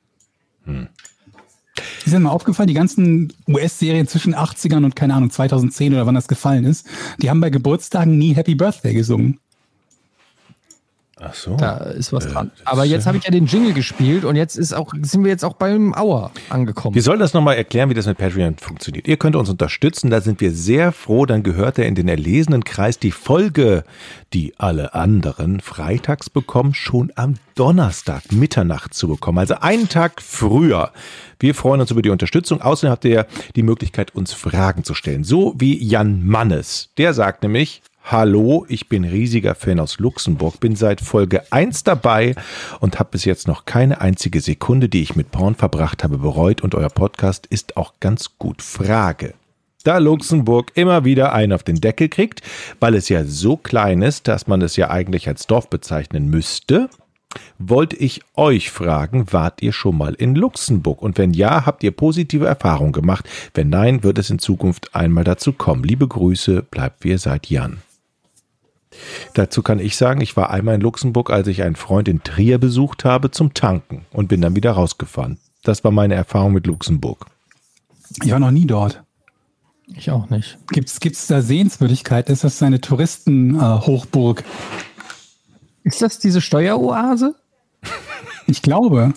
Ist dir mal aufgefallen, die ganzen US-Serien zwischen 80ern und, keine Ahnung, 2010 oder wann das gefallen ist, die haben bei Geburtstagen nie Happy Birthday gesungen. Ach so. Da ist was dran. Aber jetzt habe ich ja den Jingle gespielt und sind wir jetzt auch beim Auer angekommen. Wir sollen das nochmal erklären, wie das mit Patreon funktioniert. Ihr könnt uns unterstützen, da sind wir sehr froh. Dann gehört er in den erlesenen Kreis. Die Folge, die alle anderen freitags bekommen, schon am Donnerstag Mitternacht zu bekommen. Also einen Tag früher. Wir freuen uns über die Unterstützung. Außerdem habt ihr die Möglichkeit, uns Fragen zu stellen. So wie Jan Mannes. Der sagt nämlich: Hallo, ich bin riesiger Fan aus Luxemburg, bin seit Folge 1 dabei und habe bis jetzt noch keine einzige Sekunde, die ich mit Porn verbracht habe, bereut und euer Podcast ist auch ganz gut. Frage: Da Luxemburg immer wieder einen auf den Deckel kriegt, weil es ja so klein ist, dass man es ja eigentlich als Dorf bezeichnen müsste, wollte ich euch fragen, wart ihr schon mal in Luxemburg? Und wenn ja, habt ihr positive Erfahrungen gemacht? Wenn nein, wird es in Zukunft einmal dazu kommen. Liebe Grüße, bleibt wie ihr seid, Jan. Dazu kann ich sagen, ich war einmal in Luxemburg, als ich einen Freund in Trier besucht habe, zum Tanken und bin dann wieder rausgefahren. Das war meine Erfahrung mit Luxemburg. Ich war noch nie dort. Ich auch nicht. Gibt's da Sehenswürdigkeiten? Ist das eine Touristen-Hochburg? Ist das diese Steueroase? Ich glaube.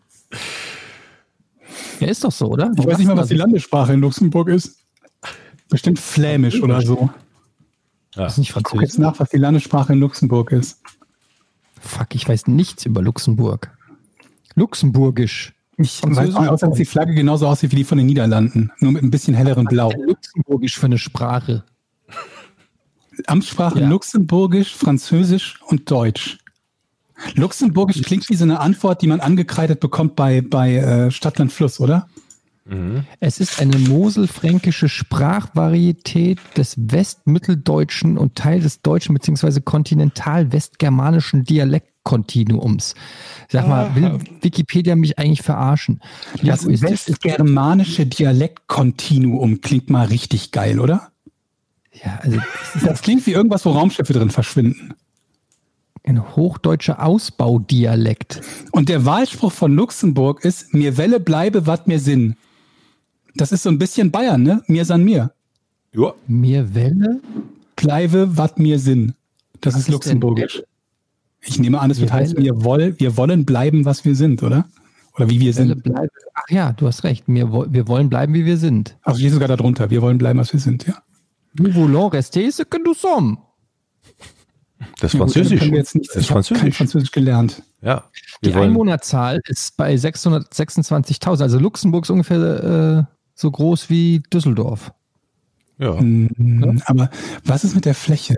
Ja, ist doch so, oder? Ich weiß nicht mal, was die Landessprache in Luxemburg ist. Bestimmt Flämisch oder so. Ja. Ist nicht Ich gucke Französisch. jetzt nach, was die Landessprache in Luxemburg ist. Fuck, ich weiß nichts über Luxemburg. Luxemburgisch. Ich weiß auch, dass die Flagge genauso aussieht wie die von den Niederlanden. Nur mit ein bisschen hellerem Blau. Luxemburgisch für eine Sprache. Amtssprache Ja. Luxemburgisch, Französisch und Deutsch. Luxemburgisch klingt wie so eine Antwort, die man angekreidet bekommt bei Stadtland Fluss, oder? Es ist eine moselfränkische Sprachvarietät des Westmitteldeutschen und Teil des deutschen bzw. kontinental-westgermanischen Dialektkontinuums. Sag mal, will Wikipedia mich eigentlich verarschen? Das westgermanische Dialektkontinuum klingt mal richtig geil, oder? Ja, also Das klingt wie irgendwas, wo Raumschiffe drin verschwinden. ein hochdeutscher Ausbaudialekt. Und der Wahlspruch von Luxemburg ist: Mir Welle bleibe, wat mir Sinn. Das ist so ein bisschen Bayern, ne? Mir san mir. Ja. Mir Welle? Bleibe, wat mir Sinn. Das ist ist denn Luxemburgisch. Ich nehme an, es wird Mir heißen, Welle? wir wollen bleiben, was wir sind, oder? Oder wie wir Welle sind. bleibe. Ach ja, du hast recht. Wir wollen bleiben, wie wir sind. Also steht sogar darunter. Wir wollen bleiben, was wir sind, ja. Nous voulons rester ce que nous sommes. Das ist Ja, gut, Französisch. dann können wir jetzt nicht, Das ist ich habe kein Französisch. Französisch gelernt. Ja. Die Einwohnerzahl ist bei 626.000. Also Luxemburg ist ungefähr so groß wie Düsseldorf. Ja. Aber was ist mit der Fläche?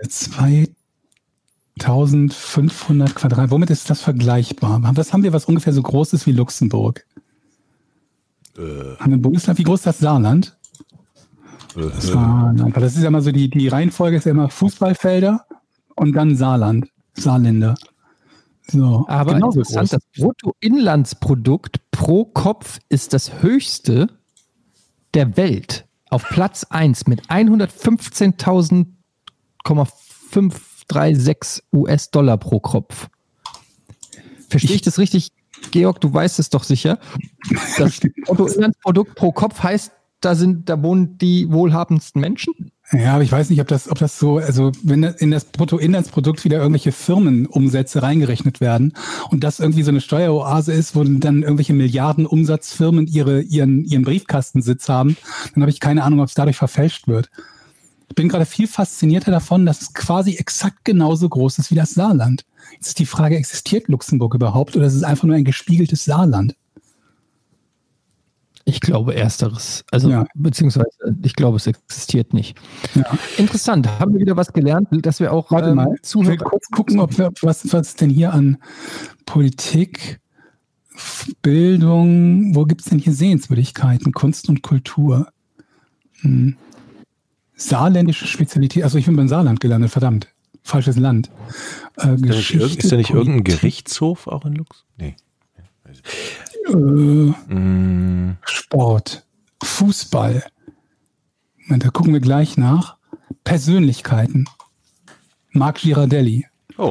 2500 Quadrat. Womit ist das vergleichbar? Haben wir was ungefähr so Großes wie Luxemburg? Haben wir ein Bundesland? Wie groß ist das Saarland? Saarland. Weil das ist ja immer so, die Reihenfolge ist ja immer Fußballfelder und dann Saarland. Saarländer. So, Aber genauso interessant, groß. das Bruttoinlandsprodukt pro Kopf ist das höchste der Welt. Auf Platz 1 mit 115.536 US-Dollar pro Kopf. Verstehe ich das richtig, Georg? Du weißt es doch sicher. Das Bruttoinlandsprodukt pro Kopf heißt, da wohnen die wohlhabendsten Menschen? Ja, aber ich weiß nicht, ob das so, also wenn in das Bruttoinlandsprodukt wieder irgendwelche Firmenumsätze reingerechnet werden und das irgendwie so eine Steueroase ist, wo dann irgendwelche Milliardenumsatzfirmen ihren Briefkastensitz haben, dann habe ich keine Ahnung, ob es dadurch verfälscht wird. Ich bin gerade viel faszinierter davon, dass es quasi exakt genauso groß ist wie das Saarland. Jetzt ist die Frage, existiert Luxemburg überhaupt oder ist es einfach nur ein gespiegeltes Saarland? Ich glaube ersteres. Also, Ja. beziehungsweise, ich glaube, es existiert nicht. Ja. Interessant. Haben wir wieder was gelernt, dass wir auch Warte mal, ich will Zuhörer kurz gucken, ob wir, was denn hier an Politik, Bildung, wo gibt es denn hier Sehenswürdigkeiten, Kunst und Kultur? Saarländische Spezialität, also ich bin beim Saarland gelandet, verdammt, falsches Land. Ist da nicht irgendein Gerichtshof auch in Luxemburg? Nee. Sport, Fußball. Moment, da gucken wir gleich nach. Persönlichkeiten. Marc Girardelli. Oh.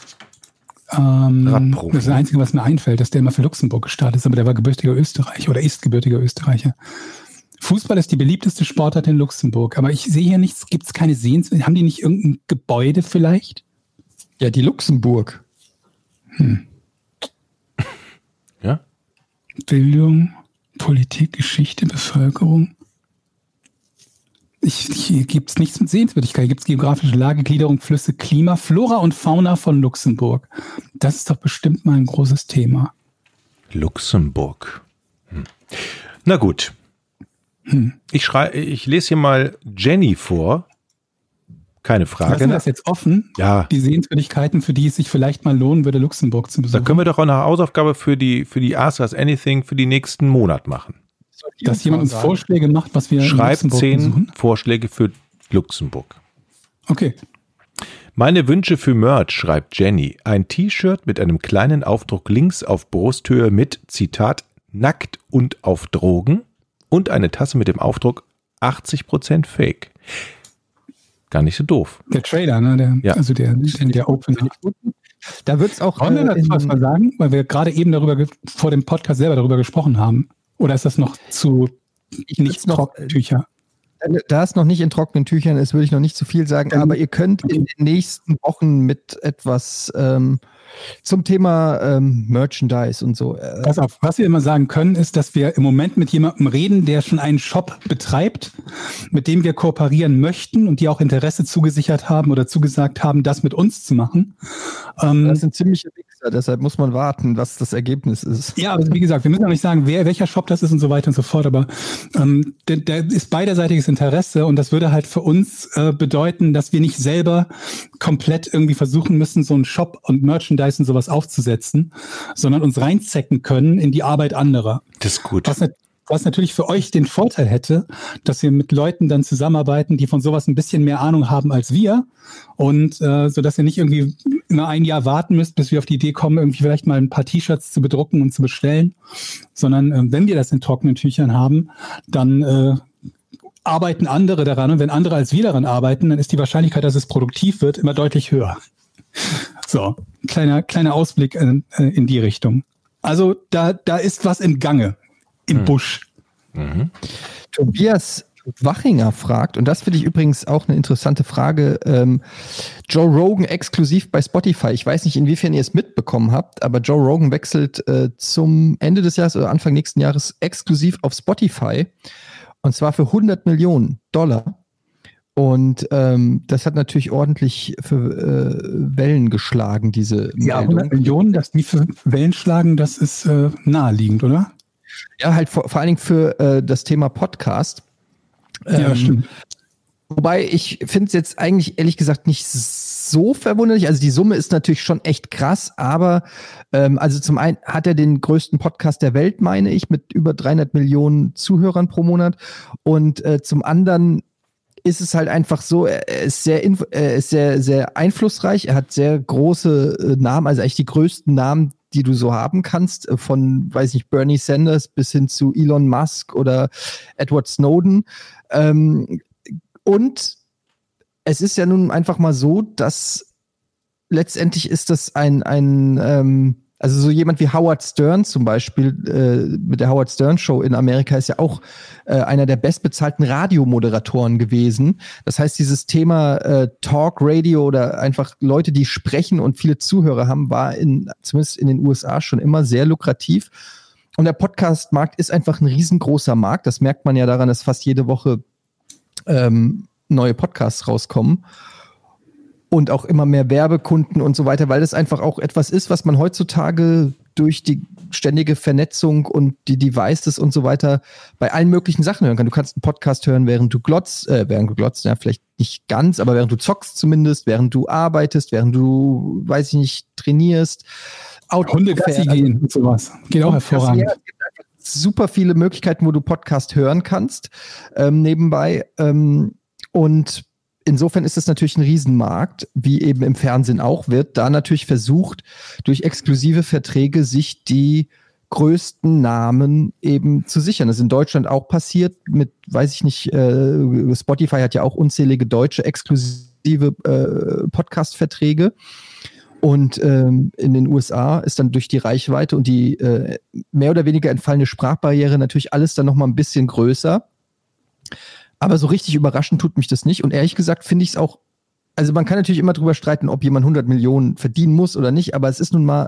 Das ist das Einzige, was mir einfällt, dass der immer für Luxemburg gestartet ist, aber der war gebürtiger Österreicher oder ist gebürtiger Österreicher. Fußball ist die beliebteste Sportart in Luxemburg, aber ich sehe hier nichts, gibt es keine Sehenswürdigkeiten? Haben die nicht irgendein Gebäude vielleicht? Ja, die Luxemburg. Ja? Bildung, Politik, Geschichte, Bevölkerung. Hier gibt es nichts mit Sehenswürdigkeit. Hier gibt es geografische Lage, Gliederung, Flüsse, Klima, Flora und Fauna von Luxemburg. Das ist doch bestimmt mal ein großes Thema. Luxemburg. Na gut. Ich lese hier mal Jenny vor. Keine Frage. Lassen wir das jetzt offen? Ja. Die Sehenswürdigkeiten, für die es sich vielleicht mal lohnen würde, Luxemburg zu besuchen. Da können wir doch auch eine Hausaufgabe für die Ask Us Anything für die nächsten Monat machen. Dass jemand uns Vorschläge macht, was wir Schreibt in Luxemburg 10 besuchen? Vorschläge für Luxemburg. Okay. Meine Wünsche für Merch, schreibt Jenny. Ein T-Shirt mit einem kleinen Aufdruck links auf Brusthöhe mit, Zitat, nackt und auf Drogen und eine Tasse mit dem Aufdruck 80% Fake. Gar nicht so doof. Der Trailer, ne? Also der Opener. Da wird es auch. Wollen wir dazu was mal sagen? Weil wir gerade eben vor dem Podcast selber darüber gesprochen haben. Oder ist das noch zu nicht Trockentücher? Da es noch nicht in trockenen Tüchern ist, würde ich noch nicht zu viel sagen. Aber ihr könnt in den nächsten Wochen mit etwas zum Thema Merchandise und so. Pass auf, was wir immer sagen können, ist, dass wir im Moment mit jemandem reden, der schon einen Shop betreibt, mit dem wir kooperieren möchten und die auch Interesse zugesichert haben oder zugesagt haben, das mit uns zu machen. Das sind ziemliche Wichser, deshalb muss man warten, was das Ergebnis ist. Ja, aber wie gesagt, wir müssen auch nicht sagen, welcher Shop das ist und so weiter und so fort, aber da ist beiderseitiges Interesse und das würde halt für uns bedeuten, dass wir nicht selber komplett irgendwie versuchen müssen, so einen Shop und Merchandise und sowas aufzusetzen, sondern uns reinzecken können in die Arbeit anderer. Das ist gut. Was natürlich für euch den Vorteil hätte, dass wir mit Leuten dann zusammenarbeiten, die von sowas ein bisschen mehr Ahnung haben als wir und so dass ihr nicht irgendwie immer ein Jahr warten müsst, bis wir auf die Idee kommen, irgendwie vielleicht mal ein paar T-Shirts zu bedrucken und zu bestellen, sondern wenn wir das in trockenen Tüchern haben, dann arbeiten andere daran und wenn andere als wir daran arbeiten, dann ist die Wahrscheinlichkeit, dass es produktiv wird, immer deutlich höher. So, kleiner Ausblick in die Richtung. Also da ist was im Gange, im Busch. Mhm. Tobias Wachinger fragt, und das finde ich übrigens auch eine interessante Frage, Joe Rogan exklusiv bei Spotify. Ich weiß nicht, inwiefern ihr es mitbekommen habt, aber Joe Rogan wechselt zum Ende des Jahres oder Anfang nächsten Jahres exklusiv auf Spotify. Und zwar für $100 Millionen. Und das hat natürlich ordentlich für Wellen geschlagen, diese Ja, Meldung. 100 Millionen, dass die für Wellen schlagen, das ist naheliegend, oder? Ja, halt vor allen Dingen für das Thema Podcast. Ja, stimmt. Wobei ich finde es jetzt eigentlich ehrlich gesagt nicht so verwunderlich. Also die Summe ist natürlich schon echt krass, aber also zum einen hat er den größten Podcast der Welt, meine ich, mit über 300 Millionen Zuhörern pro Monat. Und zum anderen ist es halt einfach so, er ist sehr, sehr einflussreich. Er hat sehr große Namen, also eigentlich die größten Namen, die du so haben kannst, von, weiß nicht, Bernie Sanders bis hin zu Elon Musk oder Edward Snowden. Und es ist ja nun einfach mal so, dass letztendlich ist das also so jemand wie Howard Stern zum Beispiel, mit der Howard Stern Show in Amerika ist ja auch einer der bestbezahlten Radiomoderatoren gewesen. Das heißt, dieses Thema Talk Radio oder einfach Leute, die sprechen und viele Zuhörer haben, war zumindest in den USA schon immer sehr lukrativ. Und der Podcast-Markt ist einfach ein riesengroßer Markt. Das merkt man ja daran, dass fast jede Woche neue Podcasts rauskommen. Und auch immer mehr Werbekunden und so weiter, weil das einfach auch etwas ist, was man heutzutage durch die ständige Vernetzung und die Devices und so weiter bei allen möglichen Sachen hören kann. Du kannst einen Podcast hören, während du glotzt, ja, vielleicht nicht ganz, aber während du zockst zumindest, während du arbeitest, während du, weiß ich nicht, trainierst. Hundegassi gehen und sowas. Geht auch hervorragend. Ja, es gibt einfach super viele Möglichkeiten, wo du Podcast hören kannst, nebenbei. Und insofern ist es natürlich ein Riesenmarkt, wie eben im Fernsehen auch, wird da natürlich versucht, durch exklusive Verträge sich die größten Namen eben zu sichern. Das ist in Deutschland auch passiert mit, weiß ich nicht, Spotify hat ja auch unzählige deutsche exklusive Podcast-Verträge. Und in den USA ist dann durch die Reichweite und die mehr oder weniger entfallene Sprachbarriere natürlich alles dann nochmal ein bisschen größer. Aber so richtig überraschend tut mich das nicht. Und ehrlich gesagt finde ich es auch, also man kann natürlich immer drüber streiten, ob jemand 100 Millionen verdienen muss oder nicht, aber es ist nun mal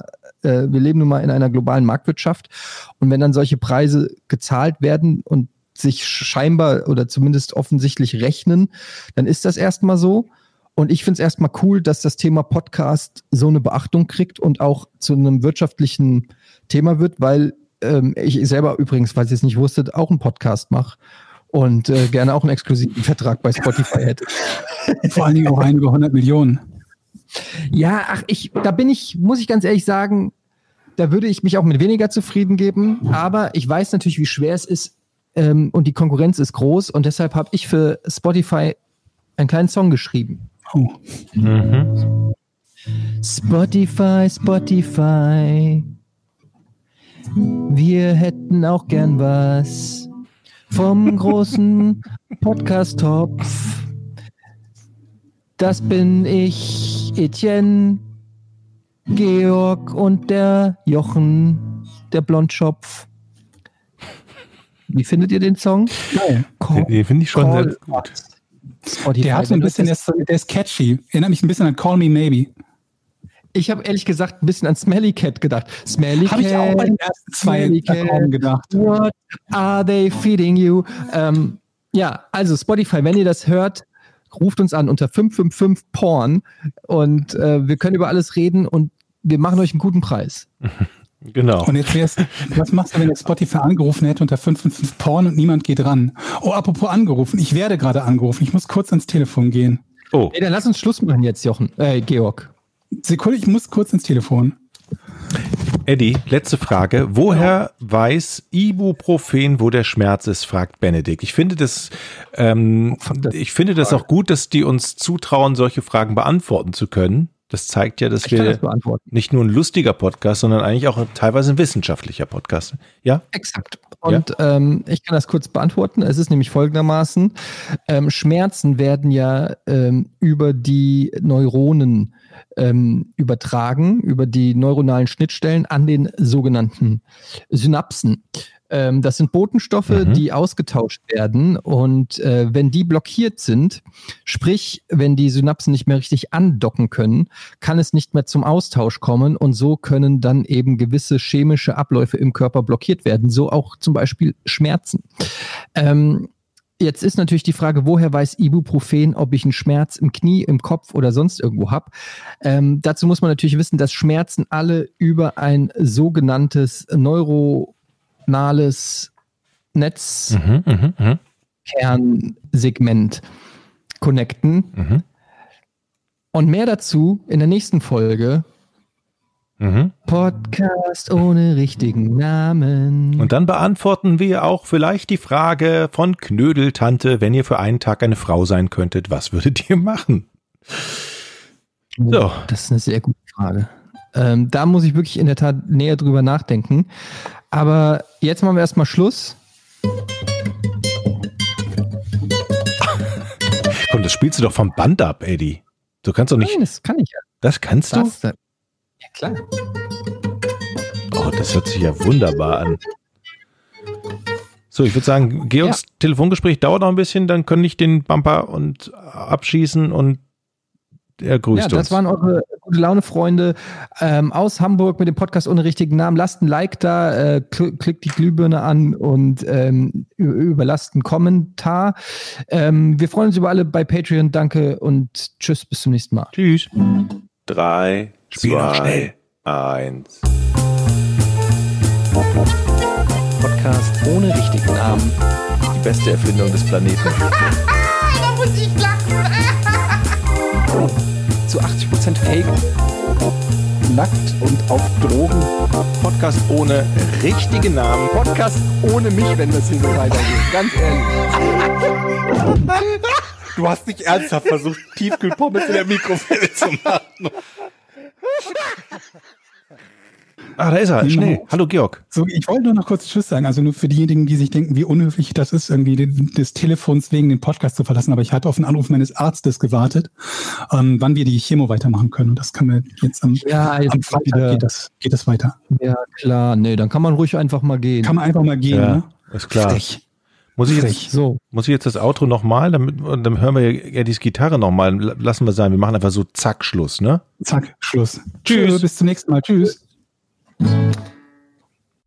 wir leben nun mal in einer globalen Marktwirtschaft und wenn dann solche Preise gezahlt werden und sich scheinbar oder zumindest offensichtlich rechnen, dann ist das erstmal so. Und ich finde es erstmal cool, dass das Thema Podcast so eine Beachtung kriegt und auch zu einem wirtschaftlichen Thema wird, weil ich selber übrigens, falls ihr es nicht wusstet, auch einen Podcast mache und gerne auch einen exklusiven Vertrag bei Spotify hätte. Vor allen Dingen auch einen über 100 Millionen. Ja, muss ich ganz ehrlich sagen, da würde ich mich auch mit weniger zufrieden geben, aber ich weiß natürlich, wie schwer es ist und die Konkurrenz ist groß und deshalb habe ich für Spotify einen kleinen Song geschrieben. Oh. Mhm. Spotify, Spotify, wir hätten auch gern was vom großen Podcast-Topf. Das bin ich, Etienne, Georg und der Jochen, der Blondschopf. Wie findet ihr den Song? Geil. Den finde ich schon sehr gut. Spotify, Der hat so ein bisschen, der ist catchy. Erinnert mich ein bisschen an Call Me Maybe. Ich habe ehrlich gesagt ein bisschen an Smelly Cat gedacht. Smelly Cat. Habe ich auch bei den ersten zwei Akkorden gedacht. What are they feeding you? Ja, also Spotify, wenn ihr das hört, ruft uns an unter 555-Porn und wir können über alles reden und wir machen euch einen guten Preis. Genau. Und jetzt was machst du, wenn jetzt Spotify angerufen hätte unter 555 Porn und niemand geht ran? Oh, apropos angerufen. Ich werde gerade angerufen. Ich muss kurz ans Telefon gehen. Oh. Hey, dann lass uns Schluss machen jetzt, Georg. Sekunde, ich muss kurz ins Telefon. Eddie, letzte Frage. Woher weiß Ibuprofen, wo der Schmerz ist, fragt Benedikt. Ich finde das auch gut, dass die uns zutrauen, solche Fragen beantworten zu können. Das zeigt ja, dass wir nicht nur ein lustiger Podcast, sondern eigentlich auch teilweise ein wissenschaftlicher Podcast. Ja? Exakt. Und ich kann das kurz beantworten. Es ist nämlich folgendermaßen. Schmerzen werden ja über die Neuronen übertragen, über die neuronalen Schnittstellen an den sogenannten Synapsen. Das sind Botenstoffe, die ausgetauscht werden und wenn die blockiert sind, sprich, wenn die Synapsen nicht mehr richtig andocken können, kann es nicht mehr zum Austausch kommen und so können dann eben gewisse chemische Abläufe im Körper blockiert werden, so auch zum Beispiel Schmerzen. Jetzt ist natürlich die Frage, woher weiß Ibuprofen, ob ich einen Schmerz im Knie, im Kopf oder sonst irgendwo habe. Dazu muss man natürlich wissen, dass Schmerzen alle über ein sogenanntes neuronales Netz Kernsegment connecten. Und mehr dazu in der nächsten Folge. Podcast ohne richtigen Namen. Und dann beantworten wir auch vielleicht die Frage von Knödeltante, wenn ihr für einen Tag eine Frau sein könntet, was würdet ihr machen? So. Das ist eine sehr gute Frage. Da muss ich wirklich in der Tat näher drüber nachdenken. Aber jetzt machen wir erstmal Schluss. Komm, das spielst du doch vom Band ab, Eddie. Du kannst doch nicht. Nein, das kann ich ja. Das kannst du? Ja, klar. Oh, das hört sich ja wunderbar an. So, ich würde sagen, Georgs Telefongespräch dauert noch ein bisschen, dann können ich den Bumper und abschießen und er grüßt uns. Ja, das waren eure gute Laune-Freunde aus Hamburg mit dem Podcast ohne richtigen Namen. Lasst ein Like da, klickt die Glühbirne an und überlasst einen Kommentar. Wir freuen uns über alle bei Patreon. Danke und tschüss, bis zum nächsten Mal. Tschüss. 3, Spiel noch 2, schnell. 1. Podcast ohne richtigen Namen. Die beste Erfindung des Planeten. Da muss ich lachen. Zu 80% Fake. Nackt und auf Drogen. Podcast ohne richtigen Namen. Podcast ohne mich, wenn das hier so weitergeht. Ganz ehrlich. Du hast nicht ernsthaft versucht, Tiefkühlpommes in der Mikrowelle zu machen. Ah, da ist er. Schnell. Hallo, Georg. So, ich wollte nur noch kurz Tschüss sagen. Also nur für diejenigen, die sich denken, wie unhöflich das ist, irgendwie des Telefons wegen den Podcast zu verlassen. Aber ich hatte auf den Anruf meines Arztes gewartet, wann wir die Chemo weitermachen können. Und das kann wir jetzt am Freitag geht das weiter. Ja, klar. Nee, dann kann man ruhig einfach mal gehen. Kann man einfach mal gehen, Ja, ne? ist klar. Frech. Muss ich jetzt das Outro nochmal, dann hören wir ja Eddies Gitarre nochmal. Lassen wir sein, wir machen einfach so zack, Schluss, ne? Zack, Schluss. Tschüss. Bis zum nächsten Mal. Tschüss. Tschüss.